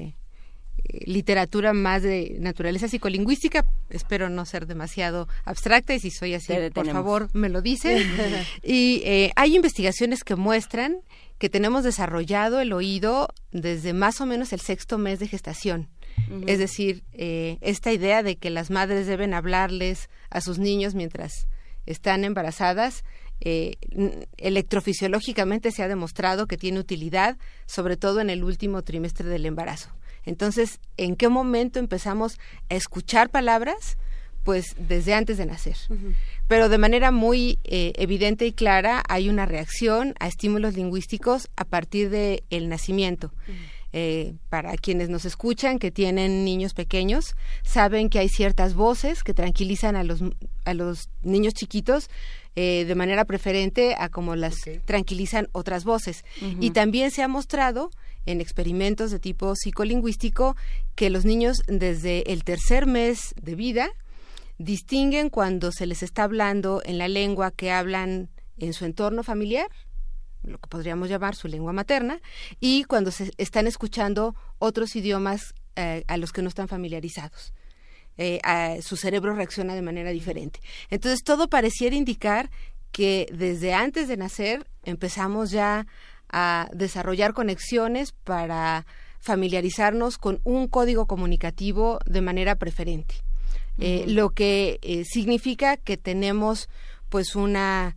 [SPEAKER 16] literatura más de naturaleza psicolingüística. Espero no ser demasiado abstracta y si soy así, por favor, me lo dicen. Y hay investigaciones que muestran que tenemos desarrollado el oído desde más o menos el 6º mes de gestación. Es decir, esta idea de que las madres deben hablarles a sus niños mientras están embarazadas electrofisiológicamente se ha demostrado que tiene utilidad, sobre todo en el último trimestre del embarazo. Entonces, ¿en qué momento empezamos a escuchar palabras? Pues desde antes de nacer. Pero de manera muy evidente y clara hay una reacción a estímulos lingüísticos a partir del nacimiento. Para quienes nos escuchan, que tienen niños pequeños, saben que hay ciertas voces que tranquilizan a los niños chiquitos de manera preferente a como las tranquilizan otras voces. Y también se ha mostrado en experimentos de tipo psicolingüístico que los niños desde el tercer mes de vida distinguen cuando se les está hablando en la lengua que hablan en su entorno familiar, lo que podríamos llamar su lengua materna, y cuando se están escuchando otros idiomas a los que no están familiarizados. Su cerebro reacciona de manera diferente. Entonces, todo pareciera indicar que desde antes de nacer empezamos ya a desarrollar conexiones para familiarizarnos con un código comunicativo de manera preferente. Lo que significa que tenemos pues una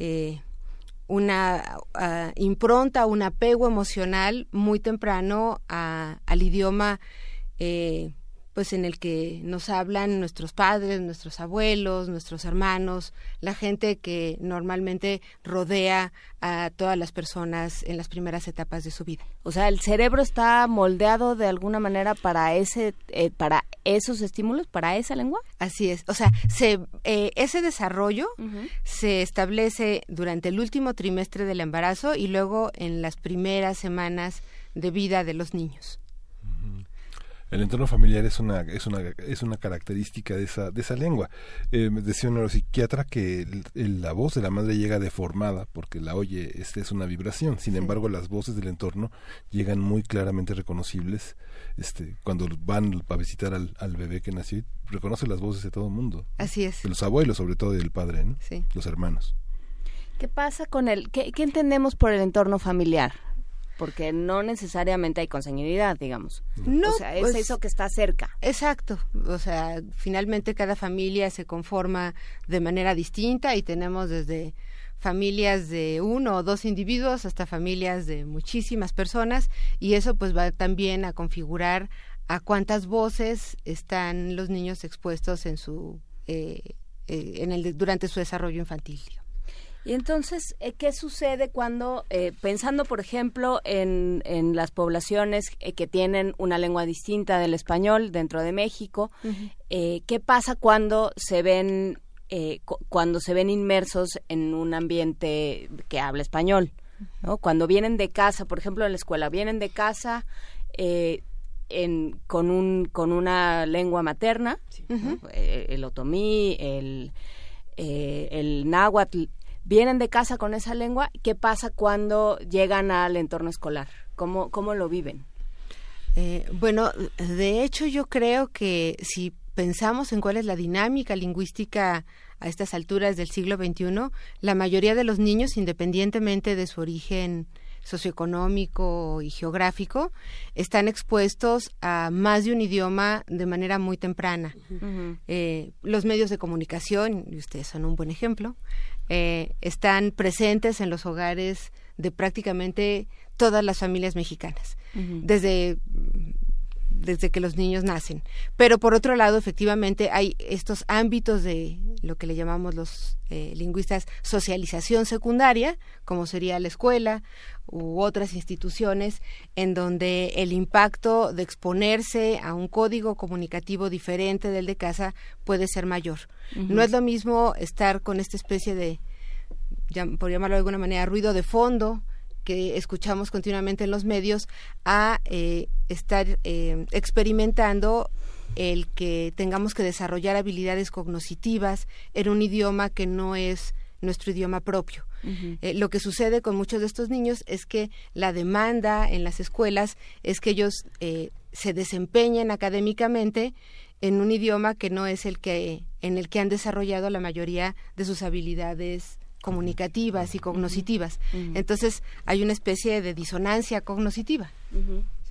[SPEAKER 16] impronta, un apego emocional muy temprano al idioma pues en el que nos hablan nuestros padres, nuestros abuelos, nuestros hermanos, la gente que normalmente rodea a todas las personas en las primeras etapas de su vida.
[SPEAKER 6] O sea, el cerebro está moldeado de alguna manera para para esos estímulos, para esa lengua.
[SPEAKER 16] Así es. O sea, ese desarrollo se establece durante el último trimestre del embarazo y luego en las primeras semanas de vida de los niños.
[SPEAKER 2] El entorno familiar es una característica de esa lengua. Decía un neuropsiquiatra que la voz de la madre llega deformada porque la oye, es una vibración. Sin embargo, las voces del entorno llegan muy claramente reconocibles. Cuando van a visitar al bebé que nació, reconoce las voces de todo el mundo.
[SPEAKER 16] Así es.
[SPEAKER 2] De los abuelos, sobre todo del padre, ¿no?
[SPEAKER 16] Sí.
[SPEAKER 2] Los hermanos.
[SPEAKER 6] ¿Qué pasa con qué entendemos por el entorno familiar? Porque no necesariamente hay consanguinidad, digamos.
[SPEAKER 16] No,
[SPEAKER 6] o sea, es
[SPEAKER 16] pues,
[SPEAKER 6] eso que está cerca.
[SPEAKER 16] Exacto. O sea, finalmente cada familia se conforma de manera distinta y tenemos desde familias de 1 o 2 individuos hasta familias de muchísimas personas, y eso pues va también a configurar a cuántas voces están los niños expuestos en durante su desarrollo infantil.
[SPEAKER 6] Y entonces, ¿qué sucede cuando, pensando por ejemplo en las poblaciones que tienen una lengua distinta del español dentro de México, qué pasa cuando se ven inmersos en un ambiente que habla español, ¿no? Cuando vienen de casa, por ejemplo en la escuela, vienen de casa con una lengua materna, ¿no? El otomí, el náhuatl. Vienen de casa con esa lengua. ¿Qué pasa cuando llegan al entorno escolar? ¿Cómo lo viven?
[SPEAKER 16] Bueno, de hecho yo creo que si pensamos en cuál es la dinámica lingüística a estas alturas del siglo XXI, la mayoría de los niños, independientemente de su origen socioeconómico y geográfico, están expuestos a más de un idioma de manera muy temprana. Los medios de comunicación, y ustedes son un buen ejemplo, están presentes en los hogares de prácticamente todas las familias mexicanas, desde que los niños nacen. Pero por otro lado, efectivamente, hay estos ámbitos de lo que le llamamos los lingüistas socialización secundaria, como sería la escuela u otras instituciones, en donde el impacto de exponerse a un código comunicativo diferente del de casa puede ser mayor. No es lo mismo estar con esta especie de, por llamarlo de alguna manera, ruido de fondo que escuchamos continuamente en los medios, a estar experimentando el que tengamos que desarrollar habilidades cognitivas en un idioma que no es nuestro idioma propio. Lo que sucede con muchos de estos niños es que la demanda en las escuelas es que ellos se desempeñen académicamente en un idioma que no es en el que han desarrollado la mayoría de sus habilidades comunicativas y cognitivas. Entonces hay una especie de disonancia cognitiva.
[SPEAKER 6] ¿Sí?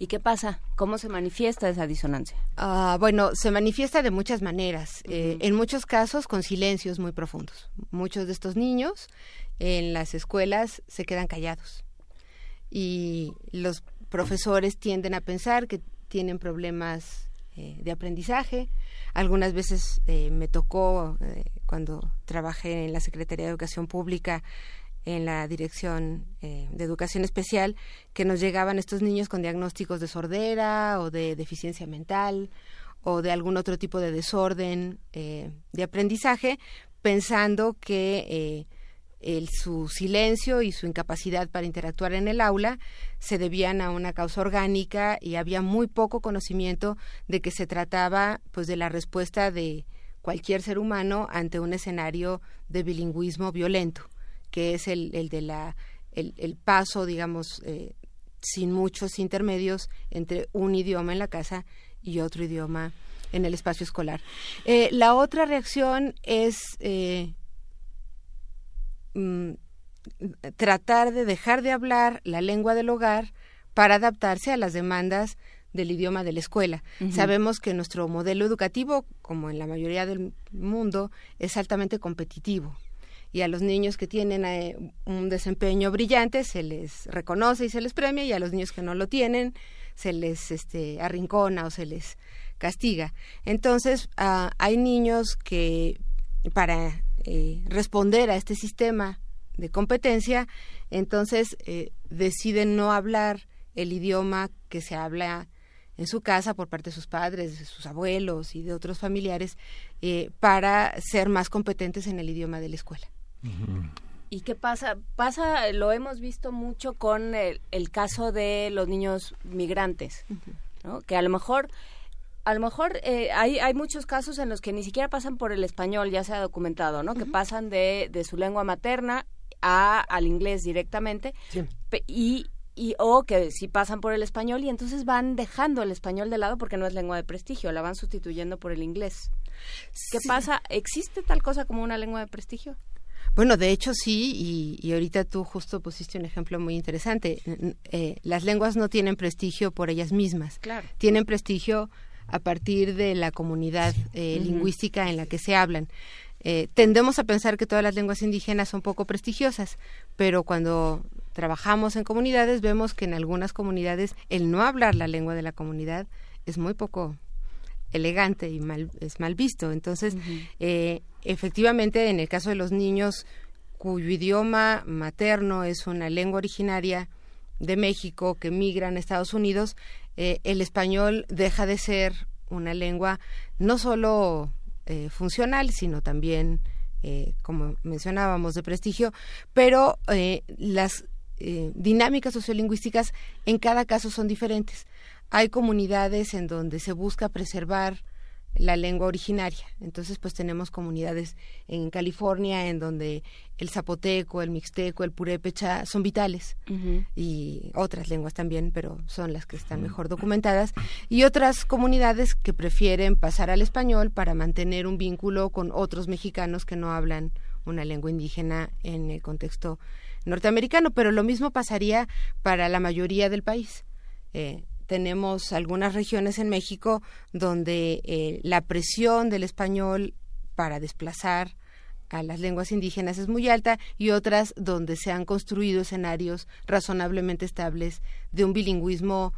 [SPEAKER 6] ¿Y qué pasa? ¿Cómo se manifiesta esa disonancia?
[SPEAKER 16] Bueno, se manifiesta de muchas maneras. En muchos casos con silencios muy profundos. Muchos de estos niños en las escuelas se quedan callados. Y los profesores tienden a pensar que tienen problemas de aprendizaje. Algunas veces me tocó, cuando trabajé en la Secretaría de Educación Pública, en la Dirección de Educación Especial, que nos llegaban estos niños con diagnósticos de sordera o de deficiencia mental o de algún otro tipo de desorden de aprendizaje, pensando que su silencio y su incapacidad para interactuar en el aula se debían a una causa orgánica, y había muy poco conocimiento de que se trataba pues de la respuesta de cualquier ser humano ante un escenario de bilingüismo violento, que es el paso, digamos, sin muchos intermedios entre un idioma en la casa y otro idioma en el espacio escolar. La otra reacción es tratar de dejar de hablar la lengua del hogar para adaptarse a las demandas del idioma de la escuela. Uh-huh. Sabemos que nuestro modelo educativo, como en la mayoría del mundo, es altamente competitivo. Y a los niños que tienen un desempeño brillante se les reconoce y se les premia, y a los niños que no lo tienen se les arrincona o se les castiga. Entonces, hay niños que para responder a este sistema de competencia, entonces deciden no hablar el idioma que se habla en su casa por parte de sus padres, de sus abuelos y de otros familiares, para ser más competentes en el idioma de la escuela.
[SPEAKER 6] ¿Y qué pasa? Lo hemos visto mucho con el caso de los niños migrantes, ¿no? Que a lo mejor hay muchos casos en los que ni siquiera pasan por el español, ya se ha documentado, ¿no? Que pasan de su lengua materna al inglés directamente, sí. O que sí pasan por el español y entonces van dejando el español de lado porque no es lengua de prestigio, la van sustituyendo por el inglés. ¿Qué pasa? ¿Existe tal cosa como una lengua de prestigio?
[SPEAKER 16] Bueno, de hecho sí, y ahorita tú justo pusiste un ejemplo muy interesante. Las lenguas no tienen prestigio por ellas mismas.
[SPEAKER 6] Claro.
[SPEAKER 16] Tienen prestigio a partir de la comunidad lingüística en la que se hablan. Tendemos a pensar que todas las lenguas indígenas son poco prestigiosas, pero cuando trabajamos en comunidades vemos que en algunas comunidades el no hablar la lengua de la comunidad es muy poco elegante y es mal visto. Entonces, efectivamente, en el caso de los niños cuyo idioma materno es una lengua originaria de México que migran a Estados Unidos, el español deja de ser una lengua no solo funcional, sino también, como mencionábamos, de prestigio, pero las dinámicas sociolingüísticas en cada caso son diferentes. Hay comunidades en donde se busca preservar la lengua originaria. Entonces, pues tenemos comunidades en California en donde el zapoteco, el mixteco, el purépecha son vitales, y otras lenguas también, pero son las que están mejor documentadas, y otras comunidades que prefieren pasar al español para mantener un vínculo con otros mexicanos que no hablan una lengua indígena en el contexto norteamericano, pero lo mismo pasaría para la mayoría del país. Tenemos algunas regiones en México donde la presión del español para desplazar a las lenguas indígenas es muy alta, y otras donde se han construido escenarios razonablemente estables de un bilingüismo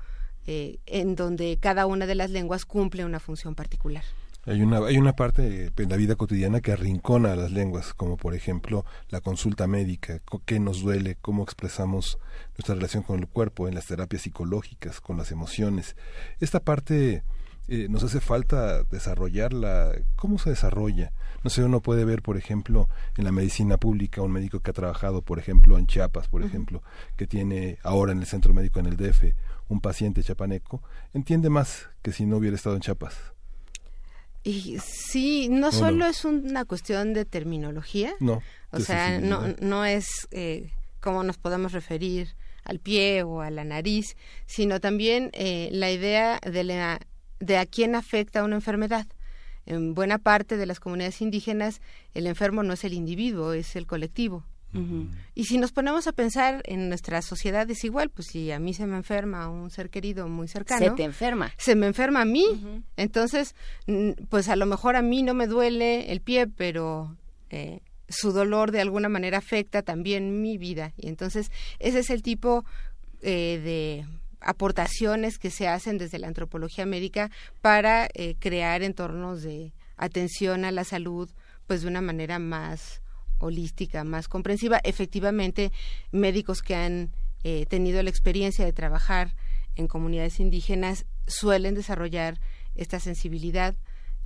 [SPEAKER 16] en donde cada una de las lenguas cumple una función particular.
[SPEAKER 2] Hay una parte en la vida cotidiana que arrincona a las lenguas, como por ejemplo la consulta médica, qué nos duele, cómo expresamos nuestra relación con el cuerpo, en las terapias psicológicas, con las emociones. Esta parte nos hace falta desarrollarla. ¿Cómo se desarrolla? No sé, uno puede ver, por ejemplo, en la medicina pública, un médico que ha trabajado, por ejemplo, en Chiapas, por ejemplo, que tiene ahora en el centro médico en el DF un paciente chapaneco, entiende más que si no hubiera estado en Chiapas.
[SPEAKER 16] Y sí, no solo es una cuestión de terminología, o sea, no es cómo nos podemos referir al pie o a la nariz, sino también la idea de a quién afecta una enfermedad. En buena parte de las comunidades indígenas, el enfermo no es el individuo, es el colectivo. Y si nos ponemos a pensar en nuestra sociedad es igual, pues si a mí se me enferma un ser querido muy cercano,
[SPEAKER 6] se te enferma.
[SPEAKER 16] Se me enferma a mí. Entonces, pues a lo mejor a mí no me duele el pie, pero su dolor de alguna manera afecta también mi vida. Y entonces ese es el tipo de aportaciones que se hacen desde la antropología médica para crear entornos de atención a la salud, pues de una manera más holística, más comprensiva. Efectivamente, médicos que han tenido la experiencia de trabajar en comunidades indígenas suelen desarrollar esta sensibilidad.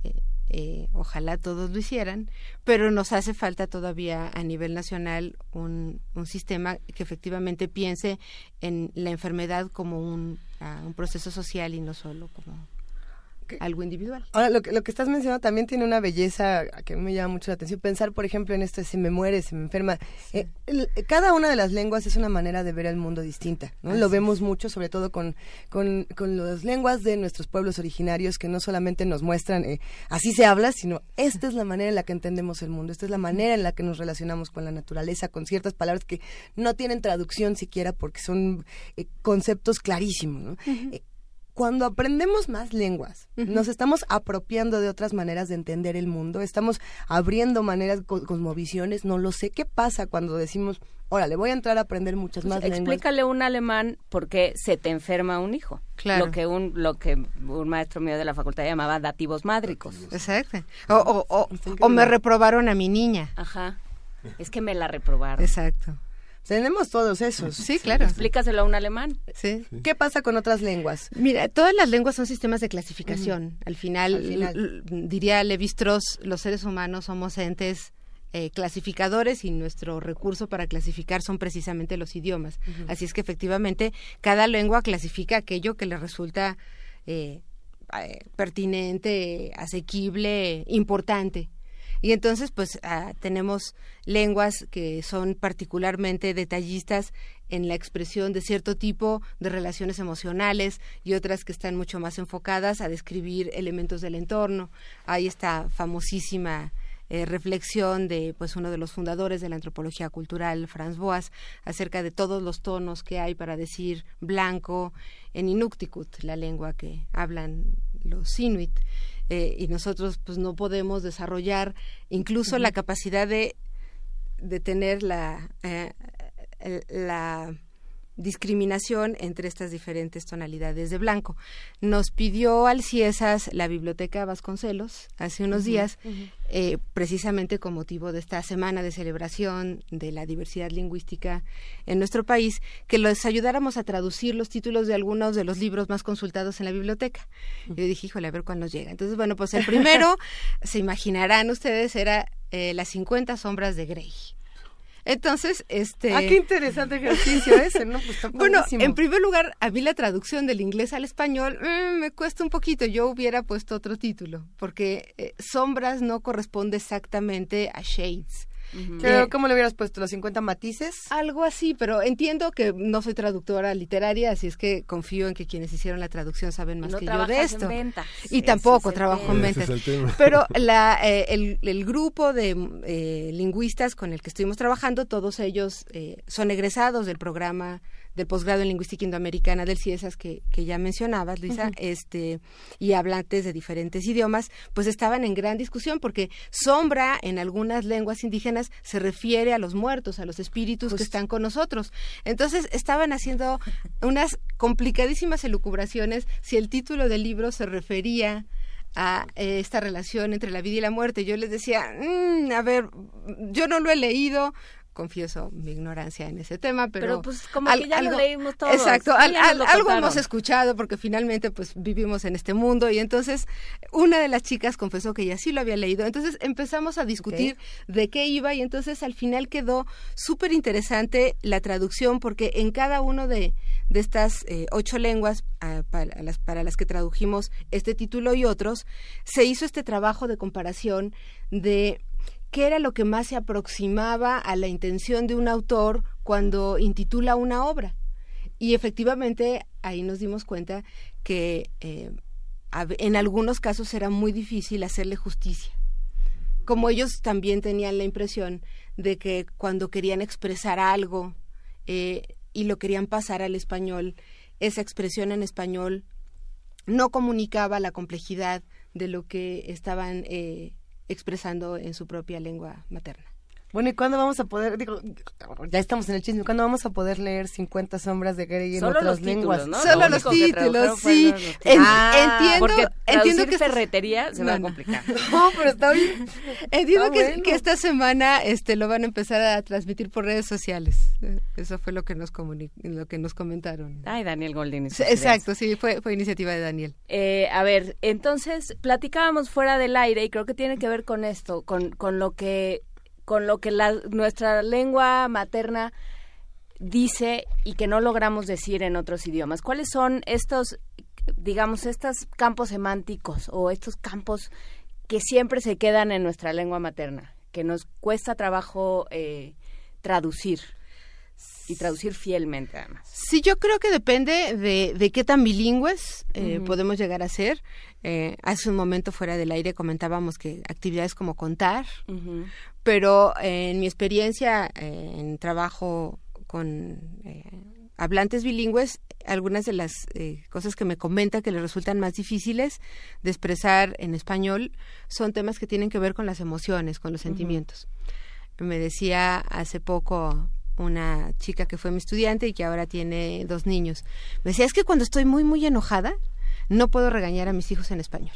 [SPEAKER 16] Ojalá todos lo hicieran, pero nos hace falta todavía a nivel nacional un sistema que efectivamente piense en la enfermedad como un proceso social y no solo como algo individual.
[SPEAKER 4] Ahora, lo que estás mencionando también tiene una belleza que me llama mucho la atención. Pensar, por ejemplo, en esto de se me muere, se me enferma. Sí. Cada una de las lenguas es una manera de ver el mundo distinta, ¿no? Lo vemos mucho, sobre todo con las lenguas de nuestros pueblos originarios, que no solamente nos muestran así se habla, sino esta es la manera en la que entendemos el mundo, esta es la manera en la que nos relacionamos con la naturaleza, con ciertas palabras que no tienen traducción siquiera porque son conceptos clarísimos, ¿no? Cuando aprendemos más lenguas, nos estamos apropiando de otras maneras de entender el mundo, estamos abriendo maneras, cosmovisiones, no lo sé. ¿Qué pasa cuando decimos, órale, voy a entrar a aprender muchas más lenguas?
[SPEAKER 6] Explícale a un alemán por qué se te enferma un hijo.
[SPEAKER 16] Claro.
[SPEAKER 6] Lo que un maestro mío de la facultad llamaba dativos mádricos.
[SPEAKER 16] Exacto. O me reprobaron a mi niña.
[SPEAKER 6] Ajá. Es que me la reprobaron.
[SPEAKER 16] Exacto.
[SPEAKER 4] Tenemos todos esos.
[SPEAKER 16] Sí, claro.
[SPEAKER 6] Explícaselo a un alemán.
[SPEAKER 16] Sí.
[SPEAKER 4] ¿Qué pasa con otras lenguas?
[SPEAKER 16] Mira, todas las lenguas son sistemas de clasificación. Al final, diría Lévi-Strauss, los seres humanos somos entes clasificadores y nuestro recurso para clasificar son precisamente los idiomas. Así es que efectivamente cada lengua clasifica aquello que le resulta pertinente, asequible, importante. Y entonces, pues, tenemos lenguas que son particularmente detallistas en la expresión de cierto tipo de relaciones emocionales y otras que están mucho más enfocadas a describir elementos del entorno. Hay esta famosísima reflexión de pues uno de los fundadores de la antropología cultural, Franz Boas, acerca de todos los tonos que hay para decir blanco en Inuktitut, la lengua que hablan los inuit. Y nosotros pues no podemos desarrollar incluso la capacidad de tener la discriminación entre estas diferentes tonalidades de blanco. Nos pidió al CIESAS la Biblioteca Vasconcelos hace unos días, precisamente con motivo de esta semana de celebración de la diversidad lingüística en nuestro país, que les ayudáramos a traducir los títulos de algunos de los libros más consultados en la biblioteca. Yo dije, híjole, a ver cuándo nos llega. Entonces, bueno, pues el primero, se imaginarán ustedes, era Las 50 sombras de Grey. Entonces,
[SPEAKER 4] qué interesante ejercicio ese, ¿no? Pues está
[SPEAKER 16] bueno, en primer lugar, a mí la traducción del inglés al español me cuesta un poquito. Yo hubiera puesto otro título, porque sombras no corresponde exactamente a shades.
[SPEAKER 4] ¿Cómo le hubieras puesto? ¿Los 50 matices?
[SPEAKER 16] Algo así, pero entiendo que no soy traductora literaria, así es que confío en que quienes hicieron la traducción saben más que yo de esto.
[SPEAKER 6] En ventas.
[SPEAKER 16] Y tampoco trabajo en ventas. Pero el grupo de lingüistas con el que estuvimos trabajando, todos ellos son egresados del programa del posgrado en lingüística indoamericana del CIESAS que ya mencionabas, Luisa, y hablantes de diferentes idiomas, pues estaban en gran discusión porque sombra en algunas lenguas indígenas se refiere a los muertos, a los espíritus que están con nosotros. Entonces estaban haciendo unas complicadísimas elucubraciones si el título del libro se refería a esta relación entre la vida y la muerte. Yo les decía, a ver, yo no lo he leído, confieso mi ignorancia en ese tema, pero
[SPEAKER 6] pues como que ya lo leímos todos.
[SPEAKER 16] Exacto, algo hemos escuchado porque finalmente pues vivimos en este mundo y entonces una de las chicas confesó que ella sí lo había leído, entonces empezamos a discutir de qué iba y entonces al final quedó súper interesante la traducción porque en cada uno de estas 8 lenguas para las que tradujimos este título y otros, se hizo este trabajo de comparación de qué era lo que más se aproximaba a la intención de un autor cuando intitula una obra. Y efectivamente ahí nos dimos cuenta que en algunos casos era muy difícil hacerle justicia como ellos también tenían la impresión de que cuando querían expresar algo y lo querían pasar al español, esa expresión en español no comunicaba la complejidad de lo que estaban expresando en su propia lengua materna.
[SPEAKER 4] Bueno, ¿y cuándo vamos a poder, ya estamos en el chisme, ¿cuándo vamos a poder leer 50 sombras de Grey en otras lenguas?
[SPEAKER 6] ¿No?
[SPEAKER 16] Solo los títulos, sí. Entiendo,
[SPEAKER 6] porque
[SPEAKER 16] entiendo que
[SPEAKER 6] ferretería se va a complicar.
[SPEAKER 4] No, pero está bien.
[SPEAKER 16] Entiendo que esta semana lo van a empezar a transmitir por redes sociales. Eso fue lo que nos comentaron.
[SPEAKER 6] Ay, Daniel Goldin.
[SPEAKER 16] Exacto, sí, fue iniciativa de Daniel.
[SPEAKER 6] A ver, entonces platicábamos fuera del aire y creo que tiene que ver con esto, con lo que nuestra lengua materna dice y que no logramos decir en otros idiomas. ¿Cuáles son estos campos semánticos o estos campos que siempre se quedan en nuestra lengua materna, que nos cuesta trabajo traducir? Y traducir fielmente, además.
[SPEAKER 16] Sí, yo creo que depende de qué tan bilingües podemos llegar a ser. Hace un momento fuera del aire comentábamos que actividades como contar, pero en mi experiencia en trabajo con hablantes bilingües, algunas de las cosas que me comentan que les resultan más difíciles de expresar en español son temas que tienen que ver con las emociones, con los sentimientos. Me decía hace poco una chica que fue mi estudiante y que ahora tiene 2 niños. Me decía, es que cuando estoy muy, muy enojada, no puedo regañar a mis hijos en español.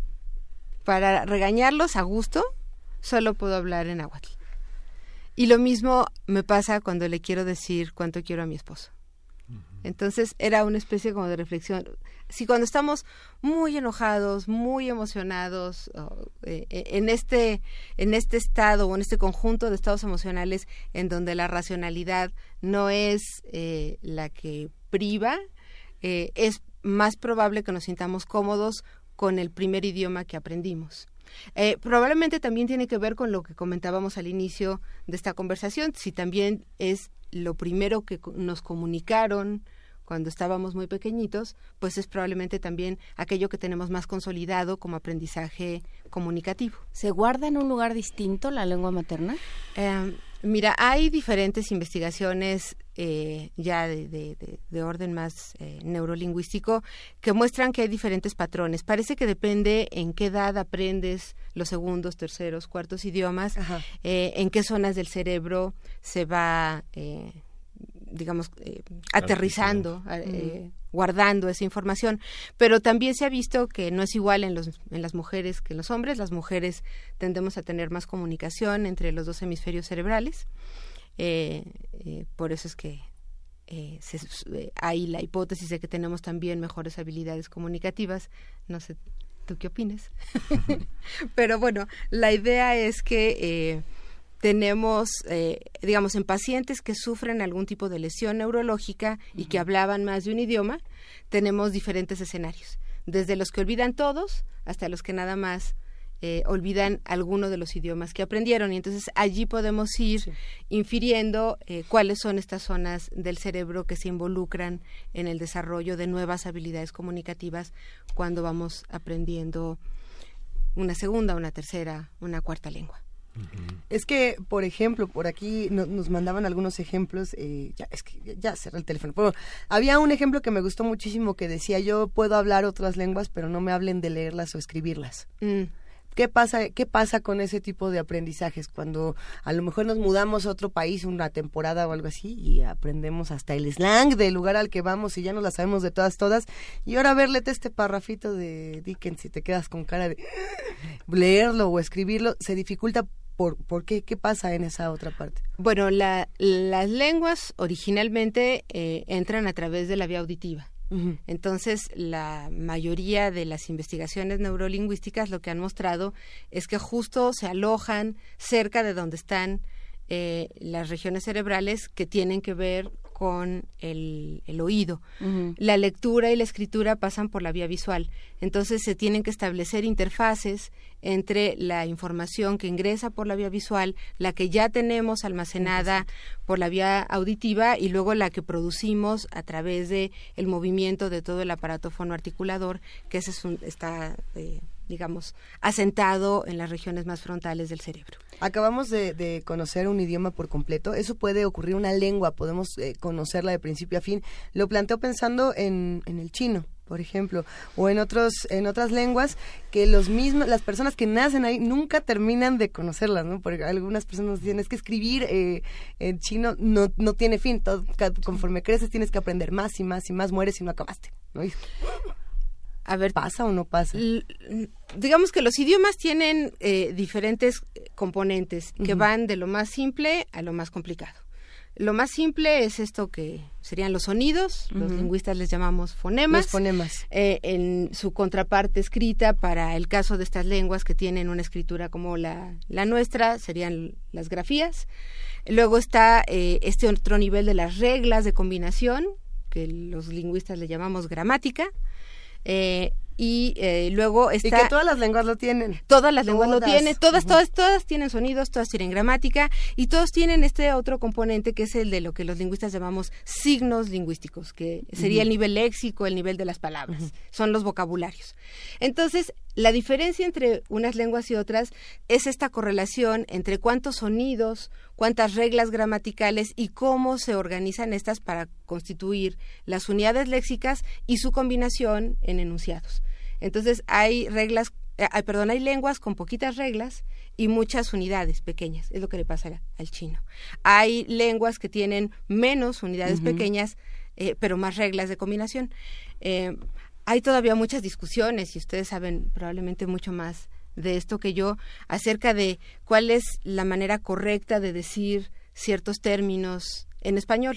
[SPEAKER 16] Para regañarlos a gusto, solo puedo hablar en náhuatl. Y lo mismo me pasa cuando le quiero decir cuánto quiero a mi esposo. Entonces era una especie como de reflexión. Si cuando estamos muy enojados, muy emocionados, en este estado o en este conjunto de estados emocionales en donde la racionalidad no es la que priva, es más probable que nos sintamos cómodos con el primer idioma que aprendimos. Probablemente también tiene que ver con lo que comentábamos al inicio de esta conversación, si también es lo primero que nos comunicaron cuando estábamos muy pequeñitos, pues es probablemente también aquello que tenemos más consolidado como aprendizaje comunicativo.
[SPEAKER 6] ¿Se guarda en un lugar distinto la lengua materna?
[SPEAKER 16] Mira, hay diferentes investigaciones ya de orden más neurolingüístico que muestran que hay diferentes patrones. Parece que depende en qué edad aprendes los segundos, terceros, cuartos idiomas, en qué zonas del cerebro se va, aterrizando, guardando esa información. Pero también se ha visto que no es igual en las mujeres que en los hombres. Las mujeres tendemos a tener más comunicación entre los 2 hemisferios cerebrales. Por eso es que hay la hipótesis de que tenemos también mejores habilidades comunicativas. No sé, ¿tú qué opinas? Pero bueno, la idea es que tenemos, en pacientes que sufren algún tipo de lesión neurológica y que hablaban más de un idioma, tenemos diferentes escenarios, desde los que olvidan todos hasta los que nada más olvidan alguno de los idiomas que aprendieron, y entonces allí podemos ir infiriendo cuáles son estas zonas del cerebro que se involucran en el desarrollo de nuevas habilidades comunicativas cuando vamos aprendiendo una segunda, una tercera, una cuarta lengua.
[SPEAKER 4] Es que, por ejemplo, por aquí nos mandaban algunos ejemplos, ya cerré el teléfono, pero había un ejemplo que me gustó muchísimo que decía, yo puedo hablar otras lenguas, pero no me hablen de leerlas o escribirlas. ¿Qué pasa con ese tipo de aprendizajes cuando a lo mejor nos mudamos a otro país una temporada o algo así y aprendemos hasta el slang del lugar al que vamos y ya nos la sabemos de todas y ahora a ver, léete este parrafito de Dickens y te quedas con cara de leerlo o escribirlo, se dificulta? ¿Por qué? ¿Qué pasa en esa otra parte?
[SPEAKER 16] Bueno, las lenguas originalmente entran a través de la vía auditiva. Entonces, la mayoría de las investigaciones neurolingüísticas lo que han mostrado es que justo se alojan cerca de donde están las regiones cerebrales que tienen que ver con el oído. La lectura y la escritura pasan por la vía visual. Entonces, se tienen que establecer interfaces entre la información que ingresa por la vía visual, la que ya tenemos almacenada por la vía auditiva y luego la que producimos a través de el movimiento de todo el aparato fonoarticulador, que ese está digamos, asentado en las regiones más frontales del cerebro.
[SPEAKER 4] Acabamos de conocer un idioma por completo. Eso puede ocurrir una lengua, podemos conocerla de principio a fin. Lo planteo pensando en el chino, por ejemplo, o en otras lenguas que las personas que nacen ahí nunca terminan de conocerlas, ¿no? Porque algunas personas dicen, es que escribir en chino no tiene fin. Conforme creces tienes que aprender más y más y más, mueres y no acabaste, ¿no?
[SPEAKER 16] A ver,
[SPEAKER 4] ¿pasa o no pasa?
[SPEAKER 16] Digamos que los idiomas tienen diferentes componentes que van de lo más simple a lo más complicado. Lo más simple es esto que serían los sonidos, los lingüistas les llamamos fonemas.
[SPEAKER 4] Los fonemas.
[SPEAKER 16] En su contraparte escrita, para el caso de estas lenguas que tienen una escritura como la nuestra, serían las grafías. Luego está este otro nivel de las reglas de combinación, que los lingüistas le llamamos gramática. Y luego está...
[SPEAKER 4] Y que todas las lenguas lo tienen.
[SPEAKER 16] Todas las lenguas lo tienen, todas tienen sonidos, todas tienen gramática, y todos tienen este otro componente que es el de lo que los lingüistas llamamos signos lingüísticos, que sería el nivel léxico, el nivel de las palabras, son los vocabularios. Entonces, la diferencia entre unas lenguas y otras es esta correlación entre cuántos sonidos, cuántas reglas gramaticales y cómo se organizan estas para constituir las unidades léxicas y su combinación en enunciados. Entonces hay lenguas con poquitas reglas y muchas unidades pequeñas, es lo que le pasa al chino. Hay lenguas que tienen menos unidades pequeñas, pero más reglas de combinación. Hay todavía muchas discusiones, y ustedes saben probablemente mucho más de esto que yo, acerca de cuál es la manera correcta de decir ciertos términos en español.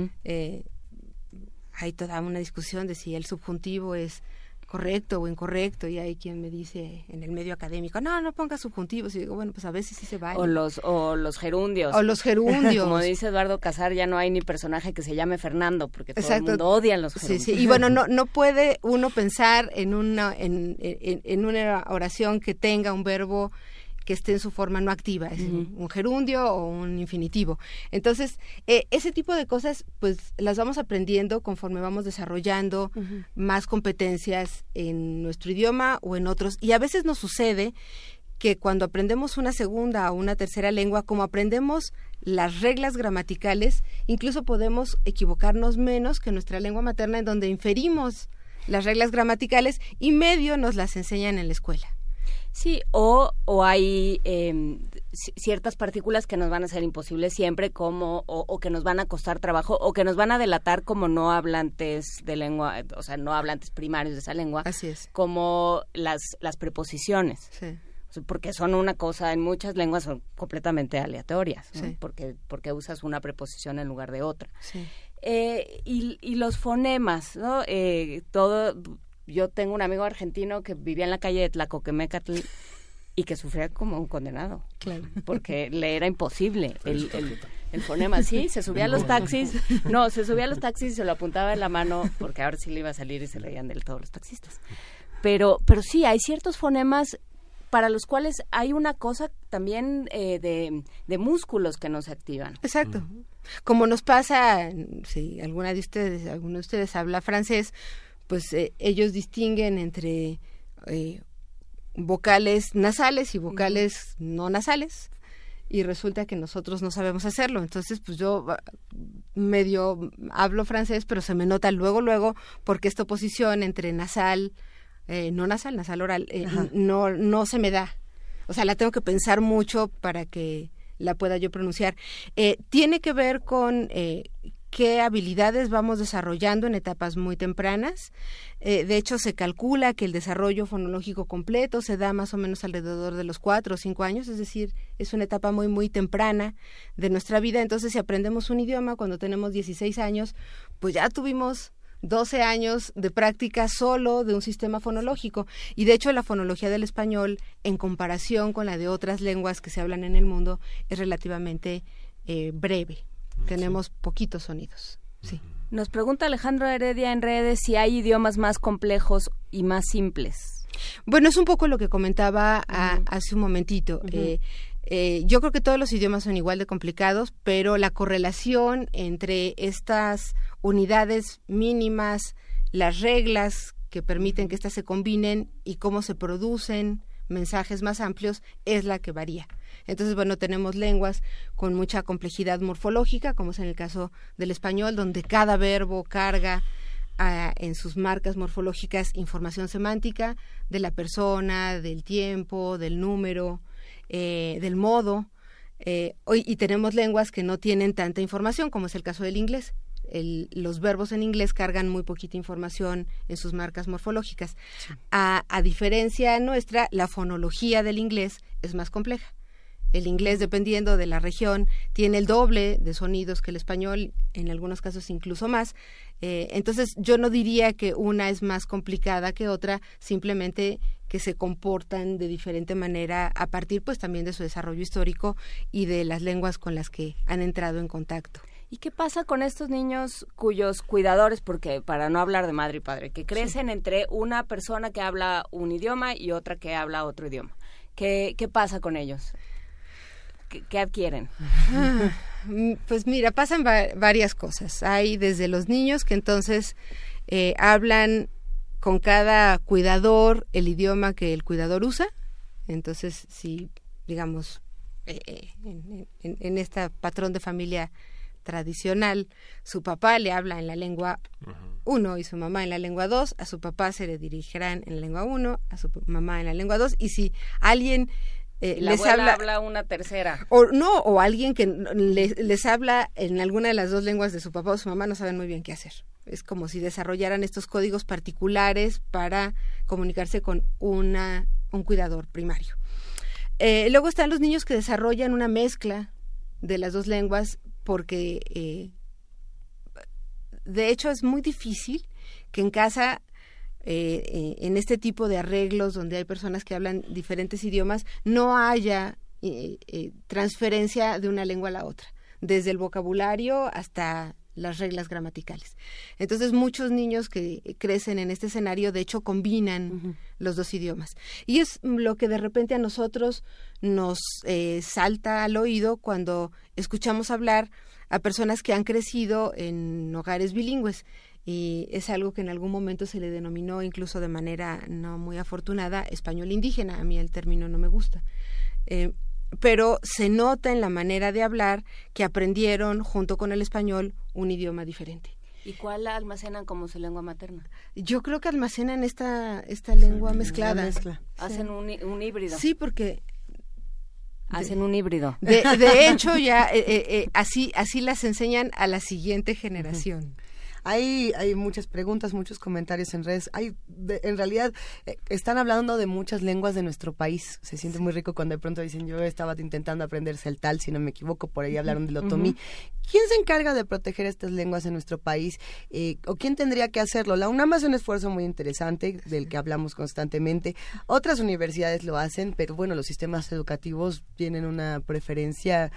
[SPEAKER 16] Hay toda una discusión de si el subjuntivo es correcto o incorrecto, y hay quien me dice en el medio académico, no ponga subjuntivos, y digo, bueno, pues a veces sí se vale.
[SPEAKER 6] O los gerundios.
[SPEAKER 16] O los gerundios.
[SPEAKER 6] Como dice Eduardo Casar, ya no hay ni personaje que se llame Fernando, porque todo el mundo odia los gerundios.
[SPEAKER 16] Sí, y bueno, no puede uno pensar en una oración que tenga un verbo que esté en su forma no activa, es un gerundio o un infinitivo. Entonces, ese tipo de cosas, pues, las vamos aprendiendo conforme vamos desarrollando más competencias en nuestro idioma o en otros. Y a veces nos sucede que cuando aprendemos una segunda o una tercera lengua, como aprendemos las reglas gramaticales, incluso podemos equivocarnos menos que nuestra lengua materna, en donde inferimos las reglas gramaticales y medio nos las enseñan en la escuela.
[SPEAKER 6] Sí, o hay ciertas partículas que nos van a ser imposibles siempre, como o que nos van a costar trabajo, o que nos van a delatar como no hablantes de lengua, o sea, no hablantes primarios de esa lengua.
[SPEAKER 16] Así es.
[SPEAKER 6] Como las preposiciones.
[SPEAKER 16] Sí.
[SPEAKER 6] O sea, porque son una cosa, en muchas lenguas son completamente aleatorias, ¿no?
[SPEAKER 16] Sí.
[SPEAKER 6] Porque usas una preposición en lugar de otra.
[SPEAKER 16] Sí.
[SPEAKER 6] Y los fonemas, ¿no? Yo tengo un amigo argentino que vivía en la calle de Tlacoquemecatl y que sufría como un condenado.
[SPEAKER 16] Claro.
[SPEAKER 6] Porque le era imposible el fonema. Sí, se subía a los taxis. Se subía a los taxis y se lo apuntaba en la mano, porque ahora sí le iba a salir y se reían de él todos los taxistas. Pero sí, hay ciertos fonemas para los cuales hay una cosa también de músculos que no se activan.
[SPEAKER 16] Exacto. Como nos pasa, si alguno de ustedes habla francés, pues ellos distinguen entre vocales nasales y vocales no nasales, y resulta que nosotros no sabemos hacerlo. Entonces, pues yo medio hablo francés, pero se me nota luego, porque esta oposición entre nasal, nasal oral, no se me da. O sea, la tengo que pensar mucho para que la pueda yo pronunciar. Tiene que ver con qué habilidades vamos desarrollando en etapas muy tempranas. De hecho, se calcula que el desarrollo fonológico completo se da más o menos alrededor de los 4 o 5 años, es decir, es una etapa muy, muy temprana de nuestra vida. Entonces, si aprendemos un idioma cuando tenemos 16 años, pues ya tuvimos 12 años de práctica solo de un sistema fonológico. Y de hecho, la fonología del español, en comparación con la de otras lenguas que se hablan en el mundo, es relativamente breve. Tenemos poquitos sonidos. Sí.
[SPEAKER 6] Nos pregunta Alejandro Heredia en redes si hay idiomas más complejos y más simples.
[SPEAKER 16] Bueno, es un poco lo que comentaba hace un momentito. Yo creo que todos los idiomas son igual de complicados, pero la correlación entre estas unidades mínimas, las reglas que permiten que éstas se combinen y cómo se producen mensajes más amplios es la que varía. Entonces, bueno, tenemos lenguas con mucha complejidad morfológica, como es en el caso del español, donde cada verbo carga en sus marcas morfológicas información semántica de la persona, del tiempo, del número, del modo. Y tenemos lenguas que no tienen tanta información, como es el caso del inglés. Los verbos en inglés cargan muy poquita información en sus marcas morfológicas. Sí. A diferencia nuestra, la fonología del inglés es más compleja. El inglés, dependiendo de la región, tiene el doble de sonidos que el español, en algunos casos incluso más. Entonces, yo no diría que una es más complicada que otra, simplemente que se comportan de diferente manera a partir, pues, también de su desarrollo histórico y de las lenguas con las que han entrado en contacto.
[SPEAKER 6] ¿Y qué pasa con estos niños cuyos cuidadores, porque para no hablar de madre y padre, que crecen entre una persona que habla un idioma y otra que habla otro idioma? ¿Qué pasa con ellos? ¿Qué adquieren?
[SPEAKER 16] Pues mira, pasan varias cosas. Hay desde los niños que entonces hablan con cada cuidador el idioma que el cuidador usa. Entonces, si, digamos, en este patrón de familia tradicional, su papá le habla en la lengua 1 y su mamá en la lengua 2, a su papá se le dirigirán en la lengua 1, a su mamá en la lengua 2, y si alguien
[SPEAKER 6] la
[SPEAKER 16] les
[SPEAKER 6] habla una tercera.
[SPEAKER 16] O alguien que les habla en alguna de las dos lenguas de su papá o su mamá, no saben muy bien qué hacer. Es como si desarrollaran estos códigos particulares para comunicarse con un cuidador primario. Luego están los niños que desarrollan una mezcla de las dos lenguas porque, de hecho, es muy difícil que en casa, en este tipo de arreglos donde hay personas que hablan diferentes idiomas, no haya transferencia de una lengua a la otra, desde el vocabulario hasta las reglas gramaticales. Entonces, muchos niños que crecen en este escenario, de hecho, combinan los dos idiomas. Y es lo que de repente a nosotros nos salta al oído cuando escuchamos hablar a personas que han crecido en hogares bilingües. Y es algo que en algún momento se le denominó, incluso de manera no muy afortunada, español indígena. A mí el término no me gusta. Pero se nota en la manera de hablar que aprendieron, junto con el español, un idioma diferente.
[SPEAKER 6] ¿Y cuál almacenan como su lengua materna?
[SPEAKER 16] Yo creo que almacenan esta lengua mezclada.
[SPEAKER 6] Hacen un híbrido.
[SPEAKER 16] Sí, porque...
[SPEAKER 6] Hacen un híbrido.
[SPEAKER 16] De hecho, ya así las enseñan a la siguiente generación.
[SPEAKER 4] Hay muchas preguntas, muchos comentarios en redes. En realidad, están hablando de muchas lenguas de nuestro país. Se siente muy rico cuando de pronto dicen, yo estaba intentando aprender celtal, si no me equivoco, por ahí hablaron del otomí. ¿Quién se encarga de proteger estas lenguas en nuestro país? ¿O quién tendría que hacerlo? La UNAM hace un esfuerzo muy interesante, del que hablamos constantemente. Otras universidades lo hacen, pero bueno, los sistemas educativos tienen una preferencia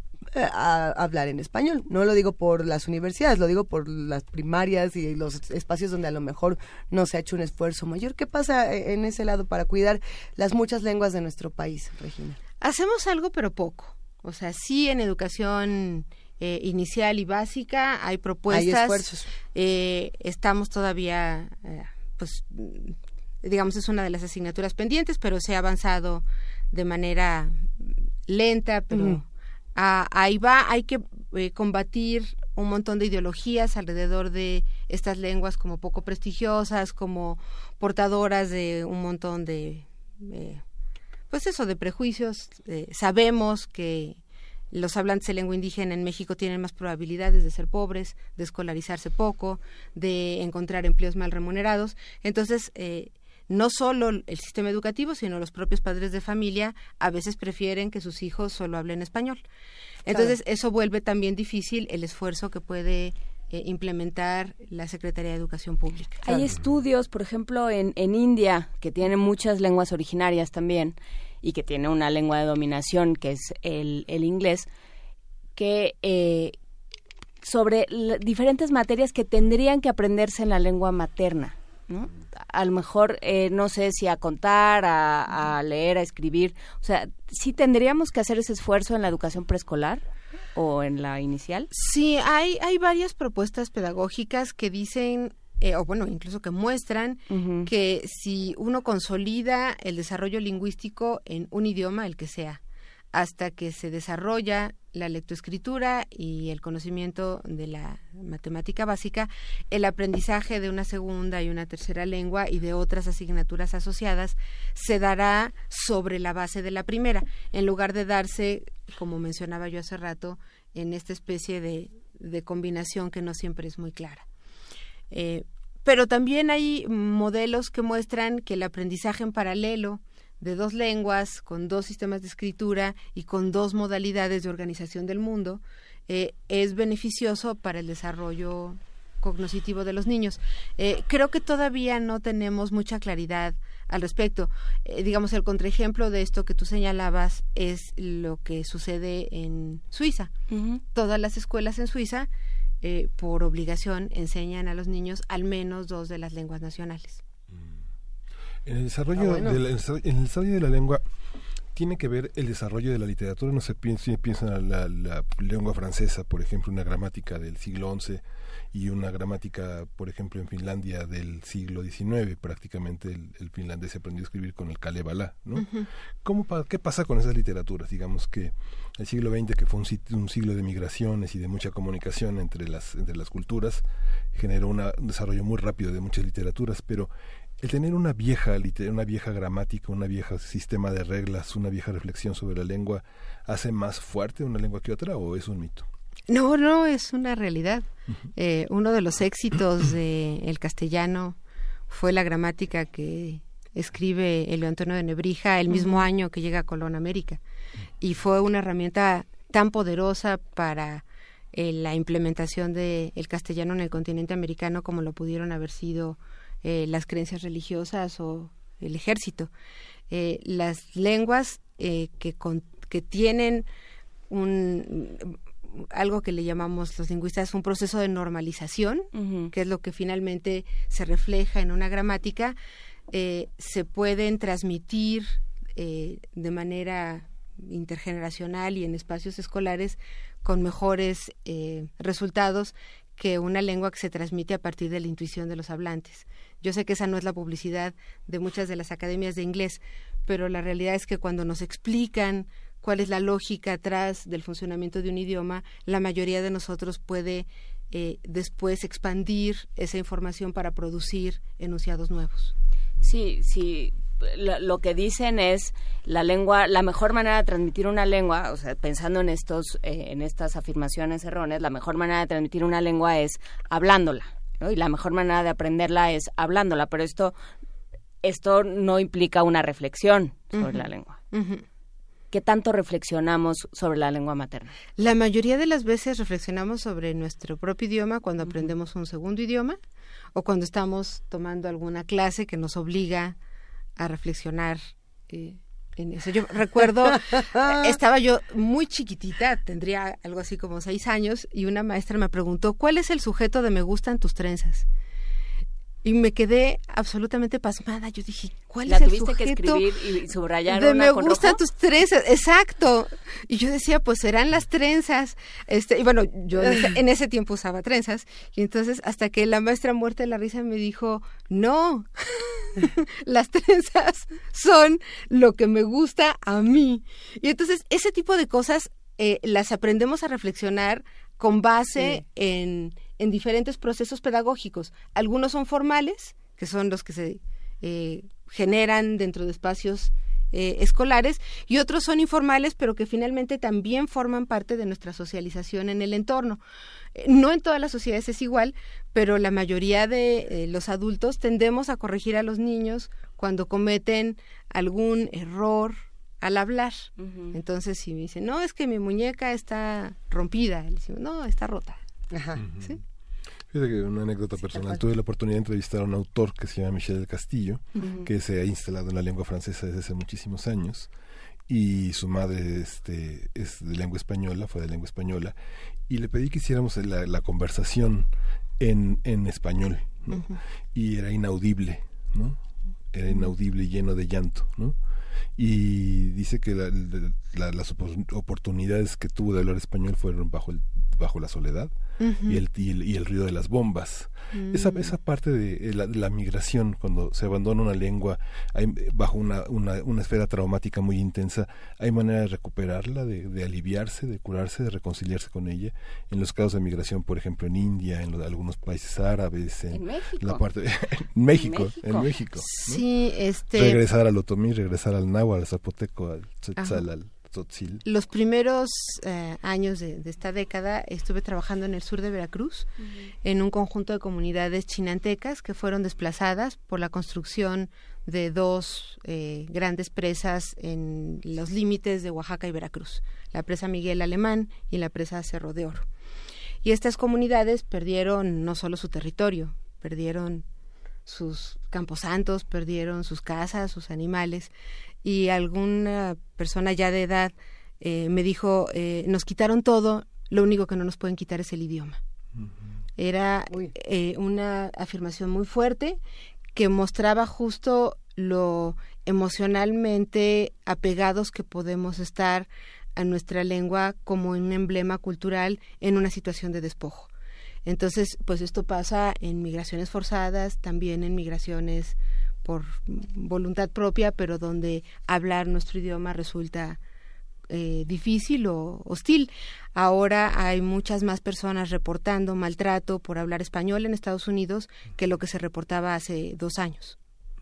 [SPEAKER 4] a hablar en español. No lo digo por las universidades, lo digo por las primarias y los espacios donde a lo mejor no se ha hecho un esfuerzo mayor. ¿Qué pasa en ese lado para cuidar las muchas lenguas de nuestro país, Regina?
[SPEAKER 16] Hacemos algo, pero poco. O sea, sí, en educación inicial y básica hay propuestas.
[SPEAKER 4] Hay esfuerzos.
[SPEAKER 16] Estamos todavía, pues, digamos, es una de las asignaturas pendientes, pero se ha avanzado de manera lenta, pero... ahí va, hay que combatir un montón de ideologías alrededor de estas lenguas como poco prestigiosas, como portadoras de un montón de, de prejuicios. Sabemos que los hablantes de lengua indígena en México tienen más probabilidades de ser pobres, de escolarizarse poco, de encontrar empleos mal remunerados. Entonces, no solo el sistema educativo, sino los propios padres de familia a veces prefieren que sus hijos solo hablen español. Entonces, eso vuelve también difícil el esfuerzo que puede implementar la Secretaría de Educación Pública.
[SPEAKER 6] Hay estudios, por ejemplo, en India, que tiene muchas lenguas originarias también, y que tiene una lengua de dominación, que es el inglés, que sobre diferentes materias que tendrían que aprenderse en la lengua materna, ¿no? A lo mejor, no sé si a contar, a leer, a escribir. O sea, ¿sí tendríamos que hacer ese esfuerzo en la educación preescolar o en la inicial?
[SPEAKER 16] Sí, hay varias propuestas pedagógicas que dicen o bueno, incluso que muestran que si uno consolida el desarrollo lingüístico en un idioma, el que sea, hasta que se desarrolla la lectoescritura y el conocimiento de la matemática básica, el aprendizaje de una segunda y una tercera lengua y de otras asignaturas asociadas se dará sobre la base de la primera, en lugar de darse, como mencionaba yo hace rato, en esta especie de combinación que no siempre es muy clara. Pero también hay modelos que muestran que el aprendizaje en paralelo de dos lenguas, con dos sistemas de escritura y con dos modalidades de organización del mundo, es beneficioso para el desarrollo cognoscitivo de los niños. Creo que todavía no tenemos mucha claridad al respecto. Digamos, el contraejemplo de esto que tú señalabas es lo que sucede en Suiza. Todas las escuelas en Suiza, por obligación, enseñan a los niños al menos dos de las lenguas nacionales.
[SPEAKER 2] En el desarrollo de la lengua tiene que ver el desarrollo de la literatura. No se piensa en la lengua francesa, por ejemplo, una gramática del siglo XI y una gramática, por ejemplo, en Finlandia del siglo XIX. Prácticamente el finlandés se aprendió a escribir con el Kalevala, ¿no? ¿Qué pasa con esas literaturas? Digamos que el siglo XX, que fue un siglo de migraciones y de mucha comunicación entre las culturas, generó un desarrollo muy rápido de muchas literaturas, pero el tener una vieja gramática, un viejo sistema de reglas, una vieja reflexión sobre la lengua, ¿hace más fuerte una lengua que otra o es un mito?
[SPEAKER 16] No, es una realidad. Uno de los éxitos del castellano fue la gramática que escribe Elio Antonio de Nebrija el mismo año que llega Colón a América. Y fue una herramienta tan poderosa para la implementación del castellano en el continente americano como lo pudieron haber sido las creencias religiosas o el ejército. Las lenguas que tienen algo que le llamamos los lingüistas un proceso de normalización, que es lo que finalmente se refleja en una gramática, se pueden transmitir de manera intergeneracional y en espacios escolares con mejores resultados que una lengua que se transmite a partir de la intuición de los hablantes. Yo sé que esa no es la publicidad de muchas de las academias de inglés, pero la realidad es que cuando nos explican cuál es la lógica atrás del funcionamiento de un idioma, la mayoría de nosotros puede después expandir esa información para producir enunciados nuevos.
[SPEAKER 6] Sí. Lo que dicen es la mejor manera de transmitir una lengua, o sea, pensando en estas afirmaciones erróneas, la mejor manera de transmitir una lengua es hablándola, ¿no? Y la mejor manera de aprenderla es hablándola, pero esto no implica una reflexión sobre la lengua. ¿Qué tanto reflexionamos sobre la lengua materna?
[SPEAKER 16] La mayoría de las veces reflexionamos sobre nuestro propio idioma cuando aprendemos un segundo idioma o cuando estamos tomando alguna clase que nos obliga a reflexionar en eso. Yo recuerdo, estaba yo muy chiquitita, tendría algo así como 6 años, y una maestra me preguntó, ¿cuál es el sujeto de me gustan tus trenzas? Y me quedé absolutamente pasmada. Yo dije, ¿cuál es el sujeto?
[SPEAKER 6] ¿La tuviste que escribir y subrayar
[SPEAKER 16] de
[SPEAKER 6] una
[SPEAKER 16] me
[SPEAKER 6] con
[SPEAKER 16] gustan
[SPEAKER 6] rojo?
[SPEAKER 16] tus trenzas? Exacto. Y yo decía, pues serán las trenzas. Y bueno, yo en ese tiempo usaba trenzas. Y entonces, hasta que la maestra muerta de la risa me dijo, no, las trenzas son lo que me gusta a mí. Y entonces, ese tipo de cosas las aprendemos a reflexionar con base en diferentes procesos pedagógicos. Algunos son formales, que son los que se generan dentro de espacios escolares, y otros son informales, pero que finalmente también forman parte de nuestra socialización en el entorno. No en todas las sociedades es igual, pero la mayoría de los adultos tendemos a corregir a los niños cuando cometen algún error al hablar. Entonces, si me dicen, no, es que mi muñeca está rompida, le decimos, no, está rota. ¿Sí?
[SPEAKER 2] Fíjate que una anécdota personal, tuve la oportunidad de entrevistar a un autor que se llama Michel del Castillo, que se ha instalado en la lengua francesa desde hace muchísimos años, y su madre es de lengua española, fue de lengua española, y le pedí que hiciéramos la conversación en español, ¿no? Y era inaudible, ¿no? Era inaudible y lleno de llanto, ¿no? Y dice que las oportunidades que tuvo de hablar español fueron bajo la soledad, y el ruido de las bombas. Esa parte de la migración, cuando se abandona una lengua bajo una esfera traumática muy intensa, ¿hay manera de recuperarla, de aliviarse, de curarse, de reconciliarse con ella? En los casos de migración, por ejemplo, en India, en algunos países árabes, en México. La parte en México, ¿no?
[SPEAKER 16] Sí,
[SPEAKER 2] regresar al otomí, regresar al náhuatl, al zapoteco, al tzotzil, al tzotzil.
[SPEAKER 16] Los primeros años de esta década estuve trabajando en el sur de Veracruz, en un conjunto de comunidades chinantecas que fueron desplazadas por la construcción de dos grandes presas en los límites de Oaxaca y Veracruz, la presa Miguel Alemán y la presa Cerro de Oro. Y estas comunidades perdieron no solo su territorio, perdieron sus camposantos, perdieron sus casas, sus animales, y alguna persona ya de edad me dijo, nos quitaron todo, lo único que no nos pueden quitar es el idioma. Era una afirmación muy fuerte que mostraba justo lo emocionalmente apegados que podemos estar a nuestra lengua como un emblema cultural en una situación de despojo. Entonces, pues esto pasa en migraciones forzadas, también en migraciones por voluntad propia, pero donde hablar nuestro idioma resulta difícil o hostil. Ahora hay muchas más personas reportando maltrato por hablar español en Estados Unidos que lo que se reportaba hace 2 años.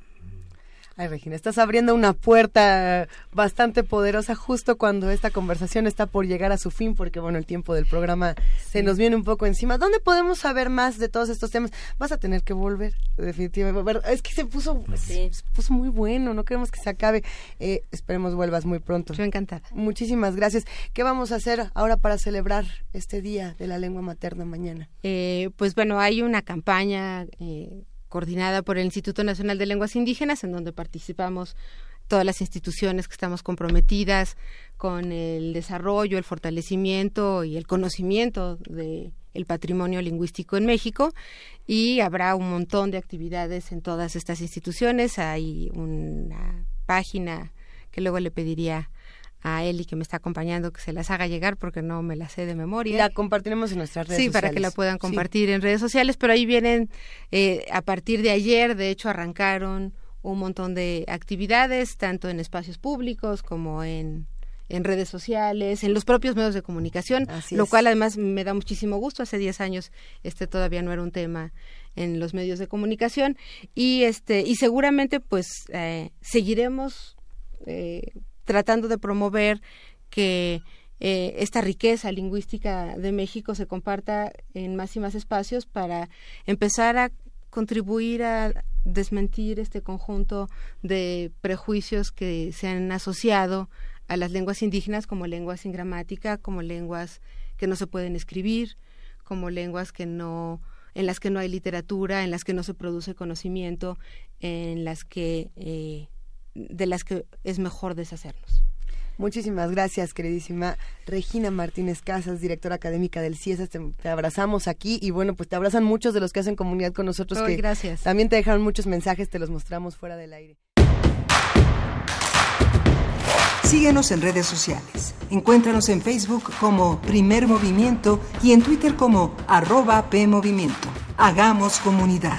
[SPEAKER 4] Ay, Regina, estás abriendo una puerta bastante poderosa justo cuando esta conversación está por llegar a su fin, porque bueno, el tiempo del programa se nos viene un poco encima. ¿Dónde podemos saber más de todos estos temas? Vas a tener que volver, definitivamente. Es que se puso muy bueno, no queremos que se acabe. Esperemos vuelvas muy pronto.
[SPEAKER 16] Yo encantada.
[SPEAKER 4] Muchísimas gracias. ¿Qué vamos a hacer ahora para celebrar este Día de la Lengua Materna mañana?
[SPEAKER 16] Pues bueno, hay una campaña coordinada por el Instituto Nacional de Lenguas Indígenas, en donde participamos todas las instituciones que estamos comprometidas con el desarrollo, el fortalecimiento y el conocimiento del patrimonio lingüístico en México, y habrá un montón de actividades en todas estas instituciones. Hay una página que luego le pediría a Eli, que me está acompañando, que se las haga llegar porque no me la sé de memoria.
[SPEAKER 4] La compartiremos en nuestras redes sociales.
[SPEAKER 16] Sí, para que la puedan compartir en redes sociales, pero ahí vienen, a partir de ayer, de hecho, arrancaron un montón de actividades, tanto en espacios públicos como en redes sociales, en los propios medios de comunicación, lo cual además me da muchísimo gusto. Hace 10 años todavía no era un tema en los medios de comunicación, y seguramente pues seguiremos tratando de promover que esta riqueza lingüística de México se comparta en más y más espacios para empezar a contribuir a desmentir este conjunto de prejuicios que se han asociado a las lenguas indígenas como lenguas sin gramática, como lenguas que no se pueden escribir, como lenguas en las que no hay literatura, en las que no se produce conocimiento, de las que es mejor deshacernos.
[SPEAKER 4] Muchísimas gracias, queridísima Regina Martínez Casas, directora académica del CIESAS. Te abrazamos aquí, y bueno, pues te abrazan muchos de los que hacen comunidad con nosotros.
[SPEAKER 16] Gracias.
[SPEAKER 4] También te dejaron muchos mensajes, te los mostramos fuera del aire.
[SPEAKER 3] Síguenos en redes sociales. Encuéntranos en Facebook como Primer Movimiento y en Twitter como @PMovimiento. Hagamos comunidad.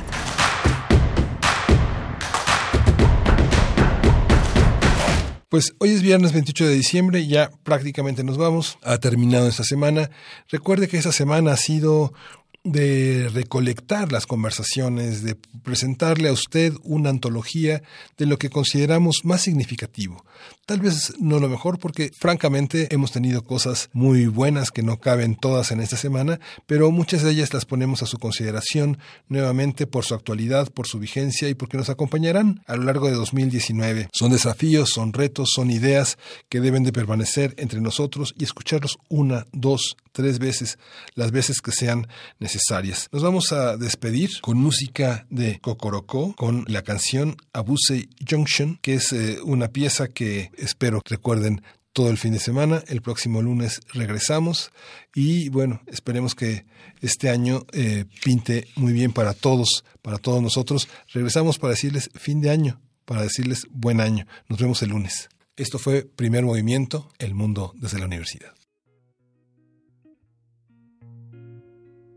[SPEAKER 2] Pues hoy es viernes 28 de diciembre, ya prácticamente nos vamos, ha terminado esta semana. Recuerde que esta semana ha sido de recolectar las conversaciones, de presentarle a usted una antología de lo que consideramos más significativo. Tal vez no lo mejor, porque francamente hemos tenido cosas muy buenas que no caben todas en esta semana, pero muchas de ellas las ponemos a su consideración nuevamente por su actualidad, por su vigencia y porque nos acompañarán a lo largo de 2019. Son desafíos, son retos, son ideas que deben de permanecer entre nosotros y escucharlos 1, 2, 3 veces, las veces que sean necesarias. Nos vamos a despedir con música de Cocorocó, con la canción Abuse Junction, que es una pieza que espero recuerden todo el fin de semana. El próximo lunes regresamos y bueno, esperemos que este año pinte muy bien para todos nosotros. Regresamos para decirles fin de año, para decirles buen año. Nos vemos el lunes. Esto fue Primer Movimiento, el mundo desde la universidad.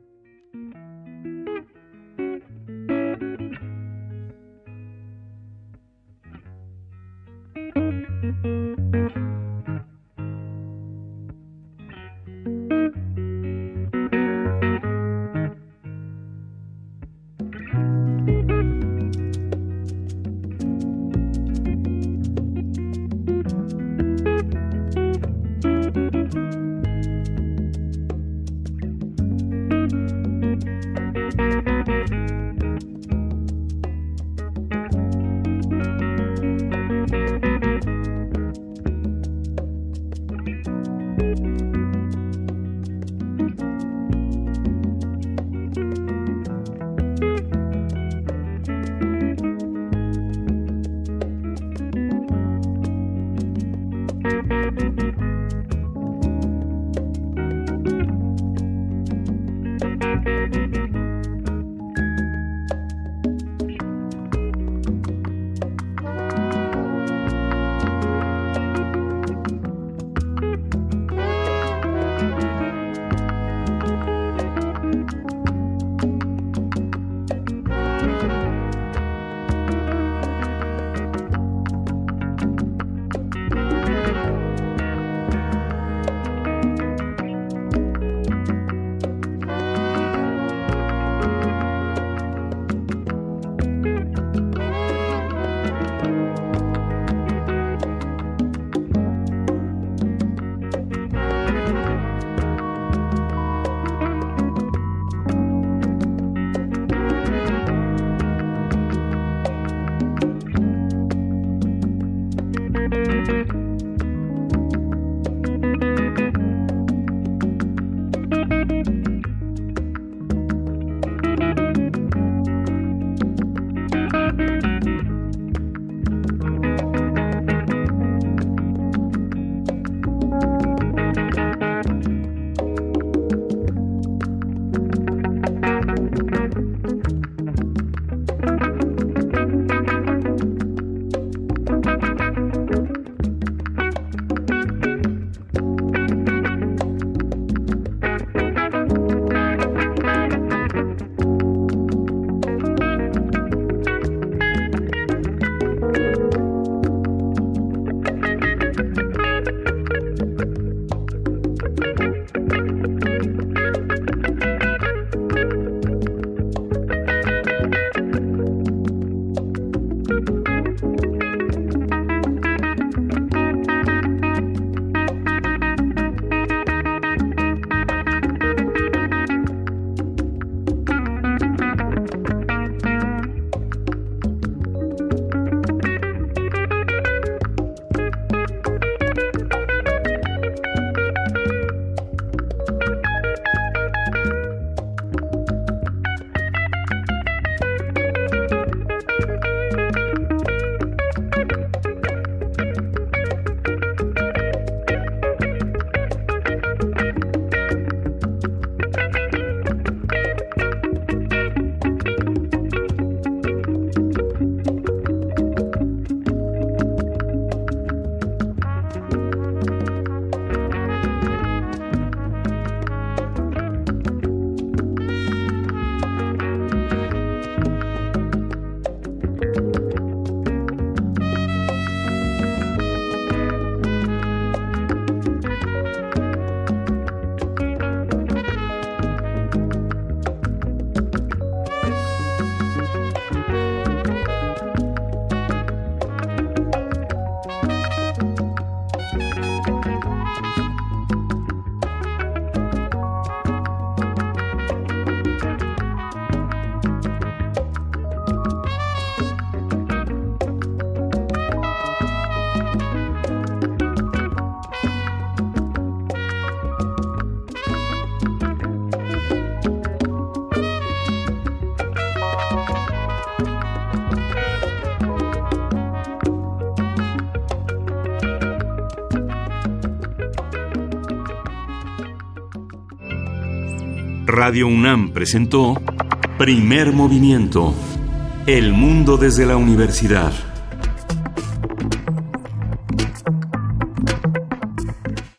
[SPEAKER 8] Radio UNAM presentó Primer Movimiento. El mundo desde la universidad.